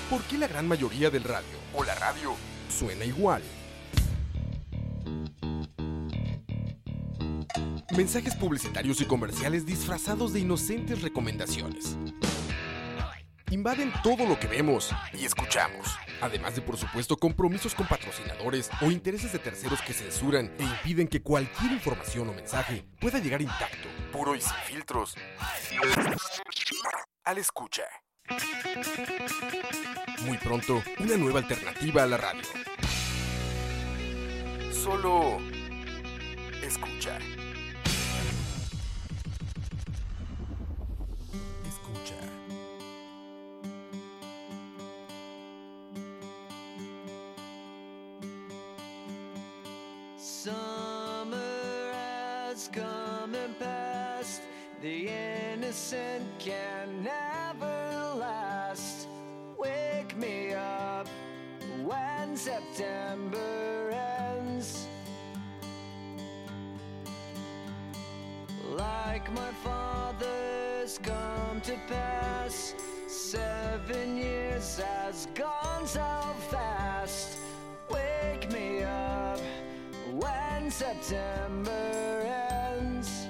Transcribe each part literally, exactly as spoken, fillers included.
¿Por qué la gran mayoría del radio o la radio suena igual? Mensajes publicitarios y comerciales disfrazados de inocentes recomendaciones. Invaden todo lo que vemos y escuchamos, además de, por supuesto, compromisos con patrocinadores o intereses de terceros que censuran e impiden que cualquier información o mensaje pueda llegar intacto, puro y sin filtros, al escucha. Muy pronto, una nueva alternativa a la radio. Solo escucha. Escucha. Summer has come and passed. The innocent can never last. Wake me up when September ends. Like my father's come to pass. Seven years has gone so fast. Wake me up when September ends.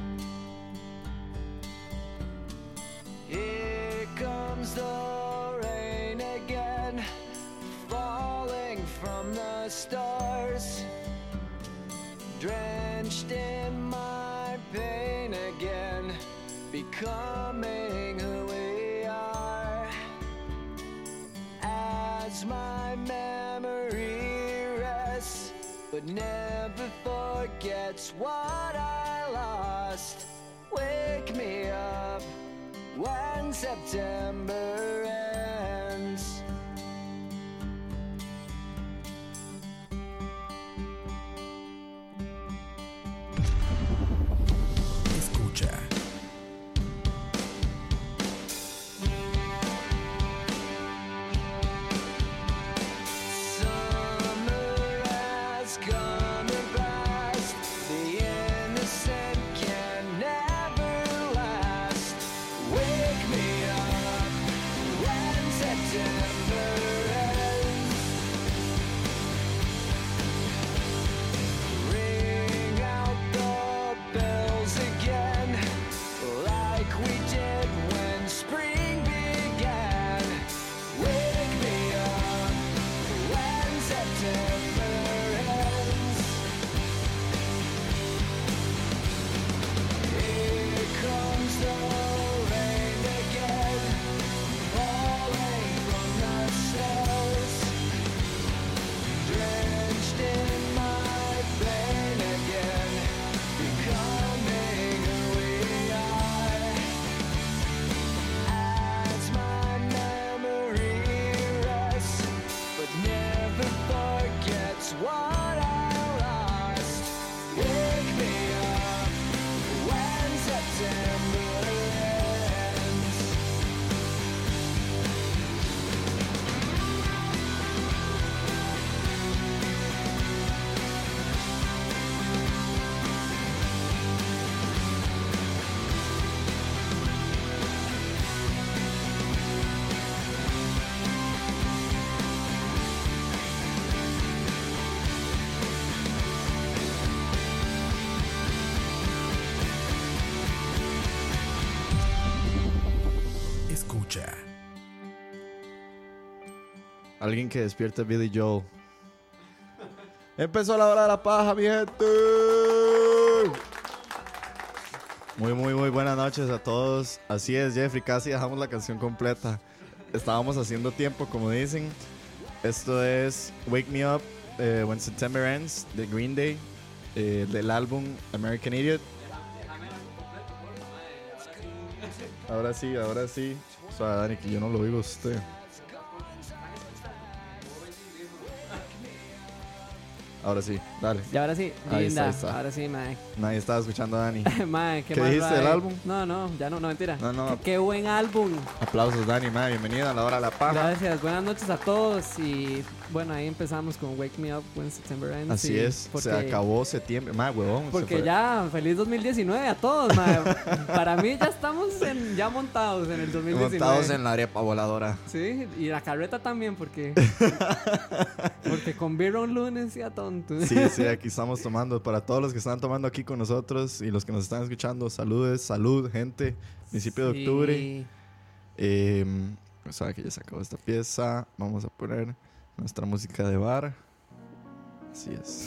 Here comes the rain again, falling from the stars, drenched in my pain again, becoming who we are. As my memory rests, but never forgets what I lost. Wake me up when September ends. Escucha. Alguien que despierte a Billy Joel. Empezó la hora de la paja, mi gente. Muy, muy, muy buenas noches a todos. Así es, Jeffrey, casi dejamos la canción completa. Estábamos haciendo tiempo, como dicen. Esto es Wake Me Up uh, When September Ends, de Green Day, eh, del álbum American Idiot. Ahora sí, ahora sí. O sea, Dani, que yo no lo oigo a usted. Ahora sí, dale. Y ahora sí, Ahí linda. está, ahí está. Ahora sí, mae. Nadie estaba escuchando a Dani. Mae, qué, ¿Qué más dijiste ride. del álbum? No, no, ya no, no, mentira. No, no. Qué, qué buen álbum. Aplausos, Dani, mae. Bienvenida a la hora de la paja. Gracias, buenas noches a todos. Y bueno, ahí empezamos con Wake Me Up When September Ends. Así y es, porque, se acabó septiembre. Mae, huevón. se Porque fue. ya, feliz dos mil diecinueve a todos, mae. Para mí ya estamos en, ya montados en el dos mil diecinueve. Montados en la arepa voladora. Sí, y la carreta también, porque. Porque con Beer un lunes ya tonto. Sí, sí, aquí estamos tomando. Para todos los que están tomando aquí con nosotros y los que nos están escuchando, saludes, salud, gente. Principio de Sí. octubre. Eh, o sea que ya se acabó esta pieza. Vamos a poner nuestra música de bar. Así es.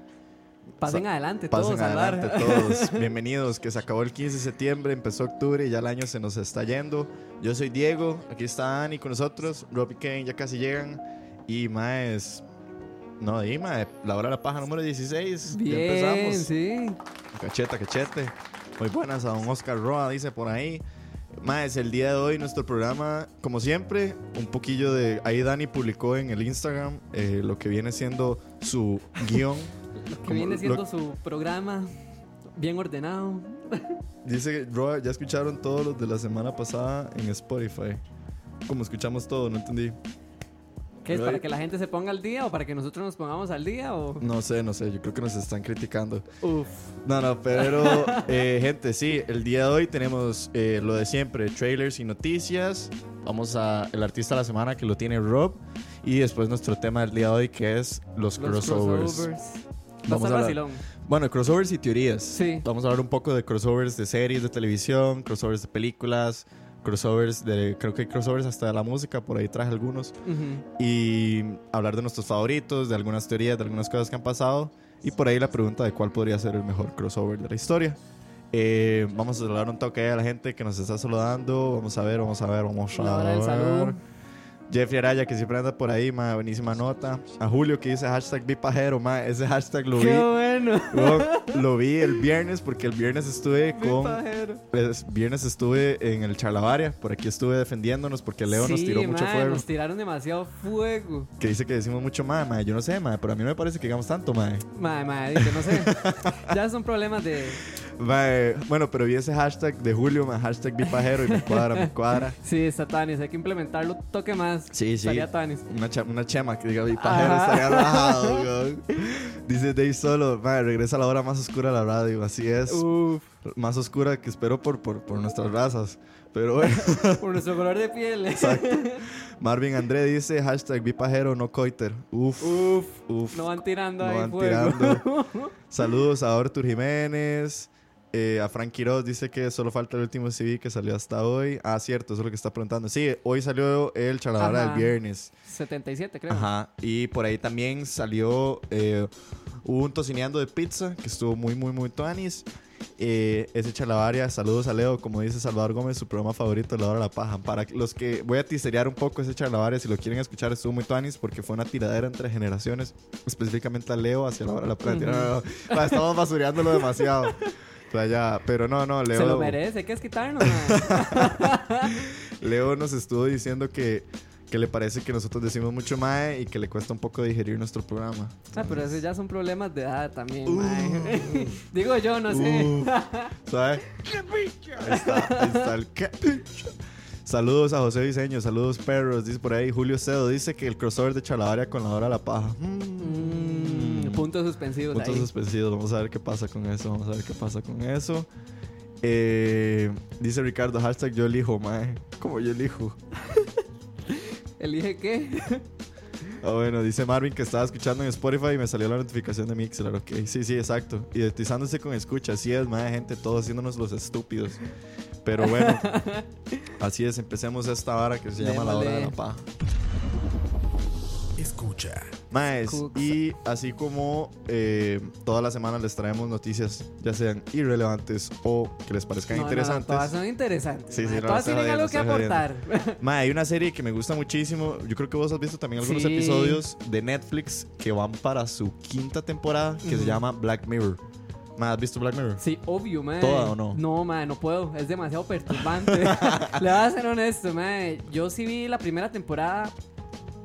Pasen Sa- adelante Pasen todos al bar. adelante todos. Bienvenidos, que se acabó el quince de septiembre, empezó octubre y ya el año se nos está yendo. Yo soy Diego, aquí está Ani con nosotros, Rob y Kane ya casi llegan. Y más, no, y mae, la hora de la paja número dieciséis. Bien, ya empezamos. sí. Cacheta, cachete. Muy buenas a don Oscar Roa, dice por ahí. Más, el día de hoy nuestro programa, como siempre, un poquillo de... Ahí Dani publicó en el Instagram eh, lo que viene siendo su guión. Lo que Como viene siendo lo- su programa bien ordenado. Dice Roa, ya escucharon todos los de la semana pasada en Spotify. Como escuchamos todo, no entendí. ¿Qué es? Pero ¿Para ahí- que la gente se ponga al día o para que nosotros nos pongamos al día? O... No sé, no sé, yo creo que nos están criticando. Uf. No, no, pero eh, gente, sí, el día de hoy tenemos eh, lo de siempre, trailers y noticias. Vamos a el artista de la semana que lo tiene Rob. Y después nuestro tema del día de hoy que es los, Los crossovers. crossovers. Va a Vamos estar a hablar- vacilón. Bueno, crossovers y teorías. Sí. Vamos a hablar un poco de crossovers de series de televisión, crossovers de películas, crossovers de... Creo que hay crossovers hasta de la música, por ahí traje algunos. Ujú. Y hablar de nuestros favoritos, de algunas teorías, de algunas cosas que han pasado. Y por ahí la pregunta de cuál podría ser el mejor crossover de la historia. Eh, vamos a saludar un toque a la gente que nos está saludando. Vamos a ver, vamos a ver, vamos a La hora del ver. saludo. Jeffrey Araya, que siempre anda por ahí, ma, buenísima nota. A Julio, que dice hashtag bipajero, ma, ese hashtag lo vi. ¡Qué bueno! Weón, lo vi el viernes porque el viernes estuve con... Pajero. El viernes estuve en el Charlavaria, por aquí estuve defendiéndonos porque Leo nos Sí, tiró mucho mae, fuego. Nos tiraron demasiado fuego. Que dice que decimos mucho más, mae. Yo no sé, mae, pero a mí no me parece que digamos tanto, mae. Mae, mae, que no sé. Ya son problemas de. Mae, bueno, pero vi ese hashtag de Julio, mae, hashtag bipajero y me cuadra, me cuadra. Sí, está Tanis. Hay que implementarlo un toque más. Sí, sí. Estaría Tanis. Una, cha- una chema que diga bipajero Ajá. estaría rajado, weón. Dice Dave Solo, mae, regresa a la hora más oscura de la radio. Así es. Uf, Más oscura que espero por, por, por nuestras razas. Pero bueno. por nuestro color de piel. Exacto. Marvin André dice hashtag bipajero no coiter. Uf. Uf, Uf. no van tirando No ahí van fuego. tirando. Saludos a Artur Jiménez. Eh, a Frank Quiroz dice que solo falta el último C V que salió hasta hoy. Ah, cierto, eso es lo que está preguntando. Sí, hoy salió el charladora Ajá. del viernes. setenta y siete, creo. Ajá. Y por ahí también salió eh, hubo un tocineando de pizza que estuvo muy, muy, muy tuanis. Eh, ese charlavaria, saludos a Leo, como dice Salvador Gómez, su programa favorito, La Hora de la Paja. Para los que voy a tiserear un poco ese charlavaria, si lo quieren escuchar, estuvo muy tuanis porque fue una tiradera entre generaciones, específicamente a Leo hacia La Hora de la Paja. Ujú. No, no, no. Va, estamos basureándolo demasiado. O sea, ya, pero no, no, Leo. Se lo merece, hay que quitarnos, mae. Leo nos estuvo diciendo que, que le parece que nosotros decimos mucho mae y que le cuesta un poco digerir nuestro programa. Ah, pero esos ya son problemas de edad también, Uh. mae. Digo yo, no sé. Uh, ¿Sabe? Ahí está, ahí está el capicho. Saludos a José Diseño, saludos perros, dice por ahí. Julio Cedo dice que el crossover de Charlavaria con La Hora de la Paja. Mm, Mm. puntos suspensivos Puntos ahí. suspensivos, vamos a ver qué pasa con eso, vamos a ver qué pasa con eso. Eh, dice Ricardo, hashtag yo elijo, mae. ¿Cómo yo elijo? ¿Elige qué? Ah, bueno, dice Marvin que estaba escuchando en Spotify y me salió la notificación de Mixler, ok. Sí, sí, exacto. Identizándose con escucha, así es, mae, gente, todos haciéndonos los estúpidos. Pero bueno, así es, empecemos esta vara que se llama La Hora de la Paja. Escucha. Maes, Cooks. y así como eh, todas las semanas les traemos noticias, ya sean irrelevantes o que les parezcan No, no, no, interesantes. todas son interesantes. Sí, sí, mae. no, todas estoy tienen algo que jodiendo, aportar. Mae, hay una serie que me gusta muchísimo. Yo creo que vos has visto también algunos Sí. episodios de Netflix que van para su quinta temporada, que se Ujú. llama Black Mirror. Mae, ¿has visto Black Mirror? Sí, obvio, mae. ¿Toda o no? No, mae, no puedo. Es demasiado perturbante. Le voy a ser honesto, mae. Yo sí vi la primera temporada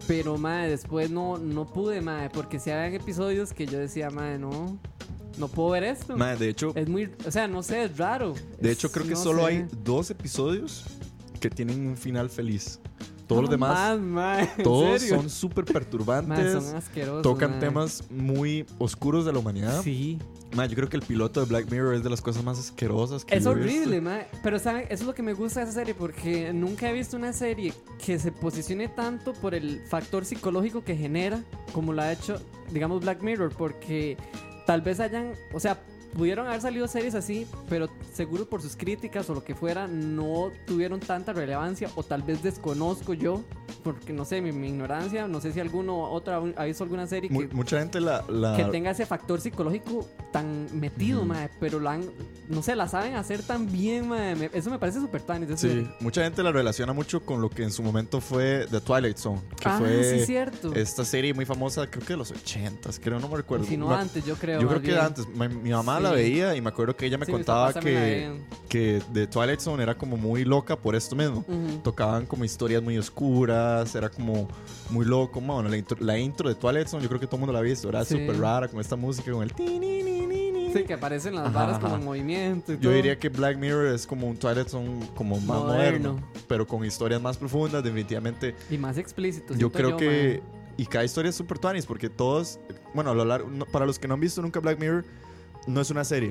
pero, mae, después no, no pude, mae, porque si habían episodios que yo decía, mae, no, no puedo ver esto. Mae, de hecho, Es muy, o sea, no sé, es raro. de Es- hecho creo que no solo sé. hay dos episodios que tienen un final feliz. Todos los No demás, más, mae, ¿en todos serio? son súper Mae, perturbantes. son asquerosos. Tocan mae. temas muy oscuros de la humanidad. Sí. Mae, yo creo que el piloto de Black Mirror es de las cosas más asquerosas que Es yo he visto. horrible, mae. Pero ¿saben? Eso es lo que me gusta de esa serie, porque nunca he visto una serie que se posicione tanto por el factor psicológico que genera, como lo ha hecho, digamos, Black Mirror, porque tal vez hayan, o sea, pudieron haber salido series así, pero seguro por sus críticas o lo que fuera, no tuvieron tanta relevancia, o tal vez desconozco yo, porque no sé, mi, mi ignorancia, no sé si alguno otro ha ha visto alguna serie Mu- que, mucha gente la... la- que tenga ese factor psicológico tan metido, Ujú. mae, pero la han, no sé, la saben hacer tan bien, mae. Me- eso me parece súper tan. Sí, mucha gente la relaciona mucho con lo que en su momento fue The Twilight Zone, que Ah, fue sí, cierto. esta serie muy famosa, creo que de los ochentas, creo, no me recuerdo. Si no Me- antes, yo creo. Yo más creo que bien. antes. Mi, mi mamá Sí. la veía y me acuerdo que ella me Sí, mis contaba papás también la que, veían. que The Twilight Zone era como muy loca por esto mismo. Ujú. Tocaban como historias muy oscuras, era como muy loco. Bueno, la intro, la intro de Twilight Zone, yo creo que todo el mundo la ha visto, era Sí. súper rara con esta música, con el ti, ni, ni, ni, ni. Sí, que aparecen las Ajá, varas como ajá. en movimiento. Y Yo todo. diría que Black Mirror es como un Twilight Zone como más Moderno. moderno, pero con historias más profundas, definitivamente. Y más explícito. Yo siento creo que... mae. Y cada historia es súper tuanis, porque todos... Bueno, a lo largo, no- para los que no han visto nunca Black Mirror, no es una serie.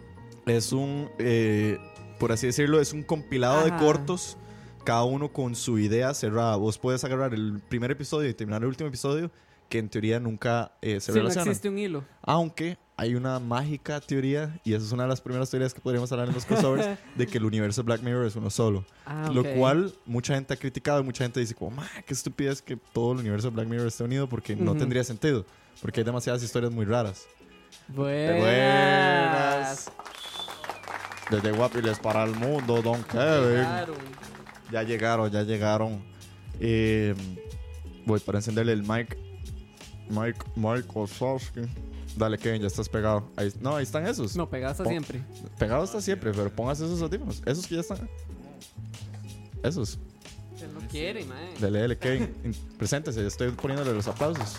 Es un... eh, por así decirlo, es un compilado de Ajá. cortos, cada uno con su idea cerrada. Vos puedes agarrar el primer episodio y terminar el último episodio, que en teoría nunca eh, se Sí, no relacionan. existe un hilo. Aunque hay una mágica teoría, y esa es una de las primeras teorías que podríamos hablar en los crossovers, de que el universo de Black Mirror es uno solo. Ah, Lo ok. cual mucha gente ha criticado y mucha gente dice como, "Ma, qué estupidez que todo el universo de Black Mirror esté unido porque no Ujú. tendría sentido. Porque hay demasiadas historias muy raras." Buenas. Buenas. Desde Guapiles para el mundo, Don Kevin. Claro. Ya llegaron, ya llegaron. Eh, voy para encenderle el mic. Mike, Mike Wazowski. Dale, Kevin, ya estás pegado. Ahí, no, ahí están esos. No, pegasta Pon- siempre. Pegado está siempre, pero pongas esos audífonos. Esos que ya están. Esos. Él no quiere, mae. Dale, dale, Kevin. In- Preséntese, estoy poniéndole los aplausos.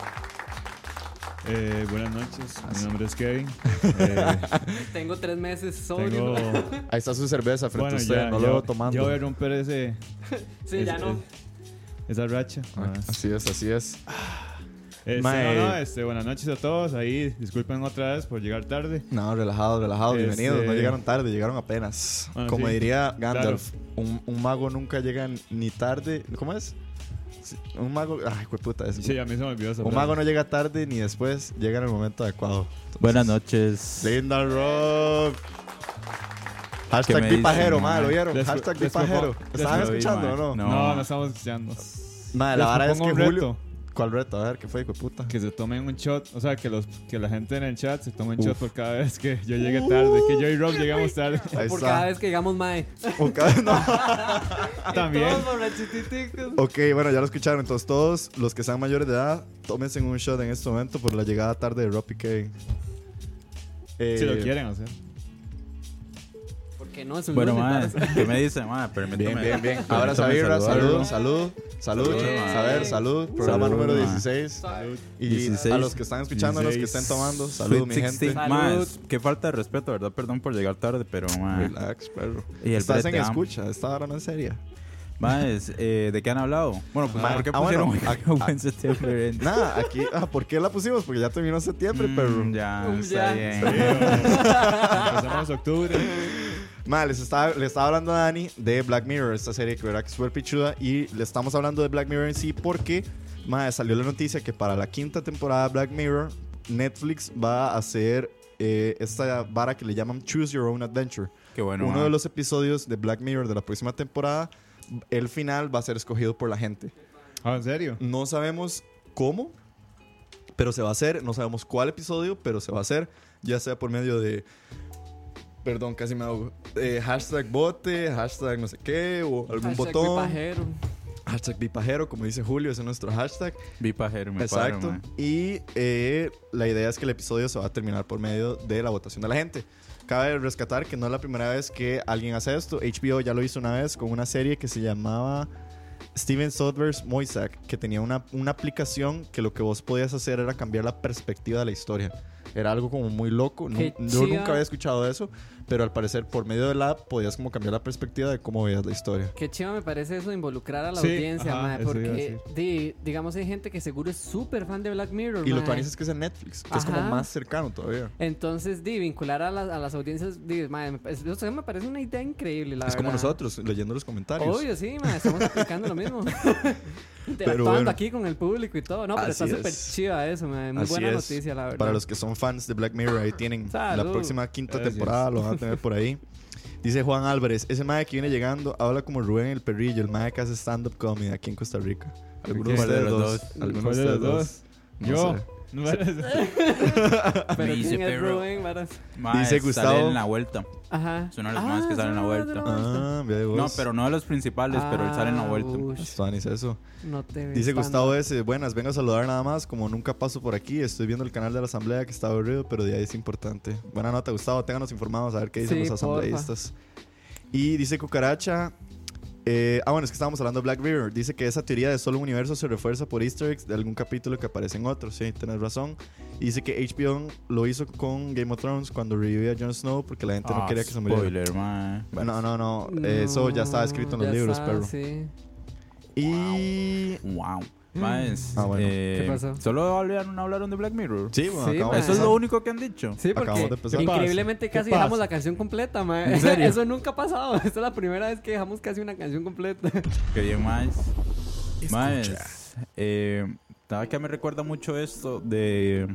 Eh, buenas noches, mi nombre es Kevin. Eh, Tengo tres meses sobrio. tengo, Ahí está su cerveza frente bueno, a usted, ya, no ya- lo veo tomando. ya voy a romper ese, Sí, es- ya no. es- esa racha. Ah, Ah, así es, así es. este, Mae. no, no, este, buenas noches a todos. Ahí, disculpen otra vez por llegar tarde. No, relajados, relajados, Este- bienvenidos. No llegaron tarde, llegaron apenas. Bueno, Como sí, diría Gandalf, un, un mago nunca llega ni tarde. ¿Cómo es? Sí, un mago. Ay, puta. Es, Sí, a mí se me olvidó esa un frase. mago no llega tarde ni después, llega en el momento adecuado. Entonces, Buenas noches. Linda Rock. ¿Qué Hashtag me bipajero, dicen, ma, mae? ¿lo vieron? Les- Hashtag les bipajero. propongo- ¿Estaban les- escuchando o mae. no? No. No, no estamos escuchando. Ma, la Les vara es que propongo un Julio. reto. ¿Cuál reto? A ver, ¿qué fue, hijo de puta? Que se tomen un shot, o sea, que los que la gente en el chat se tome un Uf. shot por cada vez que yo llegue tarde, que yo y Rob llegamos tarde. Ahí Por está. cada vez que digamos mae. O cada- no. También. Todos borrachititicos. Ok, bueno, ya lo escucharon. Entonces, todos los que sean mayores de edad, tómense un shot en este momento por la llegada tarde de Rob y Kevin. Eh, Si lo quieren hacer. Porque no es un Bueno, lunes, mae, ¿verdad? ¿qué me dice, mae? Permítame. Bien, bien, bien. permítame Ahora Sabira, saludarlo. salud, salud, salud, Salud, salud, mae. saber, salud. Programa Salud, número mae. dieciséis. Salud. Y dieciséis. a los que están escuchando, a los que estén dieciséis. tomando, salud, Sweet mi sixteen. gente. Mae, Salud. qué falta de respeto, ¿verdad? Perdón por llegar tarde, pero, mae. Relax, perro. Y el Estás en brete, ah. escucha, esta hora no es seria. Mae, es, eh, ¿de qué han hablado? Bueno, pues, Mae, ¿por qué ah, pusieron bueno, un ah, buen septiembre? en- Nada, aquí, ah, ¿por qué la pusimos? Porque ya terminó septiembre, Mm, perro. Ya, Mm, está ya. bien. Empezamos octubre. Ma, les estaba, le estaba hablando a Dani de Black Mirror, esta serie que verá que es súper pichuda. Y le estamos hablando de Black Mirror en sí porque, ma, salió la noticia que para la quinta temporada de Black Mirror, Netflix va a hacer eh, esta vara que le llaman Choose Your Own Adventure. Qué bueno, Uno mae. de los episodios de Black Mirror de la próxima temporada, el final va a ser escogido por la gente. Ah, ¿en serio? No sabemos cómo, pero se va a hacer. No sabemos cuál episodio, pero se va a hacer. Ya sea por medio de... Perdón, casi me hago. Eh, hashtag bote, hashtag no sé qué, o algún Hashtag botón. pipajero. Hashtag bipajero, como dice Julio, ese es nuestro hashtag. Vi pajero, me Exacto. paro, mae. Y eh, la idea es que el episodio se va a terminar por medio de la votación de la gente. Cabe rescatar que no es la primera vez que alguien hace esto. H B O ya lo hizo una vez con una serie que se llamaba Steven Soderbergh's Mosaic, que tenía una, una aplicación que lo que vos podías hacer era cambiar la perspectiva de la historia. Era algo como muy loco. No, Qué yo chiva. nunca había escuchado eso, pero al parecer por medio de la app podías como cambiar la perspectiva de cómo veías la historia. Qué chiva me parece eso de involucrar a la Sí, audiencia, ajá, mae, eso iba a porque decir. di- digamos hay gente que seguro es súper fan de Black Mirror, Y lo mae. que van es que es en Netflix, que es como Ajá. más cercano todavía. Entonces, di, vincular a, las- a las audiencias, di, mae, me, parece- eso me parece una idea increíble, la Es como verdad. nosotros, leyendo los comentarios. Obvio, sí, mae, estamos aplicando lo mismo. Interactuando bueno. aquí con el público y todo. No, pero Así está súper es. chiva eso, mae. Muy Así buena es. noticia, la verdad. Para los que son fans de Black Mirror, ahí tienen la Salud. próxima quinta Gracias. temporada, lo van a tener por ahí. Dice Juan Álvarez, ese mae que viene llegando habla como Rubén el Perrillo, el mae que hace stand-up comedy aquí en Costa Rica. ¿Alguno de ¿Cuál de ustedes los dos? dos? ¿Alguno ¿Cuál de ustedes los dos? dos? No Yo. sé. No eres- Pero Me hice ¿quién es perro. Rubén, varas? Mae, Dice sale Gustavo- en la vuelta. Ajá. Es uno de los más que sale en la son vuelta. de la vuelta. Ah, vea vos. No, pero no de los principales, pero él sale en la Ah, vuelta. ush, Estuanis, eso. no te ves Dice tan- Gustavo S. Buenas, vengo a saludar nada más. Como nunca paso por aquí, estoy viendo el canal de la asamblea que está aburrido, pero de ahí es importante. Buena nota, Gustavo. Ténganos informados a ver qué dicen Sí, los porfa. asambleístas. Y dice Cucaracha. eh, ah, bueno, es que estábamos hablando de Black Mirror. Dice que esa teoría de solo un universo se refuerza por Easter eggs de algún capítulo que aparece en otro. Sí, tenés razón. Y dice que H B O lo hizo con Game of Thrones cuando revivía a Jon Snow porque la gente no Ah, quería que se muriera. spoiler, mae. No, no, no. Eso ya estaba escrito en los ya libros, está, perro. Sí. Y. Wow. Maes, Ah, bueno. eh, ¿Qué pasó? ¿Solo hablaron, hablaron de Black Mirror? Sí, bueno, Sí, acabamos ma. de Eso es empezar. lo único que han dicho. Sí, porque Acabamos de empezar. increíblemente ¿Qué casi pasa? dejamos la canción completa, mae. ¿En serio? Eso nunca ha pasado. Esta es la primera vez que dejamos casi una canción completa. Que bien, más. Escucha. Más. Eh, ¿Sabes qué me recuerda mucho esto de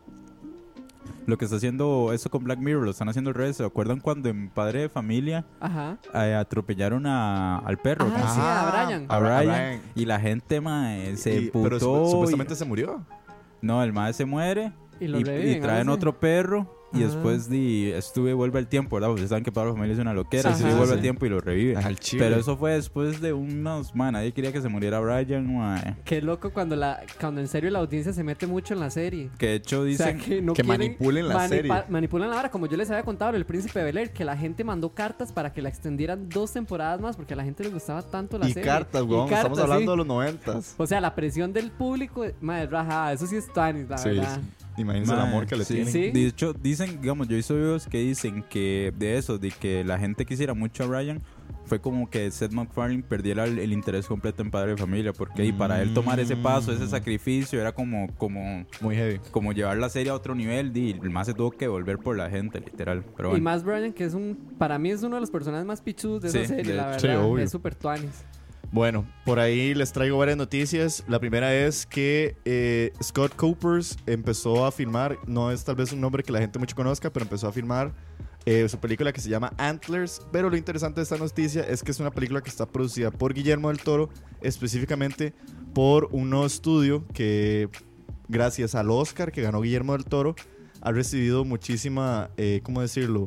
lo que está haciendo esto con Black Mirror? Lo están haciendo al revés. ¿Se acuerdan cuando en Padre de Familia Ajá. eh, atropellaron a, al perro? Ah, ¿no? sí, a Brian. A A Brian. Brian. Y la gente, mae, se Y- pero putó. sup- y- supuestamente se murió. No, el mae se muere. Y Y, lo y reviven, traen algo así. otro perro. Y Ah. después di, estuve vuelve al tiempo, ¿verdad? Ustedes saben que Padre de Familia es una loquera. Ajá, Y sí, vuelve sí. al tiempo y lo revive. Al chile. Pero eso fue después de unos... Man, nadie quería que se muriera Brian, mae. Qué loco cuando la cuando en serio la audiencia se mete mucho en la serie. Que de hecho O sea, dicen... que no que quieren manipulen la serie. Manipulan la hora, como yo les había contado en El Príncipe de Bel-Air, que la gente mandó cartas para que la extendieran dos temporadas más porque a la gente le gustaba tanto la Y serie. cartas, Y weón. Estamos cartas, hablando sí. de los noventas. O sea, la presión del público, madre raja, eso sí es tanis, la Sí, verdad. sí. Imagínense el Mae, amor que le sí. tienen. Sí. De hecho, dicen, digamos, yo he visto videos que dicen que de eso, de que la gente quisiera mucho a Ryan, fue como que Seth MacFarlane perdiera el, el interés completo en Padre de Familia, porque y para él tomar ese paso, ese sacrificio, era como, como, Muy heavy. como llevar la serie a otro nivel, y el más se tuvo que volver por la gente, literal. Pero Y bueno. más Brian, que es un, para mí es uno de los personajes más pichudos de Sí, esa serie, de la hecho. verdad. Sí, obvio. Es súper tuanis. Bueno, por ahí les traigo varias noticias. La primera es que eh, Scott Coopers empezó a filmar, no es tal vez un nombre que la gente mucho conozca, pero empezó a filmar eh, su película que se llama Antlers. Pero lo interesante de esta noticia es que es una película que está producida por Guillermo del Toro, específicamente por un nuevo estudio que, gracias al Oscar que ganó Guillermo del Toro, ha recibido muchísima, eh, ¿cómo decirlo?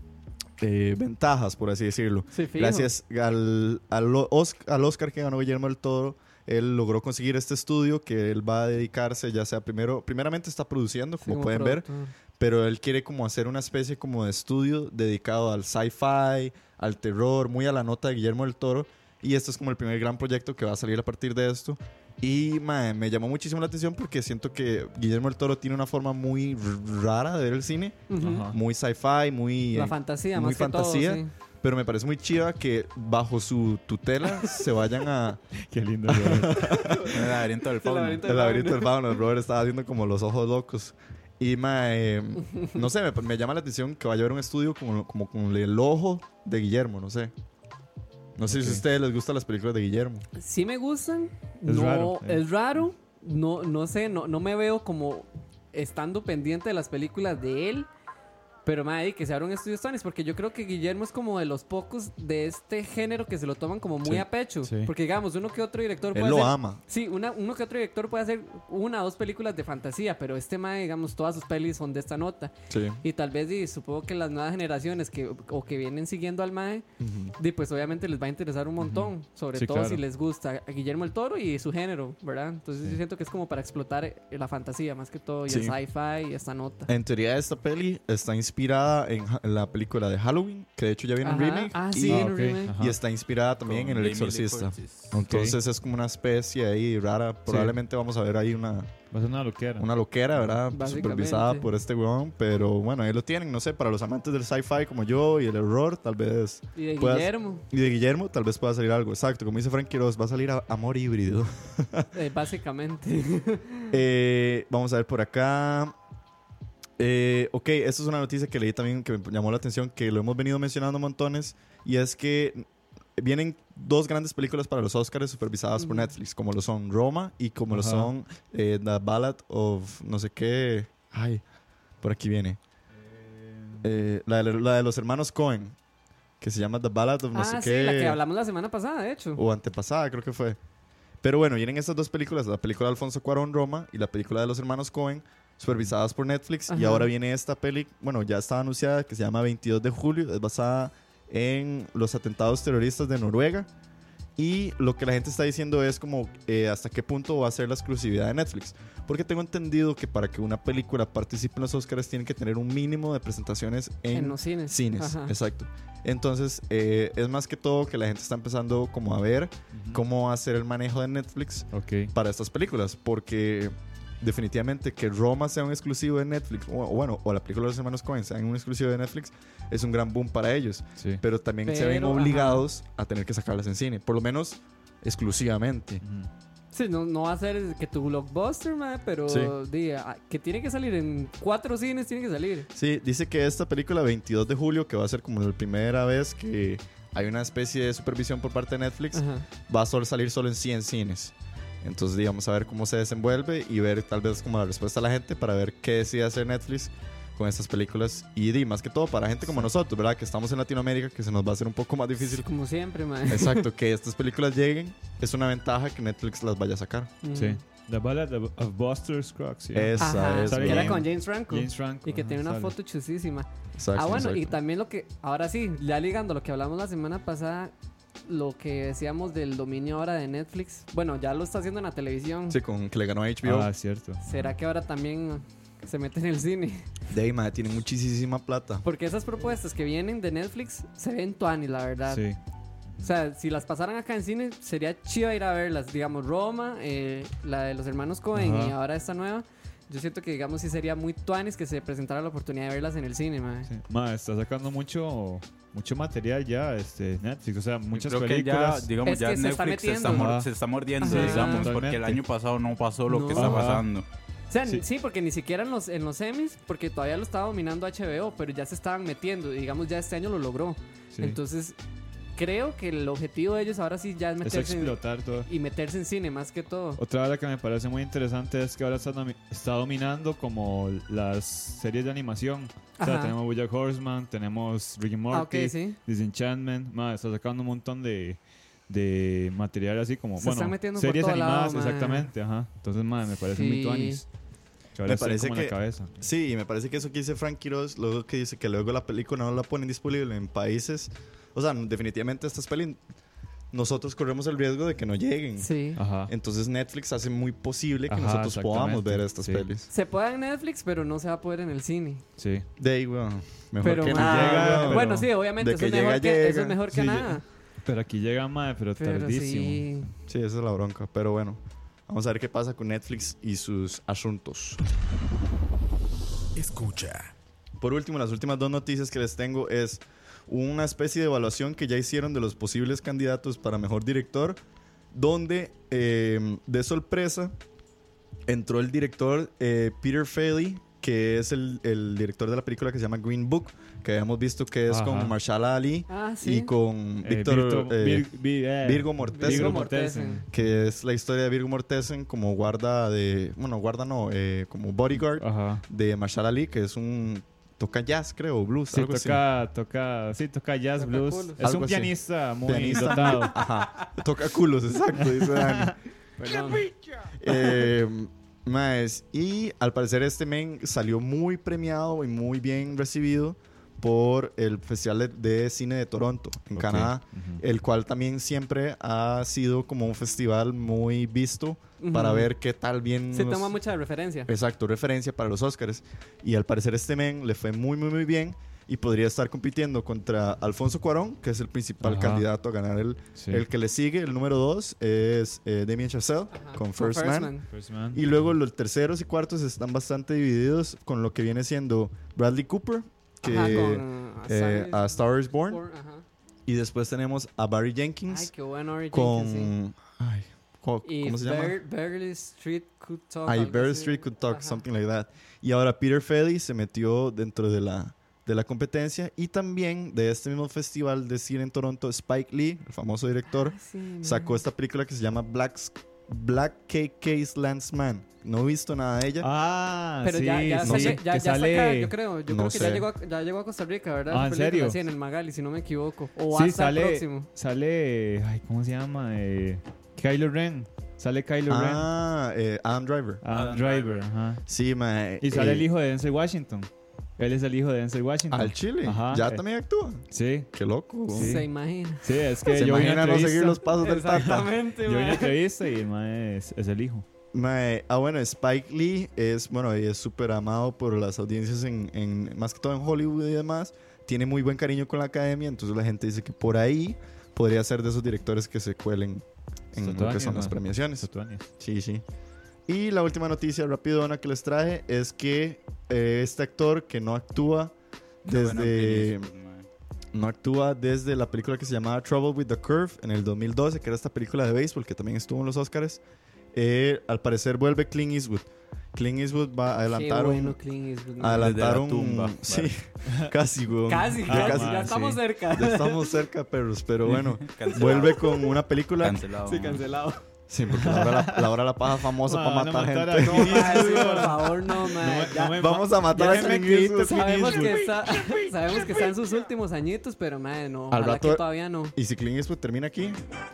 Eh, ventajas, por así decirlo. Sí, fijo. Gracias al, al, Oscar, al Oscar que ganó Guillermo del Toro, él logró conseguir este estudio que él va a dedicarse, ya sea primero, primeramente está produciendo, Sí, como como pueden ver, productor. pero él quiere como hacer una especie como de estudio dedicado al sci-fi, al terror, muy a la nota de Guillermo del Toro, y este es como el primer gran proyecto que va a salir a partir de esto. Y mae, me llamó muchísimo la atención porque siento que Guillermo del Toro tiene una forma muy r- rara de ver el cine, Ujú. Ajá. muy sci-fi, muy... La eh, fantasía, muy más que fantasía. todo, sí. pero me parece muy chiva que bajo su tutela se vayan a... Qué lindo. Robert. El laberinto del fauno. laberinto El laberinto del fauno. El brother estaba haciendo como los ojos locos. Y mae, no sé, me, me llama la atención que vaya a ver un estudio como, como con el ojo de Guillermo, no sé. No sé si a ustedes les gustan las películas de Guillermo. Sí me gustan. Es no, raro, eh. es raro. No, no sé, no, no me veo como estando pendiente de las películas de él. Pero madre, que se abra un estudio Stones, porque yo creo que Guillermo es como de los pocos de este género que se lo toman como muy Sí, a pecho. sí. Porque digamos, uno que otro director Él puede lo hacer- ama. Sí, una, uno que otro director puede hacer una o dos películas de fantasía, pero este mae, digamos, todas sus pelis son de esta nota. Sí. Y tal vez, y supongo que las nuevas generaciones que, o que vienen siguiendo al mae, di, pues obviamente les va a interesar un montón. Sobre Sí, todo claro. si les gusta a Guillermo el Toro y su género, ¿verdad? Entonces yo siento que es como para explotar eh, la fantasía más que todo, y Sí. el sci-fi y esta nota. En teoría esta peli está inspirada en, ja- en la película de Halloween, que de hecho ya viene un Ajá. remake. Ah, y, sí, Ah, en un ok. remake. Ajá. y está inspirada también Con en El Jamie Lee Exorcista. Curtis. Entonces es como una especie ahí rara. Probablemente vamos a ver ahí una, Va a ser una loquera. una loquera, ¿verdad? Básicamente. Supervisada por este weón. Pero bueno, ahí lo tienen. No sé, para los amantes del sci-fi como yo y el horror, tal vez. Y de puedas- Guillermo, Y de Guillermo, tal vez pueda salir algo. Exacto, como dice Frank Quiroz, va a salir a- Amor Híbrido. eh, básicamente. Eh, vamos a ver por acá. Eh, ok, esta es una noticia que leí también que me llamó la atención, que lo hemos venido mencionando montones, y es que vienen dos grandes películas para los Oscars supervisadas por Ujú. Netflix, como lo son Roma y como lo Ajá. son eh, The Ballad of no sé qué. Ay, por aquí viene. Eh, la, de, la de los hermanos Cohen, que se llama The Ballad of no sé ah, sí, qué. la que hablamos la semana pasada, de hecho. O antepasada, creo que fue. Pero bueno, vienen estas dos películas, la película de Alfonso Cuarón, Roma, y la película de los hermanos Cohen, supervisadas por Netflix. Y Ajá. ahora viene esta peli, bueno, ya estaba anunciada, que se llama veintidós de julio, es basada en los atentados terroristas de Noruega. Y lo que la gente está diciendo es como eh, hasta qué punto va a ser la exclusividad de Netflix. Porque tengo entendido que para que una película participe en los Oscars tiene que tener un mínimo de presentaciones en, En los cines. cines. Ajá. Exacto. Entonces, eh, es más que todo que la gente está empezando como a ver Ujú. cómo hacer el manejo de Netflix Ok. para estas películas. Porque definitivamente que Roma sea un exclusivo de Netflix, o o bueno, o la película de los hermanos Coen sea un exclusivo de Netflix, es un gran boom para ellos. Sí. Pero también se ven Pero, obligados a tener que sacarlas en cine, por lo menos exclusivamente. Ujú. Sí, no, no va a ser que tu blockbuster, mae, pero Sí. di, ah, que tiene que salir en cuatro cines, tiene que salir. Sí, dice que esta película veintidós de julio, que va a ser como la primera vez que hay una especie de supervisión por parte de Netflix, Ajá. va a solo salir solo en cien cines. Entonces, digamos, a ver cómo se desenvuelve y ver tal vez como la respuesta de la gente para ver qué decide hacer Netflix con estas películas. Y di, más que todo para gente como nosotros, ¿verdad? Que estamos en Latinoamérica, que se nos va a hacer un poco más difícil. Como siempre, mae. Exacto, que estas películas lleguen. Es una ventaja que Netflix las vaya a sacar. Mm. Sí. The Ballad of, of Buster Scruggs. Sí. Esa Ajá, es. Sale que era bien. con James Franco. James Franco. Y que ajá, tiene una sale. foto chusísima. Exacto, Ah, bueno, y exacto. también lo que, ahora sí, ya ligando lo que hablamos la semana pasada, lo que decíamos del dominio ahora de Netflix. Bueno, ya lo está haciendo en la televisión. Sí, con que le ganó a H B O. Ah, cierto. ¿Será que ahora también se mete en el cine? De ahí, tiene muchísima plata. Porque esas propuestas que vienen de Netflix se ven tuanis, la verdad. Sí. O sea, si las pasaran acá en cine, sería chido ir a verlas. Digamos, Roma, eh, la de los hermanos Cohen Ajá. y ahora esta nueva. Yo siento que, digamos, sí sería muy tuanis que se presentara la oportunidad de verlas en el cine, mae. Sí. Ma, está sacando mucho mucho material ya este Netflix, o sea, muchas Creo que películas. ya, digamos, Es ya que se está Netflix se está, metiendo. mor- Ajá. se está mordiendo, Ajá. digamos, porque Totalmente. el año pasado no pasó lo No. que está Ajá. pasando. O sea, Sí. sí. porque ni siquiera en los, en los semis, porque todavía lo estaba dominando H B O, pero ya se estaban metiendo. Y digamos, ya este año lo logró. Sí. Entonces, creo que el objetivo de ellos ahora sí ya es es meterse en, explotar todo. y meterse en cine más que todo. Otra cosa que me parece muy interesante es que ahora está, domi- está dominando como las series de animación. O sea, Ajá. tenemos BoJack Horseman, tenemos Rick and Morty, Ah, ok, sí. Disenchantment. Ma, está sacando un montón de, de material así como, Se bueno, están metiendo por series todo animadas, lado, ma. exactamente, ajá. Entonces, ma, me parece muy Sí. tuanis. Que ahora Me estén parece como en que- la cabeza. Sí, y me parece que eso que dice Frank Quiroz, luego que dice que luego la película no la ponen disponible en países. O sea, definitivamente estas pelis, nosotros corremos el riesgo de que no lleguen. Sí. Ajá. Entonces Netflix hace muy posible que Ajá, nosotros podamos exactamente, ver estas sí. pelis. Se puede en Netflix, pero no se va a poder en el cine. Sí. De ahí, weón. Mejor Pero, que ma, no llega, weón. pero- bueno, sí, obviamente, de eso que es, mejor llega, que, eso llega. es mejor que Sí, nada. Pero aquí llega, ma, pero, Pero tardísimo. sí. Sí, esa es la bronca. Pero bueno, vamos a ver qué pasa con Netflix y sus asuntos. Escucha. Por último, las últimas dos noticias que les tengo es una especie de evaluación que ya hicieron de los posibles candidatos para mejor director, donde eh, de sorpresa entró el director eh, Peter Faley, que es el, el director de la película que se llama Green Book, que habíamos visto que es Ajá. con Mahershala Ali Ah, sí. y con Eh, Víctor Virgo- eh, Vir- Vi- eh, Virgo Mortensen. Virgo Virgo Mortensen. Mortensen. que es la historia de Virgo Mortensen como guarda de, bueno, guarda no, eh, como bodyguard Ajá. de Mahershala Ali, que es un toca jazz, creo, blues, Sí, algo así. toca, toca, sí, toca jazz, Toca blues. culos. Es Algo un así. pianista muy Pianista dotado. muy- ajá, toca culos, exacto, dice Dani. Perdón. Eh, Maes, y al parecer este men salió muy premiado y muy bien recibido por el Festival de, de Cine de Toronto, en Ok. Canadá, Ujú. el cual también siempre ha sido como un festival muy visto para Ujú. ver qué tal bien... Se nos- toma mucha referencia. Exacto, referencia para los Oscars. Y al parecer este men le fue muy, muy, muy bien y podría estar compitiendo contra Alfonso Cuarón, que es el principal Ajá. candidato a ganar el, Sí. el que le sigue. El número dos es eh, Damien Chazelle Ajá. con First, Man. First Man. Y luego los terceros y cuartos están bastante divididos con lo que viene siendo Bradley Cooper, que Ajá, con, uh, eh, a Star is Born. Born, ajá. Y después tenemos a Barry Ay, Jenkins qué bueno, Ori con... Jenkins, sí. ay, co- Y ¿Cómo se llama? Bear- Beverly Street Could Talk. Ahí, algo Bear así. Street Could Talk, Ajá. something like that. Y ahora Peter Felly se metió dentro de la, de la competencia. Y también de este mismo festival de cine en Toronto, Spike Lee, el famoso director, Ay, sí, sacó man. esta película que se llama Black, Black K K's Landsman. No he visto nada de ella. Ah, Pero sí, ya, ya, no sale- sé. ya, que ya está sale... acá, yo creo. Yo No creo que ya sé. llegó, a, ya llegó a Costa Rica, ¿verdad? Ah, Esa ¿en película, serio? Sí, en el Magali, si no me equivoco. O Sí, hasta sale, el próximo. sale, ay, ¿cómo se llama? Eh, Kylo Ren. Sale Kylo Ren. Ah, eh, Adam Driver. Adam Adam Driver, Driver. ajá. Sí, mae. Y sale eh, el hijo de Denzel Washington. Él es el hijo de Denzel Washington. Al Chile. Ajá, Ya eh. también actúa. Sí, Qué loco. Sí. Se imagina. sí, es que Se yo vi una imagina no entrevista. seguir los pasos del Tata. Exactamente, Yo vi una man. entrevista y el mae es, es el hijo. Mae, ah, bueno, Spike Lee es, bueno, y es súper amado por las audiencias en, en, más que todo en Hollywood y demás. Tiene muy buen cariño con la academia, entonces la gente dice que por ahí podría ser de esos directores que se cuelen en lo que Tatuajes, son las ¿no? premiaciones. Tatuajes. Sí, sí. Y la última noticia rapidona que les traje es que eh, este actor que no actúa Qué bueno desde... Clint Eastwood, mae. no actúa desde la película que se llamaba Trouble with the Curve en el dos mil doce, que era esta película de béisbol que también estuvo en los Oscars. Eh, al parecer vuelve Clint Eastwood. Clint Eastwood va a adelantar Qué un... bueno, Clint Eastwood, man. adelantar Desde la un... tumba, sí, vale. casi, güey. Casi, Ya casi, casi. ya estamos sí. cerca. Ya estamos cerca, perros. Pero bueno, Cancelado. vuelve con una película... Cancelado. Sí, mae. cancelado. Sí, porque la hora la, la hora la paja famosa Ma, para van a matar matar a gente. No, man, sí, por favor, no, man. No, Ya- no me- Vamos a matar a Déjenme Clint quito Eastwood. Clint sabemos, que Eastwood. está, sabemos que está en sus últimos añitos, pero, man, no. Al Ojalá rato- que todavía no. Y si Clint Eastwood termina aquí,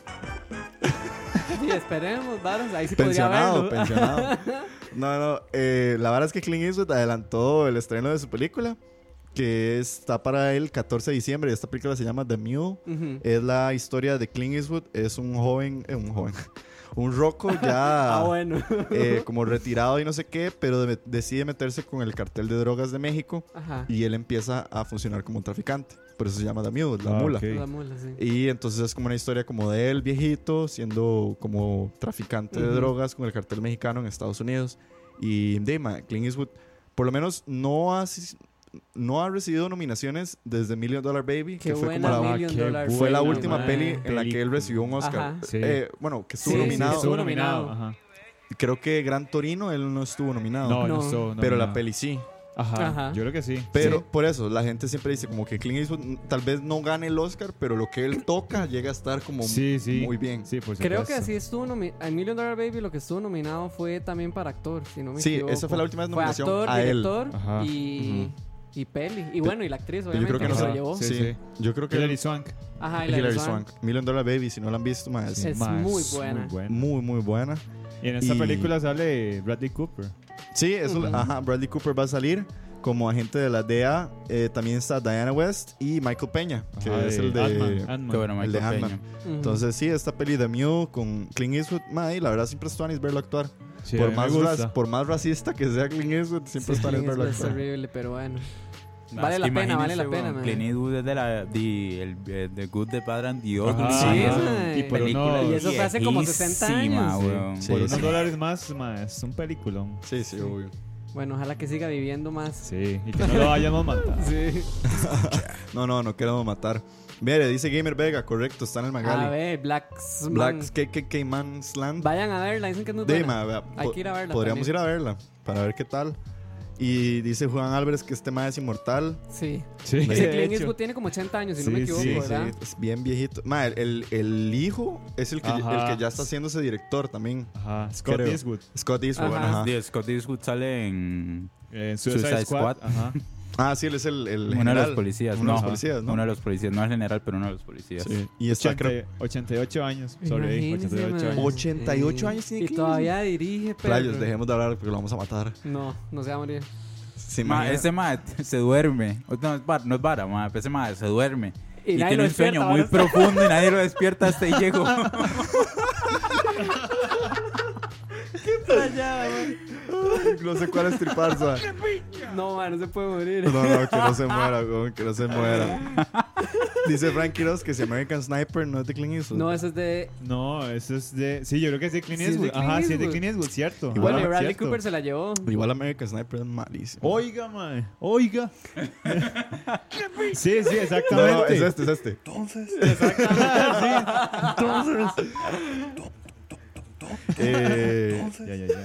Sí, esperemos, varos. Ahí sí podría pensionado, verlo. pensionado. No, no, eh, la verdad es que Clint Eastwood adelantó el estreno de su película, que está para el catorce de diciembre. Esta película se llama The Mule. Ujú. Es la historia de Clint Eastwood. Es un joven, eh, un joven, un roco ya Ah, bueno. eh, como retirado y no sé qué, pero de- decide meterse con el cartel de drogas de México Ajá. y él empieza a funcionar como un traficante. Por eso se llama The Mule, la Ah, mula. ok. La mula, sí. Y entonces es como una historia como de él viejito, siendo como traficante de Ujú. drogas con el cartel mexicano en Estados Unidos. Y de ma, Clint Eastwood, por lo menos no ha, asis- no ha recibido nominaciones desde Million Dollar Baby, Qué que fue buena como la, Million qué Dollar fue la Baby, última man. peli en la que él recibió un Oscar. Ajá. Sí. Eh, bueno, que estuvo Sí, sí, nominado. estuvo Estuvo nominado. nominado. Ajá. Creo que Gran Torino él no estuvo nominado. No, No. no estuvo pero la nominado. peli sí. Ajá. Ajá. Yo creo que sí. Pero Sí. por eso, la gente siempre dice como que Clint Eastwood mm, tal vez no gane el Oscar, pero lo que él toca llega a estar como Sí, sí. muy bien. Sí, por Creo que supuesto. así estuvo nominado. A Million Dollar Baby lo que estuvo nominado fue también para actor, si no me Sí, equivoco. esa fue la última Fue nominación actor, a él. director Ajá. y, y peli. Y bueno, y la actriz, Yo obviamente, creo que que no se se lo llevó. Sí, Sí, sí. yo creo que Hilary Swank. Ajá, Hilary Hilary Swank. Swank. Million Dollar Baby, si no la han visto, más Sí. Es Ma, muy es buena. buena. muy, muy buena. Y en esta Y- película sale Bradley Cooper. Sí, eso, Ujú. ajá, Bradley Cooper va a salir como agente de la D E A. Eh, también está Diana West y Michael Peña, que Ajá, es el de... Ant-Man, Ant-Man. Qué bueno, el de Michael Ant-Man. Peña. Ujú. Entonces sí, esta peli de Mew con Clint Eastwood, ma, y la verdad siempre es tuanis verlo actuar. Sí, a por, mí me más gusta. ras- por más racista que sea Clint Eastwood, siempre es tuanis Sí, verlo es actuar. horrible, pero bueno. Ma, Vale es la que pena, vale la imagínense, pena, weón, man. Clint Eastwood es de la de, el, eh, The Good, The Bad and The Ugly. Ajá, Sí, ajá. man. Y por Película unos, Y eso fue hace como sesenta años. viejísima, weón. Sí, por unos sí. dólares más, ma, es un peliculón. Sí, sí, obvio. Bueno, ojalá que siga viviendo más. Sí, y que no lo vayamos a matar. Sí. No, no, no queremos matar. Mire, dice Gamer Vega, correcto, está en el A Magali. ver, Black Black K K K Man's Land. Vayan a verla, dicen que es muy De, buena. ma, vea, Hay po- que ir a verla Podríamos también. ir a verla para ver qué tal. Y dice Juan Álvarez que este ma es inmortal. Sí. Sí, Ese de Clint hecho. Eastwood tiene como ochenta años, si no Sí, me equivoco, sí, ¿verdad? es bien viejito. Ma, el, el, el hijo es el que, Ajá, el que ya está sí. haciéndose director también. Ajá, Scott Creo. Eastwood. Scott Eastwood, Ajá. ajá. Sí, Scott Eastwood sale en En Suicide, Suicide Squad. Squad. Ajá. Ah, sí, él es el, el uno de general. los policías. Uno no, de los policías, ¿no? Uno de los policías, no el general, pero uno de los policías. Sí. Y está, creo, ochenta, ochenta y ocho años. Sorry, Imagínese, ochenta y ocho man. años. ochenta y ocho Sí. años tiene Y Clint todavía dirige, pero... Rayos, dejemos de hablar porque lo vamos a matar. No, no se va a morir. Se Ma, imagina- ese ma se duerme. No es vara, no es vara, ma. Ese ma se duerme. Y Y, nadie tiene lo un sueño despierta, muy ¿verdad? profundo y nadie lo despierta hasta ahí llegó. No sé cuál es tripar, suave. No, man, no se puede morir. No, no, que no se muera, weón, que no se muera. Dice Frankie Ross que si American Sniper no es de Clint Eastwood. No, eso es de. No, eso es de. Sí, yo creo que es de Clint Sí, es de Eastwood. Clint Ajá, sí, es de Eastwood. Clint Eastwood, cierto. Igual Bueno, y Ajá, Bradley cierto. Cooper se la llevó. Igual American Sniper es malísimo. Oiga, mae. Oiga. Sí, sí, No, exactamente. no, es este, es este. Entonces. Eh, Ya, ya,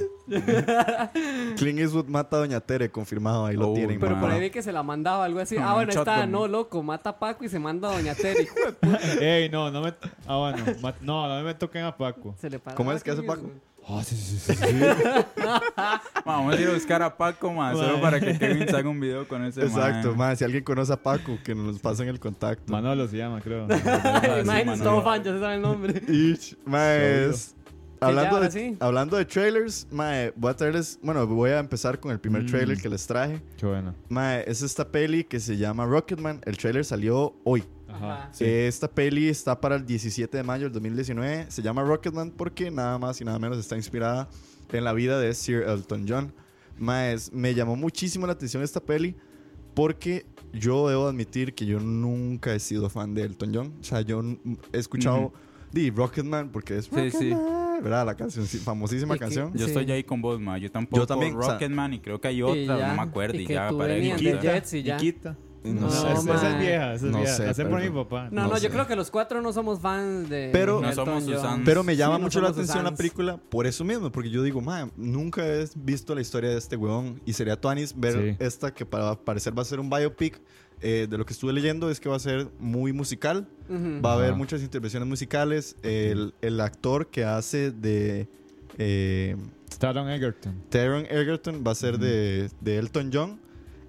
ya. Clint Eastwood mata a Doña Tere, confirmado, ahí lo Oh, tienen. Pero ma. por ahí vi que se la mandaba algo así. Con Ah, un bueno, está, shotgun. no, loco, mata a Paco y se manda a Doña Tere. Hijo de puta. Ey, no, no me. Ah, bueno. ma- No, no me toquen a Paco. Se le para ¿Cómo a es que hace Clint Paco? Eastwood. Ah, sí, sí, sí. sí. Ma, vamos a ir a buscar a Paco, ma, solo Mae. para que Kevin se haga un video con ese Exacto, ma. ma, si alguien conoce a Paco, que nos pasen el contacto. Manolo se llama, creo. Ah, Imagínense, sí, todo Manolo. fan, ya se sabe el nombre. Ich, ma, es- Hablando, ahora de, sí. hablando de trailers, mae, voy a traerles, bueno, voy a empezar con el primer Mm. trailer que les traje. Qué bueno. Mae, es esta peli que se llama Rocketman. El trailer salió hoy. Ajá. Sí. Eh, Esta peli está para el diecisiete de mayo del dos mil diecinueve. Se llama Rocketman porque nada más y nada menos está inspirada en la vida de Sir Elton John. Mae, es- me llamó muchísimo la atención esta peli porque yo debo admitir que yo nunca he sido fan de Elton John. O sea, yo n- he escuchado Ujú. de Rocketman porque es Sí, sí. Rocketman, ¿verdad? La canción, sí, famosísima Y que- canción. Yo Sí. estoy ahí con vos, ma. Yo tampoco. Yo también, o sea- Rocketman y creo que hay Y otra, ya, no me acuerdo. y Y, que ya tú para venías ahí. de Quita, Jets y ya. Quita. No, No, sé, esa, esa mae. es vieja, esa es No vieja. sé, la sé por perdón. mi papá. No, No no, yo sé. creo que los cuatro no somos fans de. Pero- No Elton somos John. Susans. Pero me llama Sí, no mucho la somos atención la Susans. película por eso mismo, porque yo digo, man, nunca he visto la historia de este weón y sería tuanis ver Sí. esta que para parecer va a ser un biopic. Eh, de lo que estuve leyendo es que va a ser muy musical, Ujú. va a haber Ajá. muchas intervenciones musicales. El, el actor que hace de eh, Taron Egerton. Taron Egerton va a ser de, de Elton John.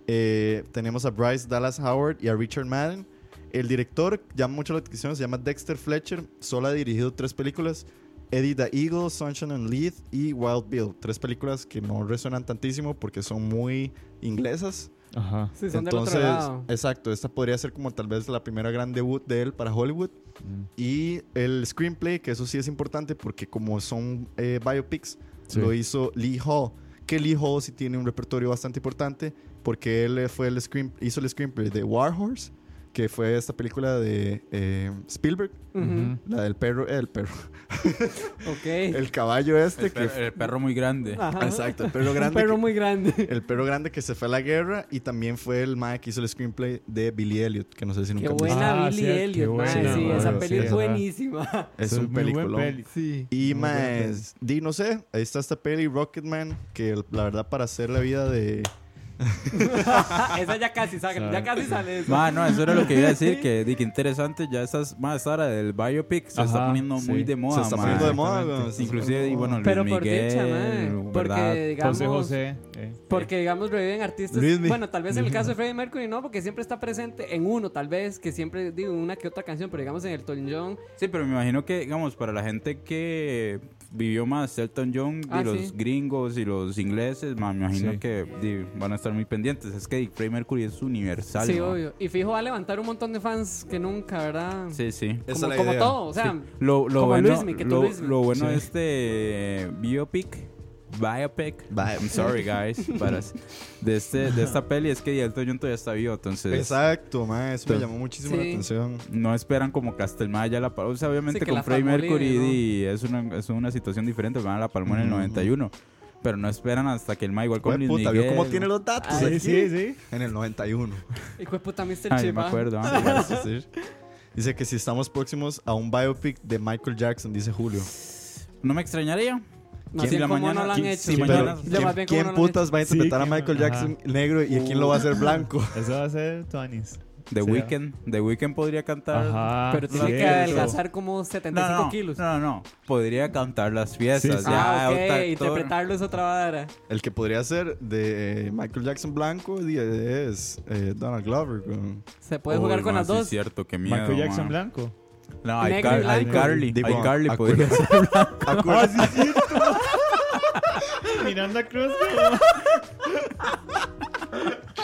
Eh, tenemos a Bryce Dallas Howard y a Richard Madden. El director llama mucho la atención, se llama Dexter Fletcher. Solo ha dirigido tres películas: Eddie the Eagle, Sunshine and Leith y Wild Bill. Tres películas que no resuenan tantísimo porque son muy inglesas. Ajá. Sí, son del Entonces, otro lado. exacto, esta podría ser como tal vez la primera gran debut de él para Hollywood. Mm. Y el screenplay, que eso sí es importante porque como son eh, biopics, Sí. lo hizo Lee Hall. Que Lee Hall sí tiene un repertorio bastante importante porque él eh, fue el screen, hizo el screenplay de War Horse, que fue esta película de eh, Spielberg, Ujú. la del perro, el perro, Ok. el caballo este El, que per- el perro muy grande. Ajá. exacto, el perro Un grande, perro que- muy grande. el perro grande que se fue a la guerra y también fue el mae que hizo el screenplay de Billy Elliot, que no sé si Qué nunca han visto. buena Ah, Billy cierto, Elliot, qué mae, buena, sí, mae, esa sí, peli es ajá. buenísima. Es Eso un muy buen peliculón. peli. Sí. Y Muy buen más, di no sé, ahí está esta peli Rocketman, que la verdad para hacer la vida de... Esa ya casi sale, ya casi sale eso. Ma, no, eso era lo que iba a decir, que, di, que interesante, ya estas, más esta hora del biopic se está Ajá, poniendo sí. muy de moda, Se está ma. poniendo de moda, exactamente. weón, se está Inclusive, poniendo y de bueno, moda. Luis Pero por Miguel, dicha, mae, porque ¿verdad? digamos, José José. eh. porque digamos reviven artistas. Luismi. Bueno, tal vez en el caso de Freddie Mercury no, porque siempre está presente en uno, tal vez que siempre digo una que otra canción, pero digamos en Elton John, Sí, pero me imagino que, digamos, para la gente que vivió más Elton John, Ah, y los sí. gringos y los ingleses, ma, me imagino Sí. que di, van a estar muy pendientes. Es que Freddie Mercury es universal. sí, ma. obvio. Y fijo va a levantar un montón de fans que nunca, ¿verdad? Sí, sí. Esa Como, es la como idea. todo, o sea, Lo, lo Como bueno, Luismi, que tú lo, Luismi. lo bueno Sí. de este biopic, biopic, Biopic. I'm sorry guys, para, de, este, de esta peli es que Elton John todavía está vivo, entonces Exacto, mae, eso me Entonces- llamó muchísimo la Sí. atención. no esperan como Castelmaya la palmó. O sea, obviamente Sí, que con la Freddie palmó Mercury libre, ¿no? di, es, una, es una situación diferente, van a la palmó en el Ujú. noventa y uno. Pero no esperan hasta que el ma igual con Güey, Luis puta, Miguel. ¿vio cómo tiene los datos Ay, aquí? Sí, sí, sí. En el noventa y uno. hijo de puta mister Ay, Chip, me ¿ah? acuerdo. ah. Dice que si estamos próximos a un biopic de Michael Jackson, dice Julio. No me extrañaría. Más Si bien la cómo mañana- no lo han si- hecho. si Sí, mañana- pero- ¿Quién, ya más bien cómo quién no lo han putas va a Sí, interpretar a ¿quién- Michael ajá. Jackson negro y a quién lo va a hacer blanco? Eso va a ser Tonis. The Sí. Weeknd. The Weeknd podría cantar. Ajá. Pero tiene que cierto. adelgazar como setenta y cinco No, no, kilos. no, no. Podría cantar las fiestas. Sí, sí. Ya, Ah, ok, otro actor. interpretarlo es otra vara. El que podría ser de eh, Michael Jackson blanco di- es eh, Donald Glover. con- Se puede Uy, jugar con ma, las sí, dos. es cierto, qué miedo. Michael Jackson ma. blanco. No, Negro y iCar- blanco. iCarly. Digo, iCarly acuer- podría ser. Acuer- Ah, sí, es cierto. Miranda Cruz.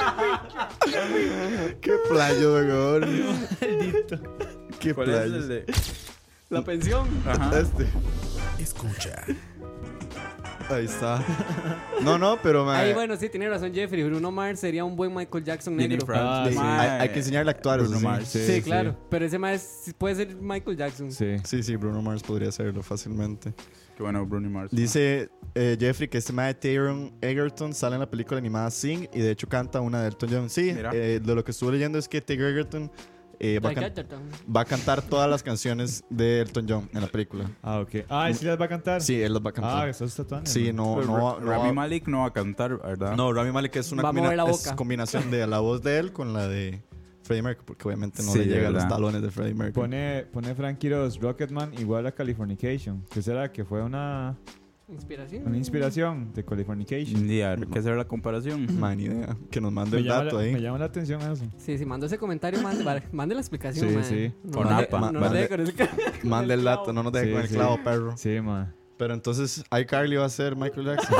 Qué playo, weón. Qué ¿Cuál es playo. el de...? La pensión. Ajá. Este. Escucha. Ahí está. No, no, pero mae, Ahí, bueno, sí, tiene razón Jeffrey. Bruno Mars sería un buen Michael Jackson Jenny negro. Franz. Ah, sí, sí. hay, hay que enseñarle a actuar. Bruno eso sí. Mars. Sí, claro. Pero ese más puede ser Michael Jackson. Sí. Sí, sí, Bruno Mars podría hacerlo fácilmente. Qué bueno, Bruno Mars. Dice eh, Jeffrey que este mae Taron Egerton sale en la película animada Sing y de hecho canta una de Elton John. Sí, Mira. eh, de lo que estuve leyendo es que Taron Egerton eh, va, a can- va a cantar todas las canciones de Elton John en la película. Ah, ok. Ah, ¿y si las va a cantar? Sí, él las va a Ah, cantar. eso está tan. Sí, no, Pero no, Ra- no, Rami no, Malek no va a cantar, ¿verdad? no, Rami Malek es una Va a mover combina- la es boca. combinación de la voz de él con la de Freddie Mercury, porque obviamente no Sí, le llega a los ¿verdad? talones de Freddie Mercury. Pone, pone Frank Quiroz Rocketman igual a Californication. ¿Qué será? Que fue una, Inspiración. una inspiración de Californication. Ni a que hacer la comparación. Man, ni idea. Que nos mande Me el llama, dato la, ahí. me llama la atención eso. Sí, sí, mandó ese comentario, mande, vale, mande la explicación, Sí, man. sí. No Con nos de- apa. No nos Mande- deje con ese ca- con Mande el clavo. dato, no nos deje Sí, con el sí. clavo, perro. Sí, ma. Pero entonces, iCarly va a ser Michael Jackson.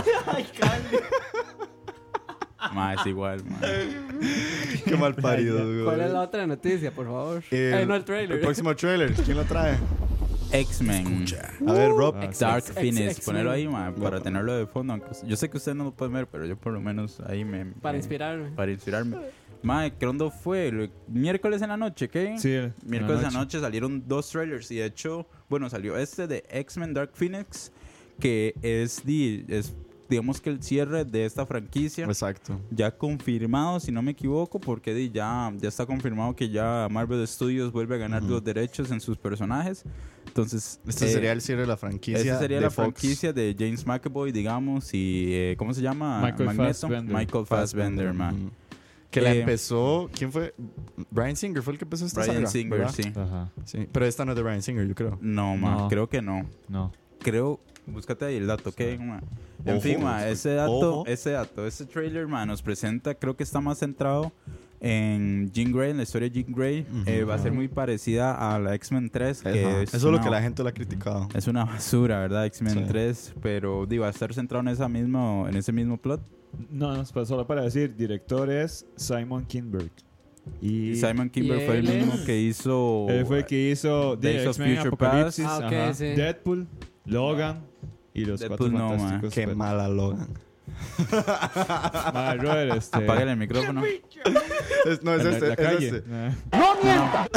Ma, es igual, ma. Qué mal parido, güey. ¿Cuál es la otra noticia, por favor? El- Eh, no, el trailer. El próximo trailer, ¿quién lo trae? X-Men. A ver, Rob. Ah, Dark Ex- ex- Phoenix. X-Men. Ponerlo ahí, ma, para tenerlo de fondo. aunque- Yo sé que ustedes no lo pueden ver, pero yo por lo menos ahí me... Para me- inspirarme. Para inspirarme. Ma, ¿cuándo fue? ¿El miércoles en la noche, ¿qué? Sí, el- Miércoles en en la noche salieron dos trailers y de hecho, bueno, salió este de X-Men Dark Phoenix, que es, di- es, digamos que el cierre de esta franquicia. Exacto. Ya confirmado, si no me equivoco, porque di, ya, ya está confirmado que ya Marvel Studios vuelve a ganar Ujú. los derechos en sus personajes. Entonces, Este eh, sería el cierre de la franquicia. esta sería de la Fox. franquicia de James McAvoy, digamos, y eh, ¿cómo se llama? Michael Magneto. Fassbender. Michael Fassbender, man. Ujú. Que la Eh, empezó. ¿Quién fue? Brian Singer fue el que empezó esta Brian saga, Singer, ¿verdad? sí. Ajá. Sí. Pero esta no es de Brian Singer, yo creo. No, ma, No. creo que no. No. Creo, búscate ahí el dato, ¿ok? ma? En Ojo, fin, ma, ese dato, ojo. ese dato, ese trailer, ma, nos presenta, creo que está más centrado en Jean Grey, en la historia de Jean Grey. Ujú. Eh, va a ser muy parecida a la X-Men tres, que Ajá. es Eso es lo una- que la gente lo ha criticado. es una basura, ¿verdad? X-Men Sí. tres, pero di, va a estar centrado en, esa mismo, en ese mismo plot. No, no, pues solo para decir, director es Simon Kinberg. Y Y Simon Kimber y fue el él mismo es- que hizo... él fue el que hizo The Days of X-Men Future Apocalipsis, Past. Ah, ok, ajá, sí. Deadpool, Logan y los Deadpool Cuatro no, ma. Fantásticos. Qué pero- mala Logan. Ma, Robert, este, Apágale el micrófono. Es- no, es en la- este, la es calle. este. Ah.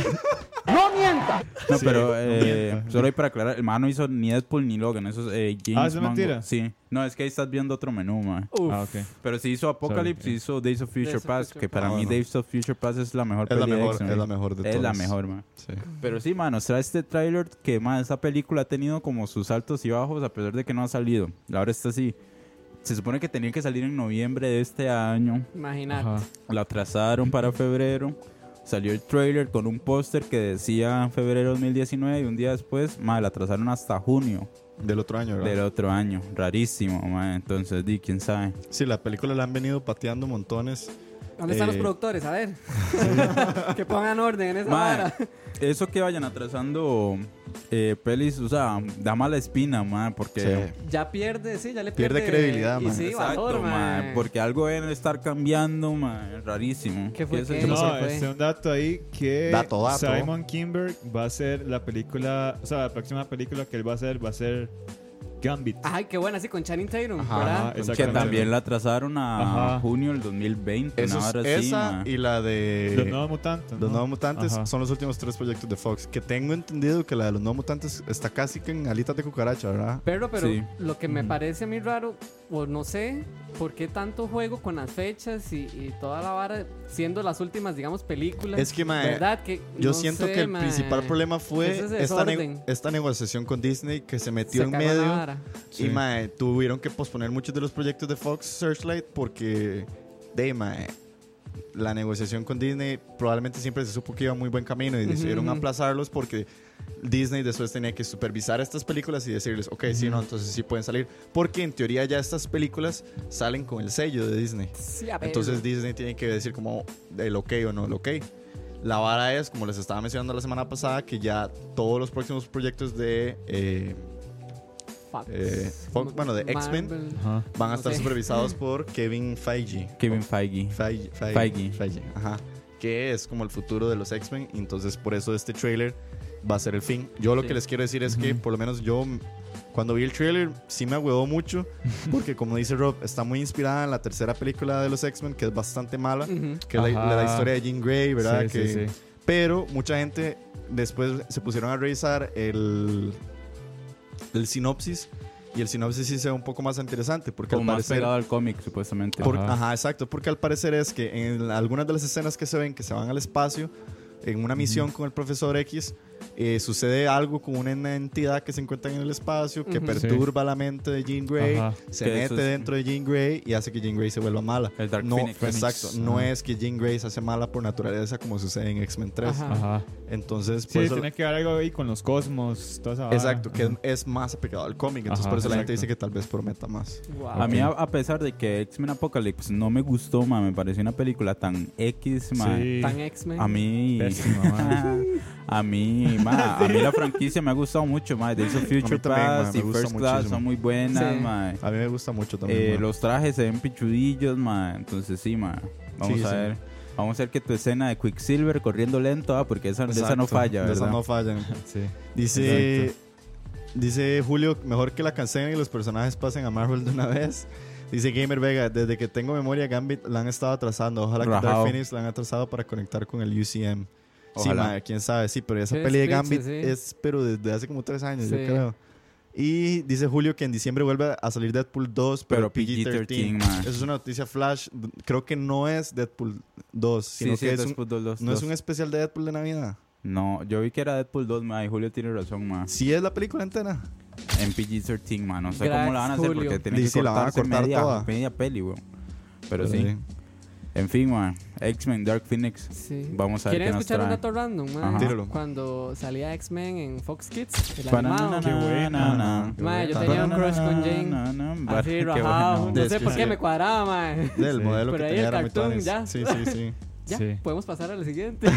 No, Sí, pero no eh, mienta. solo hay para aclarar, el man no hizo ni Deadpool ni Logan, eso es eh, James Ah, ¿eso es Mangold. mentira? Sí. No, es que ahí estás viendo otro menú, man. Uf. Ah, ok. Pero sí hizo Apocalypse, Sorry. hizo Days of Future Days of Past, Future que para Past. mí Ah, bueno. Days of Future Past es la mejor Es la peli de mejor, X-Men. es la mejor de todas. Es la mejor, man. Sí. Pero sí, man, nos trae este tráiler que, man, esta película ha tenido como sus altos y bajos a pesar de que no ha salido. Ahora está así. Se supone que tenía que salir en noviembre de este año. Imagínate. Ajá. La atrasaron para febrero. Salió el trailer con un póster que decía febrero dos mil diecinueve y un día después, man, la atrasaron hasta junio Del otro año, ¿verdad? del otro año. Rarísimo, man. Entonces, di, quién sabe. Sí, la película la han venido pateando montones. ¿Dónde están los Eh, productores? A ver. Que pongan orden en esa Mae, vara. Eso que vayan atrasando eh, pelis, o sea, da mala espina, man, porque... Sí. Ya pierde, sí, ya le Pierde pierde. credibilidad, y man. sí, Exacto, valor, man, man. porque algo deben estar cambiando, man, rarísimo. ¿Qué fue? es el ¿Qué? que No, se fue. este un dato ahí que Dato, dato. Simon Kinberg va a ser la película, o sea, la próxima película que él va a hacer va a ser Gambit. Ay, qué buena, sí, con Channing Tatum, Ajá, ¿verdad? Ajá, Que exactamente. también la atrasaron a Ajá. junio del dos mil veinte, Eso una es- hora así, esa man. y la de... Los Nuevos Mutantes. Los ¿no? Nuevos Mutantes Ajá. son los últimos tres proyectos de Fox. Que tengo entendido que la de los Nuevos Mutantes está casi que en alitas de cucaracha, ¿verdad? Pero, pero Sí. lo que me Ujú. parece a mí raro, o no sé, por qué tanto juego con las fechas y, y toda la vara, siendo las últimas, digamos, películas. Es que, mae, ¿Verdad? Que, Yo no siento sé, que el mae. principal problema fue Ese es esta, ne- desorden. esta negociación con Disney que se metió Se en cagó la medio. vara. Y mae, tuvieron que posponer muchos de los proyectos de Fox Searchlight porque de mae, la negociación con Disney probablemente siempre se supo que iba muy buen camino y Ujú, decidieron ujú. aplazarlos porque Disney después tenía que supervisar estas películas y decirles, ok, sí, no, entonces sí pueden salir. Porque en teoría ya estas películas salen con el sello de Disney. Sí, a ver. Entonces Disney tiene que decir como el ok o no el ok. La vara es, como les estaba mencionando la semana pasada, que ya todos los próximos proyectos de eh, Fox. eh, Fox, bueno, de X-Men, Marvel. Ajá. van a No estar sé. supervisados por Kevin Feige. Kevin Feige. Feige, Feige, Feige. Feige, ajá. Que es como el futuro de los X-Men. y Entonces, por eso este trailer va a ser el fin. Yo lo Sí. que les quiero decir es que, por lo menos yo, cuando vi el trailer, sí me agüevó mucho. Porque, como dice Rob, está muy inspirada en la tercera película de los X-Men, que es bastante mala. Ujú. Que es la, Ajá. la historia de Jean Grey, ¿verdad? Sí, que, sí, sí. Pero mucha gente después se pusieron a revisar el, el sinopsis. Y el sinopsis sí se ve un poco más interesante. Porque Como al más parecer. pegado al cómic, supuestamente. Por- Ajá. ajá. exacto. Porque al parecer es que en algunas de las escenas que se ven que se van al espacio, en una misión con el profesor X, eh, sucede algo con una entidad que se encuentra en el espacio que Ujú. perturba la mente de Jean Grey, Ajá. se Que mete eso es- dentro de Jean Grey y hace que Jean Grey se vuelva mala. El Dark no, Phoenix. exacto. Phoenix. No Ajá. es que Jean Grey se hace mala por naturaleza como sucede en X-Men tres. Ajá. Ajá. Entonces, Sí, por eso. tiene que ver algo ahí con los cosmos, toda esa vara. Exacto, que es, Ajá. es más apegado al cómic. Entonces, Ajá, por eso la gente exacto. dice que tal vez prometa más. Wow. A mí, Ok. a, a pesar de que X-Men Apocalypse no me gustó, ma, me pareció una película tan X, ma. Sí. Tan X-Men. A mí, Pésima, ma. a mí, ma, a mí la franquicia me ha gustado mucho, ma. Days of Future también, ma, Past me y gusta First Class muchísimo. son muy buenas, Sí. ma. A mí me gusta mucho también. Eh, ma. los trajes se ven pichudillos, ma. Entonces sí, ma. Vamos Sí, a sí. ver. Vamos a ver que tu escena de Quicksilver corriendo lento, ah, porque esa, de esa no Exacto, falla, de ¿verdad? esa no fallan. Sí. Dice, dice Julio, mejor que la cancelen y los personajes pasen a Marvel de una vez. Dice Gamer Vega, desde que tengo memoria, Gambit la han estado atrasando. Ojalá que Rajao. Dark Phoenix la han atrasado para conectar con el U C M. Sí, Ojalá. ma, quién sabe, sí, pero esa Sí, peli de es Gambit pinche, sí. es, pero desde hace como tres años, yo Sí. creo. Y dice Julio que en diciembre vuelve a salir Deadpool dos, pero, Pero P G P G trece. trece, ma. Eso es una noticia flash. Creo que no es Deadpool dos, Sí, sino sí, que es es un, Deadpool dos, dos, no es dos. un especial de Deadpool de Navidad. No, yo vi que era Deadpool dos, ma, y Julio tiene razón, ma. Sí es la película entera. En P G trece, ma. No sé Gracias, cómo la van a hacer Julio. porque tienen Sí, que sí, la van a cortarse cortar media, toda. media peli, weón. Pero, Pero sí. sí. En fin, ma. X-Men, Dark Phoenix. Sí. Vamos a ver ¿Quieren qué nos escuchar un trae. dato random, man? Ajá. Tíralo. Cuando salía X-Men en Fox Kids, el Para- animado. Qué buena. Ma, yo Para- tenía un crush con Jane. No, no, no, Así qué rajado. bueno. No sé por Sí, qué sí. me cuadraba, man. Del Sí. modelo Pero que ahí tenía el era muy cartoon, tuanis. ya. Sí, sí, sí. Ya, Sí. podemos pasar a la siguiente.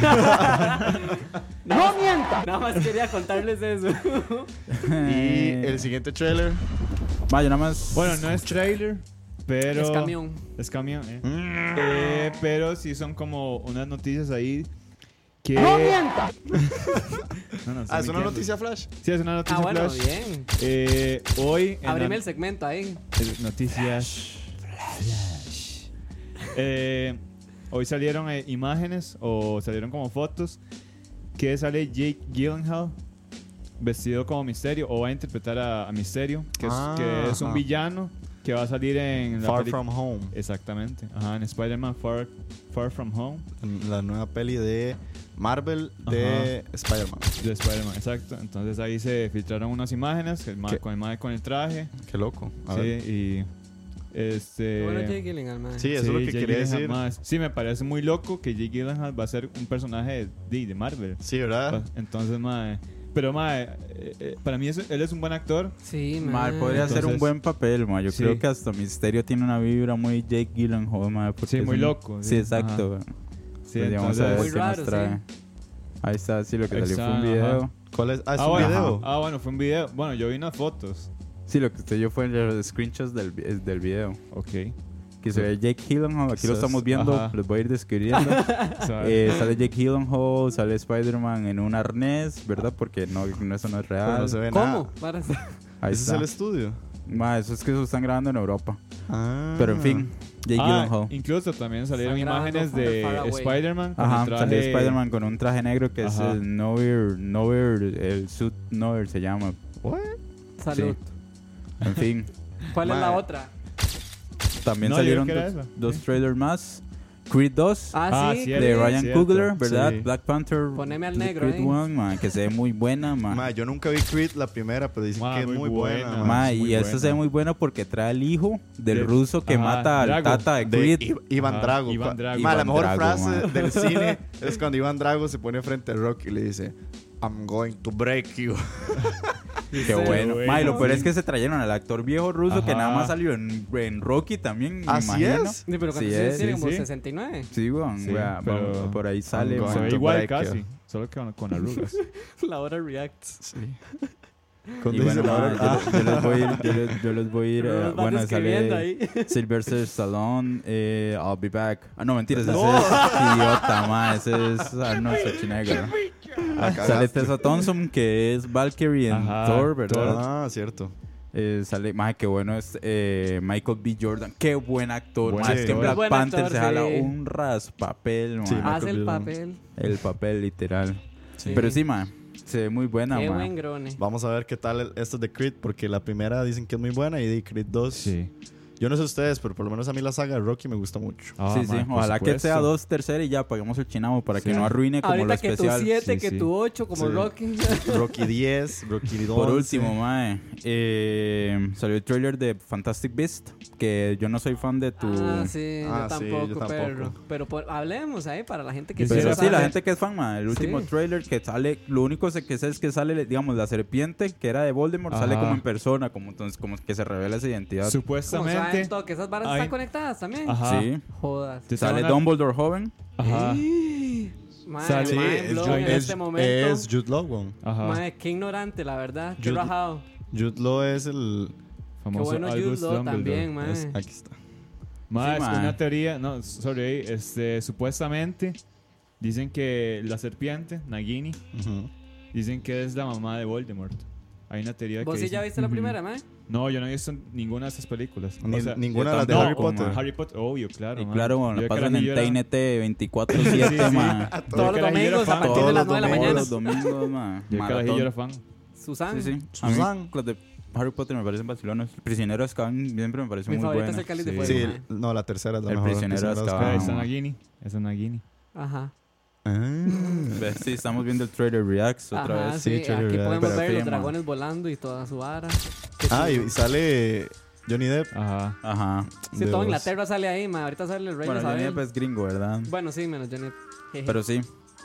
¡No mienta! Nada más quería contarles eso. Y el siguiente trailer. Ma, yo nada más. Bueno, no es trailer, pero... Es camión. Es camión, eh. Eh, pero sí son como unas noticias ahí que... ¡No mienta! No, no, estoy Ah, es una mintiendo. noticia flash. Sí, es una noticia Ah, bueno, flash. bien. Eh, hoy... en Abrime la- el segmento ahí. eh, Noticias... Flash. Eh, hoy salieron eh, imágenes o salieron como fotos que sale Jake Gyllenhaal vestido como Misterio o va a interpretar a, a Misterio, que es, Ah, que es un ajá. villano que va a salir en la Far peli- From Home. Exactamente, ajá, en Spider-Man Far, Far From Home La nueva peli de Marvel de Spider-Man. de Spider-Man, exacto. Entonces ahí se filtraron unas imágenes el ma- ¿Qué? con el mae con el traje, Qué loco. A sí, ver. y este Bueno, Jake Gyllenhaal, man. Sí, eso es lo que Jake quería Gyllenhaal, decir. mae, sí, me parece muy loco que Jake Gyllenhaal va a ser un personaje de, de Marvel. Sí, ¿verdad? Entonces, mae, pero mae, eh, eh, para mí es- él es un buen actor. Sí, Ma, man. podría ser un Entonces- buen papel, ma. Yo Sí. creo que hasta Misterio tiene una vibra muy Jake Gyllenhaal, ma. porque Sí, es muy un- loco, Sí, sí, exacto. ajá. ma. Sí, Pues ya vamos a ver entonces, Muy qué nos raro, trae. sí. Ahí está, sí, lo que Ahí salió fue un está, video. ajá. ¿Cuál es? Ah, es ah, un bueno, video. ah, bueno, fue un video. Bueno, yo vi unas fotos. Sí, lo que usted yo fue los screenshots del, vi- es del video. Ok. Que se ve Jake Gyllenhaal, aquí lo Eso es- estamos viendo, ajá. los voy a ir describiendo. O sea, Eh, sale Jake Gyllenhaal, sale Spider-Man en un arnés, ¿verdad? Porque no, no eso no es Pero real. no se ve nada. ¿Cómo? Para- Ahí Ese está. es el estudio. Ma, eso es que eso están grabando en Europa. Ah. Pero en fin, Jake ah, Gyllenhaal. incluso también salieron Están grabando imágenes from the de far away. Spider-Man con Ajá, el traje. salió Spider-Man con un traje negro que Ajá. es el Nowhere, Nowhere, el suit Nowhere se llama. What? Salud. En fin, ¿Cuál es Ma. la otra? también No, yo salieron creo que era dos, esa. dos trailers más. Creed dos Ah, Ah, sí. cierto. de Creed. Ryan cierto. Coogler, ¿verdad? Sí. Black Panther. Poneme al The negro Creed ahí. One, ma, que se ve muy buena, ma. Ma, yo nunca vi Creed la primera, pero dicen Ma, que es muy muy buena. buena. ma. Ma, es muy y esta buena. se ve muy buena porque trae al hijo del De- ruso que Ajá, mata al Drago. tata de De Creed. I- Iván Ajá, Drago. Iván Cua- Drago. Ma, la Iván mejor Drago, frase ma. del cine es cuando Iván Drago se pone frente a Rock y le dice I'm going to break you. Qué Sí, bueno. bueno, Ma, y lo peor sí. es que se trajeron al actor viejo ruso que Ajá. nada más salió en, en Rocky también, me Así imagino. es. Sí, pero Sí ¿cuántos es, años tiene? sí, Como sí. sesenta y nueve. Sí, weón. Sí, wea, pero- vamos, por ahí sale. I'm weón. Se ve to igual break casi, you. solo que con, con arrugas. La hora reacts. Sí. Con Y bueno, dice la ma, hora- yo, yo les voy a ir, yo les, yo les voy a ir, No eh, nos van bueno, describiendo sale ahí. Sylvester Stallone, eh, I'll Be Back. Ah, no, mentiras, ese es idiota, ma, ese es Arnold Schwarzenegger. Ah, Sale cagaste. Tessa Thompson, que es Valkyrie en Ajá, Thor, ¿verdad? Ah, cierto. Eh, sale, más qué bueno es eh, Michael B. Jordan. Qué buen actor. Buen ma, es que en actor. Black Buen Panther actor, se jala sí. un raspapel, ma. Sí, Michael Hace el B. Jordan. papel. El papel literal. Sí. Pero sí, ma, se ve muy buena, Qué ma. buen grone. Vamos a ver qué tal el- esto de Creed, porque la primera dicen que es muy buena y de Creed dos. Sí. Yo no sé ustedes, pero por lo menos a mí la saga de Rocky me gusta mucho. Ah, sí, sí. ma, por Ojalá que supuesto. sea dos terceras y ya paguemos el chinamo para que Sí. no arruine como lo Ahorita que tu especial. siete, Sí, que sí. tu ocho, como Sí. Rocky. Rocky diez, Rocky dos. Por último, mae, eh, salió el trailer de Fantastic Beast, que yo no soy fan de tu... Ah, sí, Ah, yo, sí, tampoco, yo tampoco. perro. Pero por- hablemos ahí para la gente que Yo sí Pero lo sí, la sabe. gente que es fan, mae, el último Sí. trailer que sale, lo único que sé es que sale, digamos, la serpiente que era de Voldemort, sale Ajá. como en persona, como entonces como que se revela esa identidad. Como Supuestamente. saben todo, que esas varas Ay. están conectadas también. Ajá. Sí. Jodas. Te Sale estaban- Dumbledore joven. Ajá. Mae, Sale- Sí, mind es, blown en es- este momento. es Jude Law, weón. Ajá. Mae, qué ignorante, la verdad. Qué Jude- rajado. Jude Law es el... Qué Famoso bueno Albus Jude Law Dumbledore. también, mae. es- aquí está. Ma, Sí, es ma. una teoría, no, sorry, este, supuestamente dicen que la serpiente, Nagini, Ujú. dicen que es la mamá de Voldemort. Hay una teoría que ¿Vos sí dice- ya viste la Ujú. primera, mae? No, yo no he visto ninguna de esas películas. Ni- O sea, ninguna yo de las de tampoco, Harry Potter. man. Harry Potter, obvio, claro. Y man. claro, bueno, Yo la de pasan en carajillo era- T N T veinticuatro siete, Sí, sí, sí. ma. Yo de Todos los carajillo era domingos a fan. partir Todos de las los nueve de la Todos mañana. los domingos, ma. Yo de Maratón. carajillo era fan. Susan. Sí, sí. A mí Susan. las de Harry Potter me parecen vacilones. El prisionero de Azkaban siempre me parece Mi muy favorita buena. es el cáliz de Sí. fuego. Sí, mae. el- no, la tercera es la El mejor. prisionero de Prisionero Azkaban. Ah, Ah, esa ma. Nagini, esa Nagini. Ajá. Ah. Ve, Sí, estamos viendo el trailer Reacts otra Ajá, vez. sí. Sí, chévere, Aquí ¿verdad? podemos Pero ver sí, los ma. dragones volando y toda su vara. Ah, y, y sale Johnny Depp. Ajá. Ajá. Sí, de todo voz. Inglaterra sale ahí, ma. Ahorita sale el rey Bueno, de Johnny Isabel. Depp es gringo, ¿verdad? Bueno, sí, menos Johnny Depp. Jeje. Pero sí,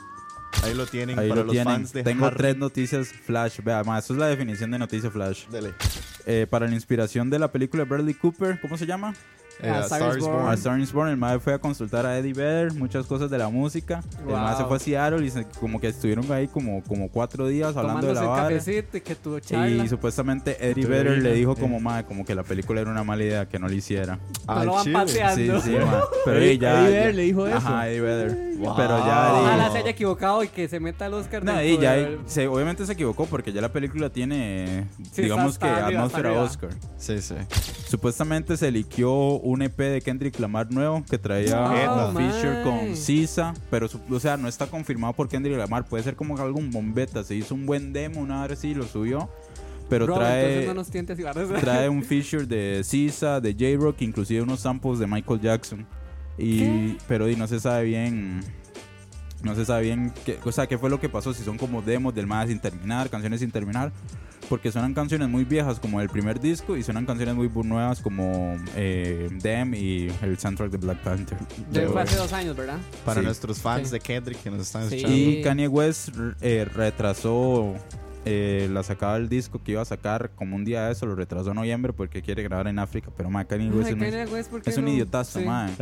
Ahí lo tienen ahí para lo los tienen. fans de Tengo Harry. tres noticias flash. Vea, ma, eso es la definición de noticia flash. Dele. Eh, para la inspiración de la película de Bradley Cooper, ¿cómo se llama? Eh, Ah, A Star Star is is Born. A Born. Star is Born, el mae fue a consultar a Eddie Vedder, muchas cosas de la música. El mae Wow. se fue a Seattle y se- como que estuvieron ahí como, como cuatro días hablando de Tomándose la un vara. cafecito y que tu charla. Y supuestamente Eddie Tu Vedder le bebida, dijo eh. como mae, como que la película era una mala idea, que no lo hiciera. No Al lo van chile. Sí, paseando. sí, mae. Pero Eddie- ahí ya, Eddie Vedder ya- le dijo eso. Ajá, Eddie Vedder. Wow. Pero ya Ojalá di- se haya equivocado y que se meta al Oscar. No, dentro y ya del- se, obviamente se equivocó porque ya la película tiene, Sí, digamos está- que está arriba, atmósfera está arriba. Oscar. Sí, sí. Supuestamente se liqueó un E P de Kendrick Lamar nuevo que traía Oh, un feature man. con S Z A, pero su- o sea, no está confirmado por Kendrick Lamar. Puede ser como algún bombeta. Se hizo un buen demo, una vez sí lo subió, pero Bro, entonces trae, no nos tientes y varas. trae un feature de S Z A, de J-Rock, inclusive unos samples de Michael Jackson. Y, ¿Qué? pero y no se sabe bien. No se sabe bien qué, o sea, qué fue lo que pasó, si son como demos del más sin terminar, canciones sin terminar, porque suenan canciones muy viejas como el primer disco y suenan canciones muy bu- nuevas como eh, Them y el soundtrack de Black Panther. Ya fue hace dos años, ¿verdad? Para Sí. nuestros fans Sí. de Kendrick que nos están Sí. escuchando. Y Kanye West eh, retrasó eh, la sacada del disco que iba a sacar como un día de eso, lo retrasó en noviembre porque quiere grabar en África, pero ma, Kanye West Ay, es un- Kanye West, ¿por qué es un no? idiotazo, Sí. ma.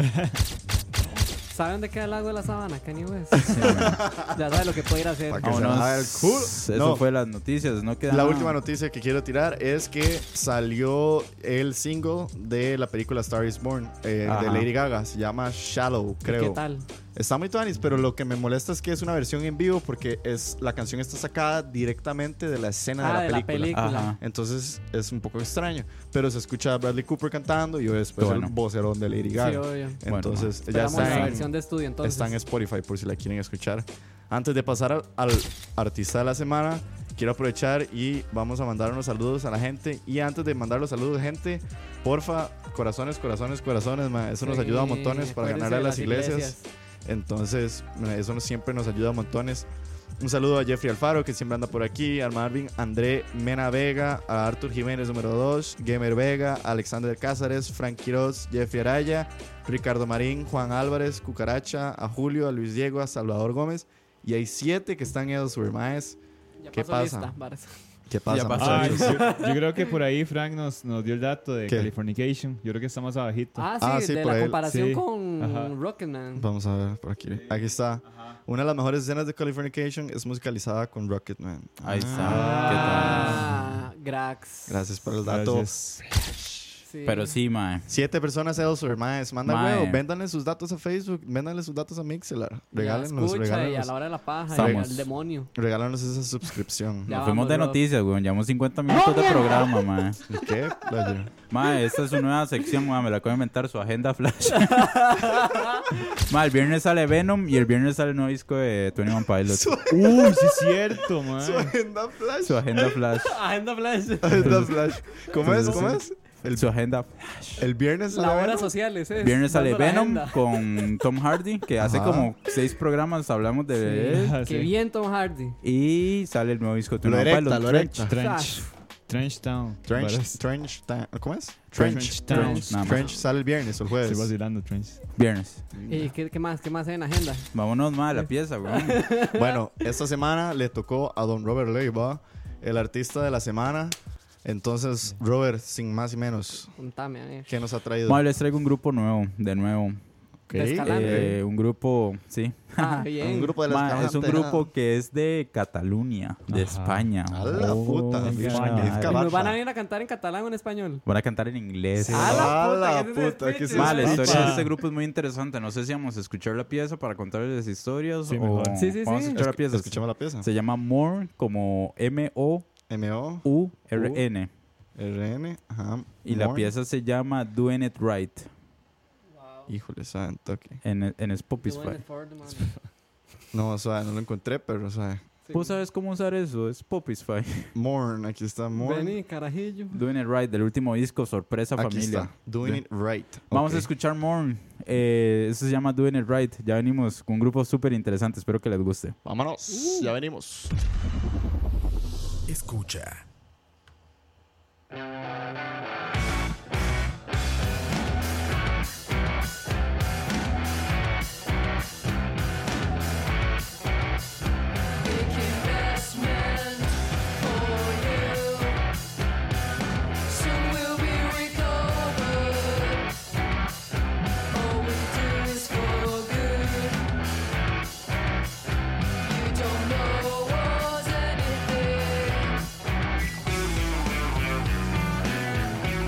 ¿Saben dónde queda el lago de la sabana, Kanye West? Sí, ma. Ya sabe lo que puede ir a hacer. Pa' que se Vámonos. baje el culo. Eso No. fue las noticias, no queda La nada. última noticia que quiero tirar es que salió el single de la película Star is Born eh, de Ajá. Lady Gaga. Se llama Shallow, ¿Y creo. ¿Qué tal? Está muy tuanis, pero lo que me molesta es que es una versión en vivo porque es, la canción está sacada directamente de la escena Ah, de la película. Ajá. Entonces es un poco extraño. Pero se escucha a Bradley Cooper cantando y después Bueno. el vocerón de Lady Sí, Gaga. obvio. Entonces ya Esperamos la está en, versión de estudio entonces. está en Spotify por si la quieren escuchar. Antes de pasar al, al artista de la semana, quiero aprovechar y vamos a mandar unos saludos a la gente. Y antes de mandar los saludos, gente, porfa, corazones, corazones, corazones, ma, eso nos Sí, ayuda a montones para acuérdense ganar a de las iglesias. Entonces, ma, eso nos- siempre nos ayuda a montones. Un saludo a Jeffrey Alfaro, que siempre anda por aquí, a Marvin André Mena Vega, a Arthur Jiménez número dos, Gamer Vega, Alexander Cázares, Frank Quiroz, Jeffrey Araya, Ricardo Marín, Juan Álvarez, Cucaracha, a Julio, a Luis Diego, a Salvador Gómez. Y hay siete que están en Elsewhere, maes. Ya ¿Qué pasó pasa? lista, varas. ¿Qué pasa, pasó. Ay, muchachos? yo, yo creo que por ahí Frank nos, nos dio el dato de ¿Qué? Californication. Yo creo que está más abajito. Ah, sí, Ah, sí, de por la ahí. comparación Sí. con Ajá. Rocketman. Vamos a ver por aquí. Aquí está. Una de las mejores escenas de Californication es musicalizada con Rocketman. Ahí está. Ah, Grax. Gracias por el dato. Gracias. Sí. Pero sí, mae. Siete personas elsewhere, maes. Manda Mae. huevo. Véndanle sus datos a Facebook. Véndanle sus datos a Mixelar. Regálenos, Escucha, y a regálenos. la hora de la paja, y Estamos. al demonio. Regálanos esa suscripción. Ya Nos fuimos vamos, de Rob. noticias, weón. Llevamos cincuenta minutos de programa, mae. ¿Y qué? Player? Mae, esta es su nueva sección, mae. Me la acabo de inventar, su agenda flash. Mae, el viernes sale Venom y el viernes sale el nuevo disco de veintiuno Pilots. Uy, sí es cierto, man. Su agenda flash. Su agenda flash. Agenda Flash. Agenda flash. ¿Cómo es? ¿Cómo es? El, su agenda. El viernes La sale hora Venom. sociales, ¿eh? Viernes sale Dando la Venom agenda. con Tom Hardy, que hace Ajá. como seis programas hablamos de él. Ah, Qué sí. bien, Tom Hardy. Y sale el nuevo disco de Lo veintiuno erecta, Pilots. lo Trench. erecta. Trench. Trench Town. Trench, Varas. trench, ta- ¿cómo es? Trench Town. Trench, nada más. Trench sale el viernes o el Estoy jueves. vacilando, Trench. Viernes. ¿Y qué, qué más? ¿Qué más hay en agenda? Vámonos más a la pieza, weón. Bueno, esta semana le tocó a don Robert Leiva, el artista de la semana. Entonces, Robert, sin más y menos, Contame, a ver. ¿qué nos ha traído? Bueno, les traigo un grupo nuevo, de nuevo. Ok. de Escalante. Eh, un grupo, sí. Ah, bien. Un grupo de la Ma, es un Escalante, grupo ah. que es de Cataluña, de Ajá. España. A la puta, Oh, España. madre. Es ¿Y Cabarra. nos van a venir a cantar en catalán o en español? Van a cantar en inglés. Sí. ¡A la A puta! la ¿qué es ese puta, speech? ¿qué es Ma, la eso? historia de Picha. este grupo es muy interesante. No sé si vamos a escuchar la pieza para contarles historias Sí, o mejor. Sí, sí, vamos sí. a escuchar la pieza. Escuchemos la pieza. Se llama More, como M O M O U R N. R N. Ajá. Y la More. pieza se llama Doing It Right Híjole, santo. ok. en, en Qué bueno Spotify. es Ford, man. No, o sea, no lo encontré, pero, o sea, Sí. ¿Vos sabes cómo usar eso? Es Spotify. Morn, aquí está Morn. Vení, carajillo. Doing It Right, del último disco, Sorpresa Aquí Familia. está. Doing it right. Vamos Ok. a escuchar More. Eh, eso se llama Doing It Right. Ya venimos con un grupo súper interesante. Espero que les guste. Vámonos, ya venimos. Escucha. Don't know what's anything.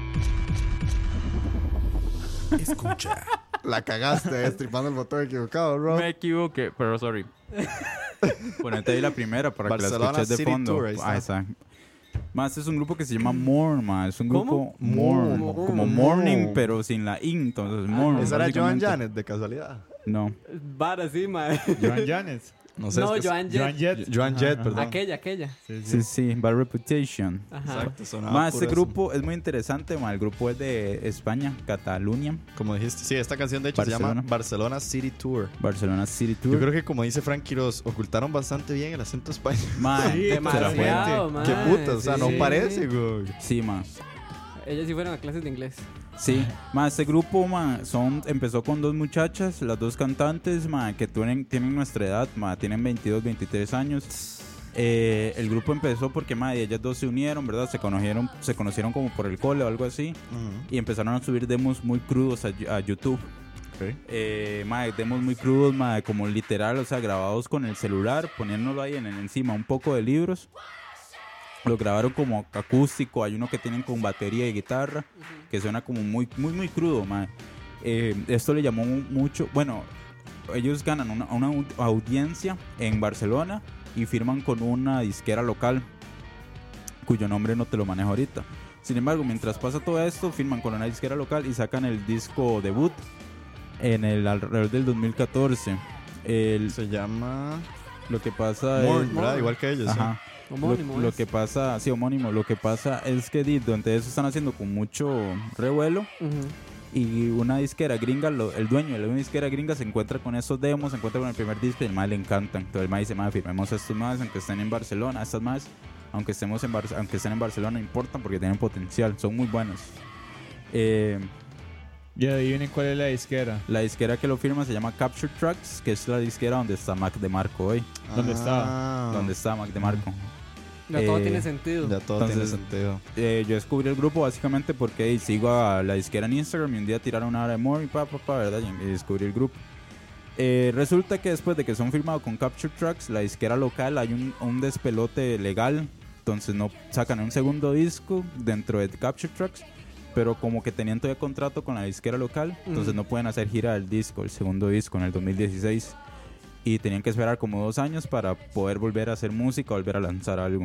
Escucha. La cagaste destripando el botón equivocado, bro. Me equivoqué, pero sorry. Ponete ahí la primera para Barcelona que la escuches de City fondo. Tour, ahí está. Ah, está. Más es un grupo que se llama Morn, ma. Es un ¿Cómo? grupo Morn, Morn. como morning, pero sin la in, entonces Morn. Esa era Joan básicamente. Janet, de casualidad. No. Vara, sí, mae. Joan Janet. No sé. No, es que- Joan Jett. Joan Jett. Joan Jett, Ajá, perdón. Aquella, aquella. Sí, sí. Sí, sí, Bad Reputation. Ajá. Exacto, sonaba Más este puro eso. grupo es muy interesante, ma. El grupo es de España, Cataluña, Como dijiste, sí, esta canción de hecho se Barcelona. llama Barcelona City Tour. Barcelona City Tour. Yo creo que como dice Frank Quiroz, ocultaron bastante bien el acento español. Ma, Sí, Demasiado, mae. Qué puta, o sea, no Sí. parece, güey. sí, ma. Ellas sí fueron a clases de inglés. Sí, más este grupo ma, son, empezó con dos muchachas, las dos cantantes ma, que tienen, tienen nuestra edad, ma, tienen veintidós, veintitrés años. Eh, el grupo empezó porque ma, ellas dos se unieron, ¿verdad? Se conocieron, se conocieron como por el cole o algo así y empezaron a subir demos muy crudos a, a YouTube. Ok. Eh, ma, demos muy crudos, ma, como literal, o sea, grabados con el celular, poniéndolo ahí en, en encima un poco de libros. Lo grabaron como acústico, hay uno que tienen con batería y guitarra, que suena como muy, muy, muy crudo, ma. Eh, esto le llamó mu- mucho, bueno, ellos ganan una, una au- audiencia en Barcelona y firman con una disquera local, cuyo nombre no te lo manejo ahorita. Sin embargo, mientras pasa todo esto, firman con una disquera local y sacan el disco debut en el alrededor del dos mil catorce. El, Se llama lo que pasa Morn, es... ¿verdad? Igual que ellos. sí. Ajá. Homónimo. Lo, lo es. que pasa, sí, homónimo, lo que pasa es que di- durante eso están haciendo con mucho revuelo Ujú. y una disquera gringa, lo- el dueño de una disquera gringa se encuentra con esos demos, se encuentra con el primer disco y el más le encantan. Entonces el más dice, más firmemos a estos más, aunque estén en Barcelona, estas más, aunque estemos en Bar- aunque estén en Barcelona no importan porque tienen potencial, son muy buenos. Eh, Y adivinen cuál es la disquera. la disquera que lo firma se llama Capture Tracks, que es la disquera donde está Mac DeMarco hoy, ¿Dónde Ah, donde está Mac DeMarco. Ya todo Eh, tiene sentido. Ya todo Entonces, tiene sentido. Eh, yo descubrí el grupo básicamente porque eh, sigo a la disquera en Instagram y un día tiraron una hora de More y pa, pa, pa, ¿verdad? Y, y descubrí el grupo. Eh, resulta que después de que son firmados con Capture Tracks, la disquera local, hay un, un despelote legal. Entonces no sacan un segundo disco dentro de Capture Tracks, pero como que tenían todavía contrato con la disquera local, entonces Mm. no pueden hacer gira del disco, el segundo disco en el dos mil dieciséis. Y tenían que esperar como dos años para poder volver a hacer música, volver a lanzar algo.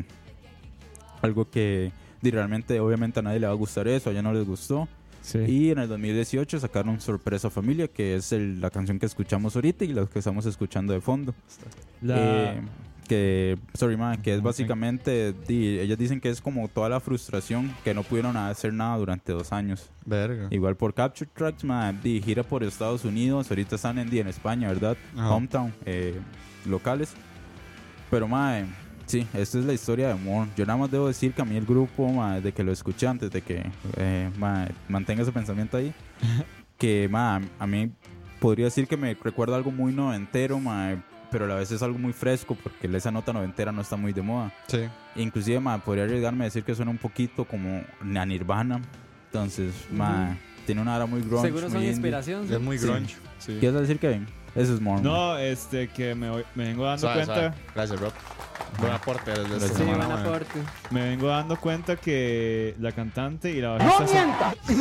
Algo que di, realmente, obviamente a nadie le va a gustar eso, a ella no les gustó. Sí. Y en el dos mil dieciocho sacaron Sorpresa Familia, que es el- la canción que escuchamos ahorita y la que estamos escuchando de fondo. La... Eh, que, sorry, man, que es Ok. básicamente, di, ellas dicen que es como toda la frustración que no pudieron hacer nada durante dos años. Verga. Igual por Capture Tracks, man, di, gira por Estados Unidos, ahorita están en, di, en España, ¿verdad? Ajá. Hometown, eh, locales. Pero, man, sí, esta es la historia de Morn. Yo nada más debo decir que a mí el grupo, man, de que lo escuché antes de que, eh, man, mantenga ese pensamiento ahí, que, man, a mí podría decir que me recuerda algo muy noventero, man, pero a la vez es algo muy fresco porque esa nota noventera no está muy de moda. Sí. Inclusive, ma, podría arriesgarme a decir que suena un poquito como a Nirvana. Entonces, ma, tiene una hora muy grunge, Seguro son muy indie. inspiración. Es muy Sí. grunge. Sí. ¿Quieres decir, Kevin? Eso es Mormon. No, este, que me, voy- me vengo dando Suave, cuenta... suave. Gracias, Rob. Buen aporte desde esta Gracias. Sí, buen semana, man. aporte. Me vengo dando cuenta que la cantante y la bajista... ¡No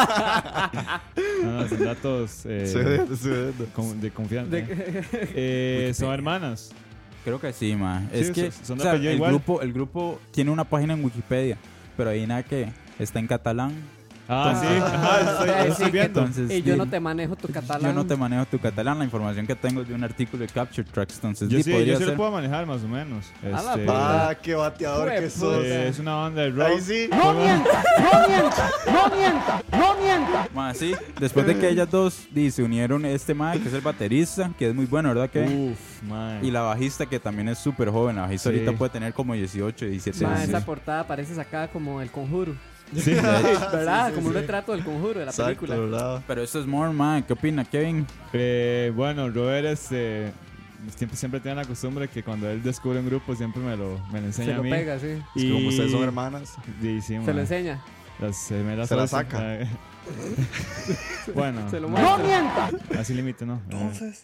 No, no, son datos eh, Sí, sí, sí. con- de confianza. De- Eh, son hermanas. Creo que sí, ma. Es Sí, que son- son de o sea, apellido el, igual. grupo, el grupo tiene una página en Wikipedia, pero ahí nada que está en catalán. Ah, sí. Entonces- Ajá, estoy, Ah, estoy sí, viendo. Entonces, Y yo di, no te manejo tu catalán. yo no te manejo tu catalán. La información que tengo es de un artículo de Capture Tracks. Entonces, Yo di, sí, podría yo sí ser. lo puedo manejar más o menos. A la Este, puta. Ah, qué bateador Jue que sos. puta. eh, es una banda de rock. Ahí sí. Ma, sí, después de que ellas dos di, se unieron este ma, que es el baterista, que es muy bueno, ¿verdad? Que Uf, man. y la bajista, que también es súper joven. La bajista Sí. ahorita puede tener como dieciocho, diecisiete Ma, años. esa portada parece sacada como el conjuro. Sí. ¿Verdad? sí, como un sí. retrato del conjuro de la Exacto, película. ¿verdad? Pero esto es more, ma. ¿Qué opina, Kevin? Eh, bueno, Robert este, siempre, siempre tiene la costumbre que cuando él descubre un grupo siempre me lo, me lo enseña Se a lo mí. pega, sí. Es que como ustedes son hermanas. Y, sí, Se man, lo enseña. Las gemelas Se la Olsen, saca. eh, bueno, Se lo no, muestra. así límite, ¿no? Entonces.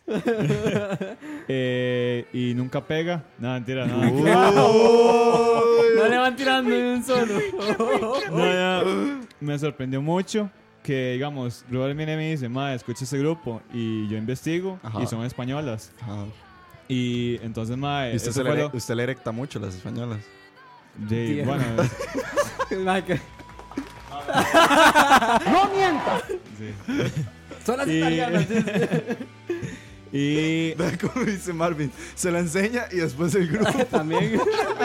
eh, y nunca pega. No, mentira, no. Uh. No le van tirando ni un solo. No, no. me sorprendió mucho que, digamos, Robert viene y me dice, ma, escucha ese grupo. Y yo investigo Ajá. y son españolas. Ajá. Y entonces, ma, Y usted, eso se fue le, lo- usted le erecta mucho las españolas. de- Tío. bueno, Mae, que- sí. Son las Y- italianas. dice. Y Vea cómo dice Marvin. Se la enseña y después el grupo. También.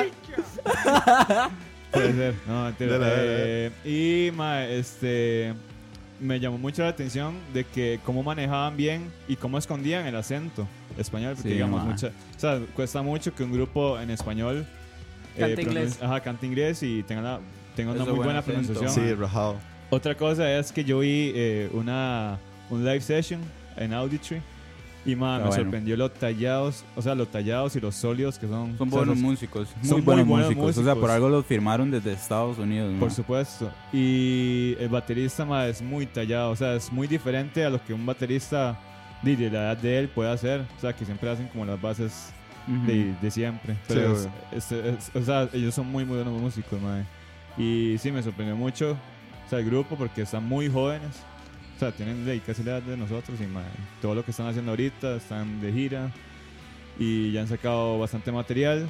puede ser, no, mentira. Dale, dale, Eh, y, ma, este, me llamó mucho la atención de que cómo manejaban bien y cómo escondían el acento español. Porque, Sí, digamos, ma. mucha, o sea, cuesta mucho que un grupo en español Cante pronun- inglés. Ajá, cante inglés y tenga, la, tenga una Eso muy buen buena acento. pronunciación. Sí, rajado. Otra cosa es que yo vi eh, una un live session en Auditory y ma, Ah, me bueno. sorprendió lo tallados, o sea, lo tallados y los sólidos que son. Son o sea, buenos los- músicos. Muy son muy buenos, buenos músicos. O sea, músicos. por algo los firmaron desde Estados Unidos. Por ¿no? supuesto. Y el baterista ma, es muy tallado, o sea, es muy diferente a lo que un baterista de, de la edad de él puede hacer, o sea, que siempre hacen como las bases Ujú. de, de siempre. Pero Sí, es- es- es- o sea, ellos son muy, muy buenos músicos, mae. Y sí, me sorprendió mucho, o sea, el grupo, porque están muy jóvenes. O sea, tienen de, casi la edad de nosotros y mae, todo lo que están haciendo ahorita, están de gira y ya han sacado bastante material.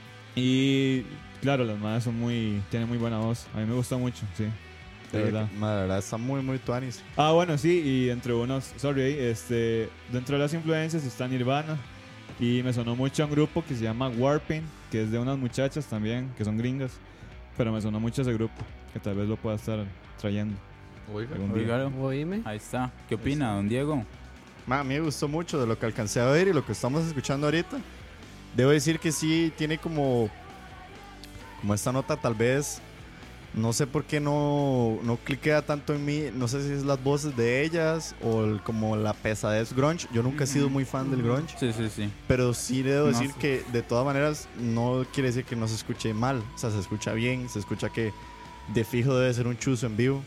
Y claro, las madres son muy, tienen muy buena voz. A mí me gustó mucho, sí, de verdad. Ma, la verdad está muy, muy tuanis. Ah, bueno, sí, y entre unos, sorry, este, dentro de las influencias está Nirvana. Y me sonó mucho a un grupo que se llama Warping, que es de unas muchachas también, que son gringas. Pero me sonó mucho ese grupo, que tal vez lo pueda estar trayendo algún día. Oígalo. Oíme. Ahí está. ¿Qué opina, don Diego? Ma, a mí me gustó mucho de lo que alcancé a ver y lo que estamos escuchando ahorita. Debo decir que sí tiene como como esta nota tal vez no sé por qué no no cliquea tanto en mí, no sé si es las voces de ellas o el- como la pesadez grunge. Yo nunca he sido muy fan del grunge, Sí, sí, sí. pero sí debo No decir sé. que de todas maneras no quiere decir que no se escuche mal, o sea, se escucha bien, se escucha que de fijo debe ser un chuzo en vivo.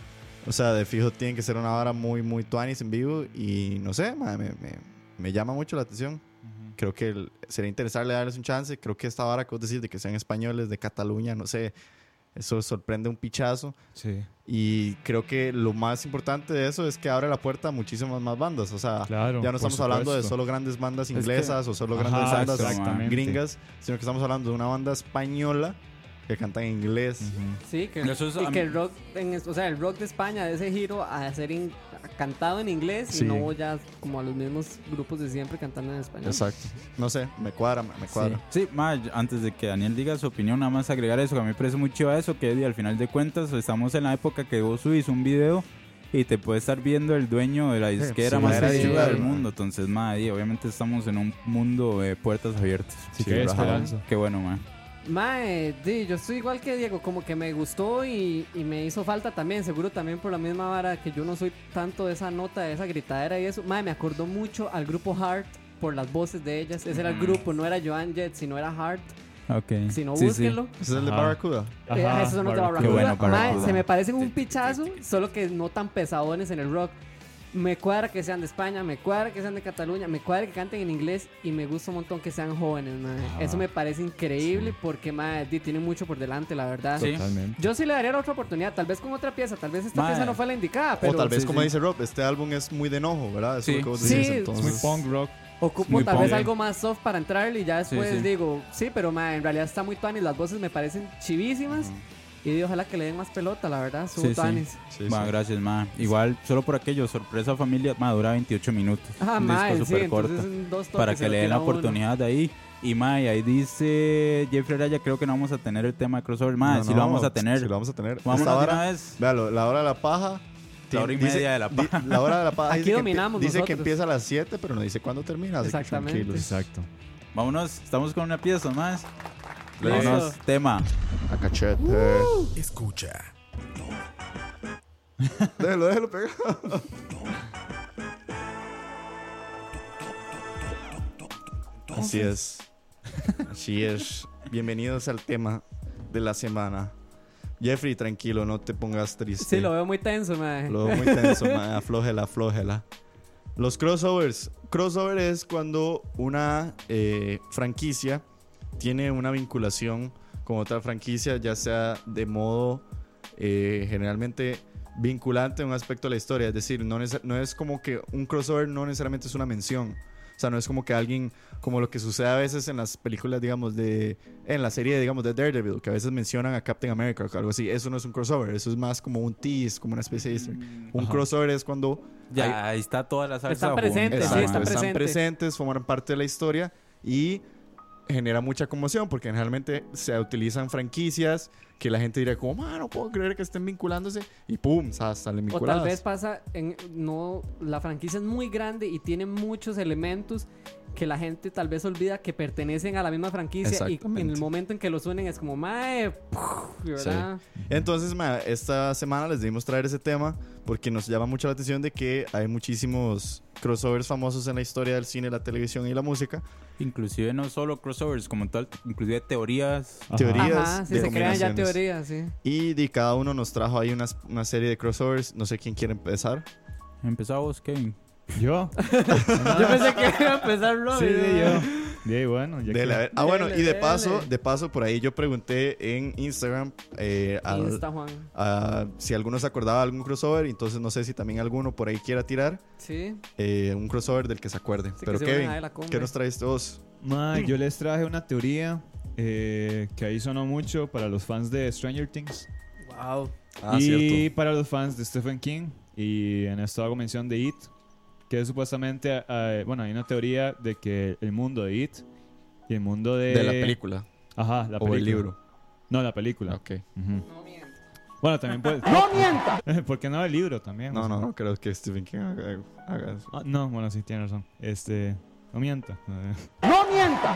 O sea, de fijo tiene que ser una vara muy, muy tuanis en vivo. Y no sé, ma, me, me, me llama mucho la atención. Creo que el- sería interesante darles un chance. Creo que esta vara que vos decís de que sean españoles de Cataluña, no sé, eso sorprende un pichazo. Sí, Y creo que lo más importante de eso es que abre la puerta a muchísimas más bandas. O sea, claro. ya no por estamos hablando de supuesto. solo grandes bandas que- inglesas o solo grandes Ajá, bandas exactamente. gringas, sino que estamos hablando de una banda española que canta en inglés. Ujú. Sí, que, Eso es- y a que mí- el rock, en, es- o sea, el rock de España, de ese giro a ser in- cantado en inglés Sí. y no ya como a los mismos grupos de siempre cantando en español. Exacto. No sé, me cuadra, me cuadra. Sí, ma, yo- antes de que Daniel diga su opinión, nada más agregar eso, que a mí me parece muy chido eso, que di, al final de cuentas estamos en la época que vos subís un video y te puede estar viendo el dueño de la disquera sí, más era chiva digital, del ma. mundo. Entonces, ma, di, obviamente estamos en un mundo de puertas abiertas. Sí, que hay rajado. esperanza. Qué bueno, ma. Mae, di, yo estoy igual que Diego, como que me gustó y, y me hizo falta también, seguro también por la misma vara que yo no soy tanto de esa nota, de esa gritadera y eso. Mae, me acordó mucho al grupo Heart por las voces de ellas. Ese era el grupo, no era Joan Jett, sino era Heart. Ok. Si no, Sí, sí. búsquenlo. ¿Ese es el de Ajá. Barracuda? Eh, Ajá, esos son los de Barracuda. Barracuda. Qué bueno, Mae, Barracuda. se me parecen un pichazo, solo que no tan pesadones en el rock. Me cuadra que sean de España, me cuadra que sean de Cataluña, me cuadra que canten en inglés y me gusta un montón que sean jóvenes, mae. Ajá. Eso me parece increíble porque, mae, di, tienen mucho por delante, la verdad. Sí. Totalmente. Yo sí le daría otra oportunidad, tal vez con otra pieza, tal vez esta Mae. pieza no fue la indicada, pero O tal vez, sí, como sí. dice Rob, este álbum es muy de enojo, ¿verdad? Eso Sí. es lo que vos Sí, decís. es Es muy Entonces, punk rock. ocupo Muy tal punk. vez algo más soft para entrarle y ya después Sí, sí. digo, sí, pero mae, en realidad está muy tuanis, las voces me parecen chivísimas y di, ojalá que le den más pelota, la verdad, Sí, son sí. tuanis. sí, Ma, sí. gracias, ma. Igual, solo por aquello, sorpresa familia, ma, dura veintiocho minutos. Ah, un mae, disco sí, súper corto. entonces en dos toques Para se que lo le den la tira uno. oportunidad de ahí. Y ma, y ahí dice Jeffrey Araya, creo que no vamos a tener el tema de crossover. Ma, No, sí no, lo vamos a tener. Sí lo vamos a tener. Vámonos Esta de hora, una vez. véalo, la hora de la paja. La hora y dice- media de la di- paja. La hora de la paja Aquí dice, que, empie- dominamos dice que nosotros. empieza a las siete, pero no dice cuándo termina. Así que Exactamente. tranquilos. Exacto. Vámonos, estamos con una pieza más. Listo. Vámonos, tema. A cachete. Escucha. Déjalo, déjalo pegado. Así es. Así es. Bienvenidos al tema de la semana. Jeffrey, tranquilo, no te pongas triste. Sí, lo veo muy tenso, mae. Lo veo muy tenso, man. Aflójela, aflójela. Los crossovers. Crossover es cuando una eh, franquicia tiene una vinculación con otra franquicia, ya sea de modo eh, generalmente vinculante a un aspecto de la historia. Es decir, no, neces- no es como que un crossover no necesariamente es una mención. O sea, no es como que alguien, como lo que sucede a veces en las películas, digamos, de, en la serie, digamos, de Daredevil, que a veces mencionan a Captain America o algo así. Eso no es un crossover, eso es más como un tease, como una especie de easter egg. Un Ajá. crossover es cuando Ya, ahí está toda la salsa. Están junta, presentes, sí, man. están están presentes. presentes, forman parte de la historia y genera mucha conmoción porque generalmente se utilizan franquicias que la gente diría como, "Man, no puedo creer que estén vinculándose", y pum, sa- salen O vinculadas. tal vez pasa en no la franquicia es muy grande y tiene muchos elementos que la gente tal vez olvida que pertenecen a la misma franquicia y Exactamente. en el momento en que los unen es como mae, puf, ¿verdad? Entonces, ma, esta semana les dimos traer ese tema porque nos llama mucho la atención de que hay muchísimos crossovers famosos en la historia del cine, la televisión y la música. Inclusive no solo crossovers como tal, inclusive teorías. Ajá. Teorías Ajá, sí, de se crean ya combinaciones. teorías, sí. Y de cada uno nos trajo ahí unas- una serie de crossovers. No sé quién quiere empezar. Empezamos, Kevin. Yo. Yo pensé que iba a empezar Robin. Sí, sí, ¿no? yo. Y bueno, ya Dele, que- a ver. Ah, bueno, Dele, y de dele. paso, de paso, por ahí yo pregunté en Instagram eh, al- Insta, Juan. a- si alguno se acordaba de algún crossover. Entonces no sé si también alguno por ahí quiera tirar Sí. eh, un crossover del que se acuerde. Sí, que Pero se unen Kevin, a la comba. ¿qué nos traes vos? Ma, yo les traje una teoría eh, que ahí sonó mucho para los fans de Stranger Things Wow. Ah, y cierto. para los fans de Stephen King. Y en esto hago mención de It, que es supuestamente, eh, bueno, hay una teoría de que el mundo de It y el mundo de... De la película Ajá, la película. o el libro. No, la película. Ok. Ujú. No miento. Bueno, también puede... ¡No mienta! ¿Por qué no el libro también? No, O sea, no, no creo que Stephen King haga, haga eso. Ah, no, bueno, sí, tiene razón. Este, no mienta. ¡No mienta!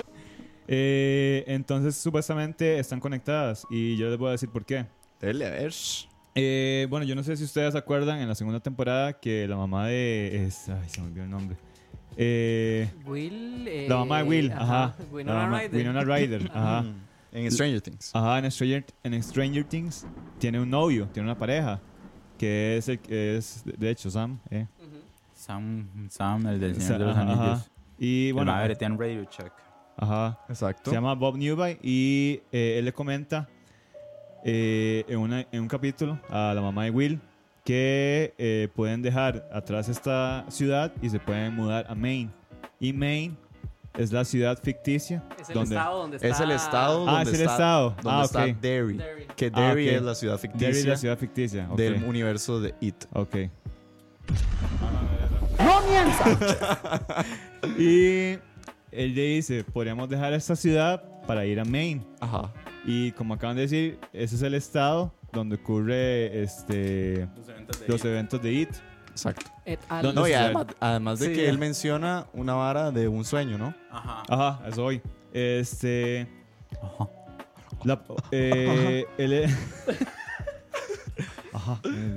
Eh, entonces, supuestamente están conectadas y yo les voy a decir por qué. Dele, a ver. Eh, bueno, yo no sé si ustedes se acuerdan en la segunda temporada que la mamá de... Es, ay, se me olvidó el nombre. Eh, Will. eh, la mamá de Will, ajá. La Winona mamá- Ryder. Winona Ryder, ajá. Mm, En Stranger Things. Ajá, en Stranger, en Stranger Things tiene un novio, tiene una pareja, que es, el, que es de hecho, Sam. Eh. Ujú. Sam, Sam, el del Sa- Señor de los ajá, Anillos. ajá. Y Bueno, bueno, madre, tiene Radio Check. ajá. Exacto. Se llama Bob Newby y eh, él le comenta eh, en, una- en un capítulo a la mamá de Will que eh, pueden dejar atrás esta ciudad y se pueden mudar a Maine. Y Maine es la ciudad ficticia. Es el donde estado donde está. Es el estado Ah, donde es el está, estado. donde Ah, está ok. Derry. Derry. Que Ah, Derry ok. es la ciudad ficticia Derry es la ciudad ficticia. ok. del universo de It. Ok. ¡No Y él le dice, podríamos dejar esta ciudad para ir a Maine. Ajá. Y como acaban de decir, ese es el estado donde ocurre este, Los eventos de los eventos de It. Exacto. Et al. ¿Dónde No, y se- además, además de Sí, que ya. él menciona una vara de un sueño, ¿no? Ajá. Ajá, eso hoy. Este... Ajá. La, eh, él es- Ajá.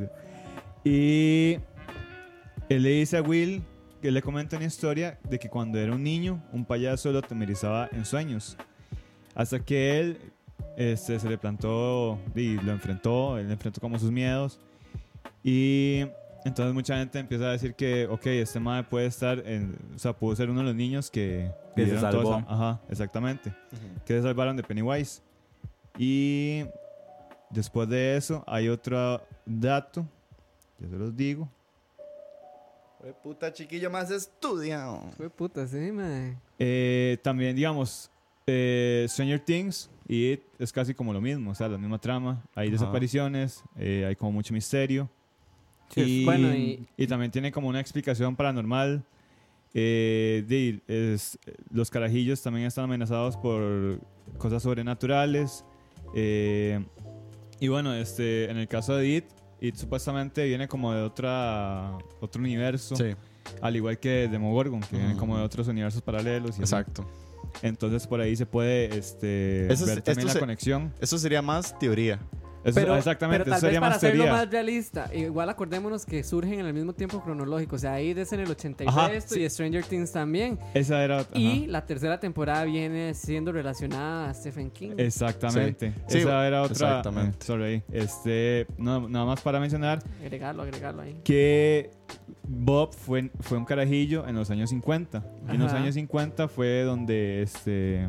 Y él le dice a Will que le comenta una historia de que cuando era un niño, un payaso lo temerizaba en sueños. Hasta que él este, se le plantó y lo enfrentó, él enfrentó como sus miedos. Y entonces mucha gente empieza a decir que, ok, este mae puede estar, en, o sea, pudo ser uno de los niños que... Que se vivieron todo salvó. eso. Ajá, exactamente. Que se salvaron de Pennywise. Y después de eso hay otro dato, ya se los digo. Puta chiquillo más estudiado. Fue puta, sí, mae. Eh, también, digamos, eh, Stranger Things y It es casi como lo mismo, o sea, la misma trama. Hay Ajá. desapariciones, eh, hay como mucho misterio. Sí, y, bueno, y- y también tiene como una explicación paranormal. Eh, de, es- los carajillos también están amenazados por cosas sobrenaturales. Eh, y bueno, este, en el caso de It, It supuestamente viene como de otra, otro universo. Sí, Al igual que Demogorgon, que vienen Ujú. como de otros universos paralelos. Y así. exacto. Entonces por ahí se puede este, Eso es- ver también esto la se- conexión. Eso sería más teoría. Eso- Pero, exactamente, pero tal eso vez sería para más hacerlo teoría. más realista, igual acordémonos que surgen en el mismo tiempo cronológico. O sea, ahí es en el ochenta y Ajá, esto sí. y Stranger Things también. Esa era otra. Y ajá. la tercera temporada viene siendo relacionada a Stephen King. Exactamente. Sí. Esa Sí, era otra. exactamente. eh, sorry. Este, no, nada más para mencionar Agregarlo, agregarlo ahí. que Bob fue, fue un carajillo en los años cincuenta. Y en los Ajá. años cincuenta fue donde este,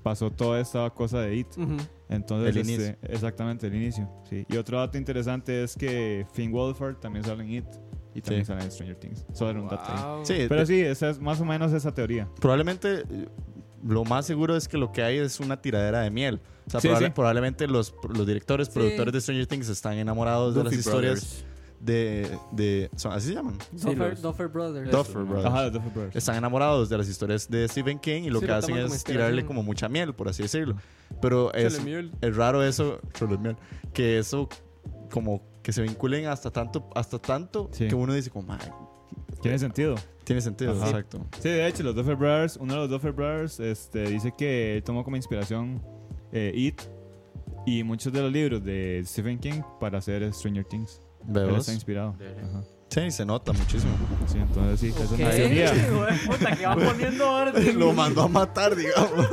pasó toda esta cosa de It. Ujú. Entonces, El este, inicio. exactamente, el inicio. Sí. Y otro dato interesante es que Finn Wolfhard también sale en It y también Sí. sale en Stranger Things. Solo era un dato ahí. Wow. Sí, Pero de- sí, esa es más o menos esa teoría. probablemente eh, lo más seguro es que lo que hay es una tiradera de miel. O sea, Sí, probable- sí. probablemente los, los directores, Sí. productores de Stranger Things están enamorados de las Duffy historias Brothers. de, de son- ¿así se llaman? Duffer, los- Duffer Brothers. Duffer Brothers. Ajá, los Duffer Brothers. Están enamorados de las historias de Stephen King y lo Sí, que lo hacen toman como es tirarle inspiración. como mucha miel, por así decirlo. Pero es, Chale miel. es raro eso, chale miel, que eso como que se vinculen hasta tanto, hasta tanto Sí. que uno dice como, "Man, Tiene sentido. tiene sentido, Ajá. exacto. Sí, de hecho, los Duffer Brothers, uno de los Duffer Brothers este, dice que tomó como inspiración eh, It y muchos de los libros de Stephen King para hacer Stranger Things. Él ¿Vemos? está inspirado. Ajá. Sí, se nota muchísimo. Sí, entonces sí, esa es una Ok. teoría. Hijo de puta, que van poniendo orden. Lo mandó a matar, digamos.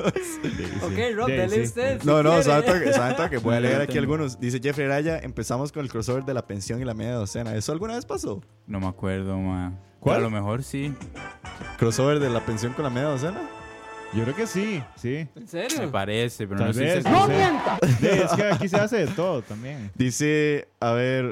Ok, Rob, Sí, dale sí. usted. si No, no, quiere. saben que, saben toque, voy a leer aquí Tengo. algunos. Dice Jeffrey Araya, empezamos con el crossover de la pensión y la media docena. ¿Eso alguna vez pasó? No me acuerdo, ma. ¿Cuál? Pero a lo mejor sí. ¿Crossover de la pensión con la media docena? Yo creo que sí, sí. ¿En Me serio? parece, pero Tal no estoy vez. seguro. no mienta. Es que aquí se hace de todo también. Dice, a ver...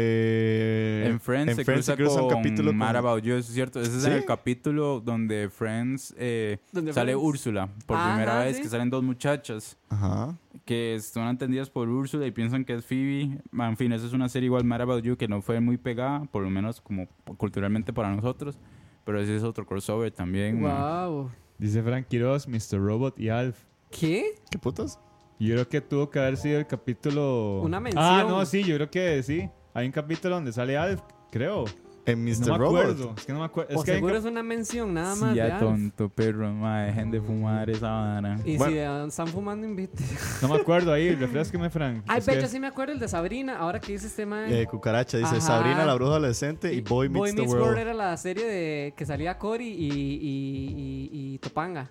Eh, En Friends se cruza cruza con un capítulo con- Mad About You, eso es cierto. Ese es ¿Sí? el capítulo donde Friends eh, ¿Donde sale Friends? Úrsula por Ajá, primera vez, sí. que salen dos muchachas Ajá. que son atendidas por Úrsula y piensan que es Phoebe. Ma, En fin, esa es una serie igual Mad About You que no fue muy pegada, por lo menos como culturalmente para nosotros. Pero ese es otro crossover también. ma. Wow. Dice Frank Quiroz, mister Robot y Alf. ¿Qué? ¿Qué putas? Yo creo que tuvo que haber sido el capítulo... Una mención. Ah, no, sí, yo creo que sí. Hay un capítulo donde sale Alf, creo. En No mister me Robot. acuerdo. Es que no me acuerdo. Es O que hay un seguro cap- es una mención nada Sí, más. de ya Alf. tonto, perro, ma, dejen de fumar esa vara. Y Bueno. si eh, están fumando, invite. No me acuerdo ahí, refresqueme, Frank. Ay, Es que- Becha, sí me acuerdo el de Sabrina. Ahora que dice este man. Eh, Cucaracha dice Ajá. Sabrina la bruja adolescente y Boy Meets the World. era la serie de que salía Cory y, y, y, y Topanga.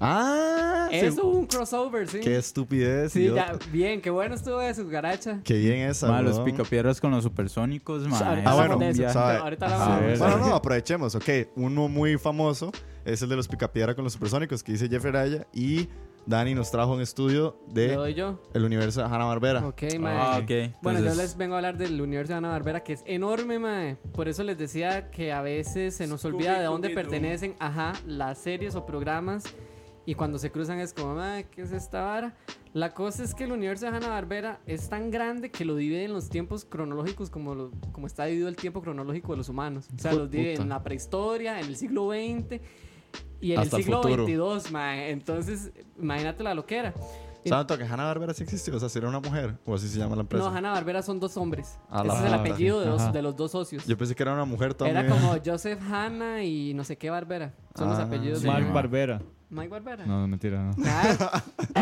Ah, Eso sí. hubo un crossover, sí. Qué estupidez. Sí, idiota. ya, bien, qué bueno estuvo eso, Cucaracha. Qué bien esa. Ma, los weón. picapiedras con los supersónicos, ma. Ahorita Ah, eso bueno, fue hablamos un de eso. viaje. sabe. Ahorita Ajá. hablamos de eso. Bueno, no, aprovechemos. Ok, uno muy famoso es el de los Picapiedra con los supersónicos que dice Jeffrey Araya y Dani nos trajo un estudio ¿Le de doy yo? el universo de Hanna-Barbera. Ok, mae. Ah, ok. Bueno, yo Entonces, les vengo a hablar del universo de Hanna-Barbera, que es enorme, mae. Por eso les decía que a veces se nos olvida de dónde pertenecen, ajá, las series o programas. Y cuando se cruzan es como, mae, ¿qué es esta vara? La cosa es que el universo de Hanna-Barbera es tan grande que lo divide en los tiempos cronológicos como, lo- como está dividido el tiempo cronológico de los humanos. O sea, Hijo de los divide puta. en la prehistoria, en el siglo veinte y en Hasta el el siglo futuro. veintidós, mae. Entonces, imagínate la loquera. ¿Saben todo que Hanna-Barbera sí existió? O sea, si era una mujer o así se llama la empresa. No, Hanna-Barbera son dos hombres. A Ese la es el puta. apellido de, dos- Ajá. de los dos socios. Yo pensé que era una mujer también. Era como Joseph Hanna y no sé qué Barbera. Son los Ah, apellidos sí, de Mark ma. Barbera. Mike Barbera. No, no, mentira, no. Ah,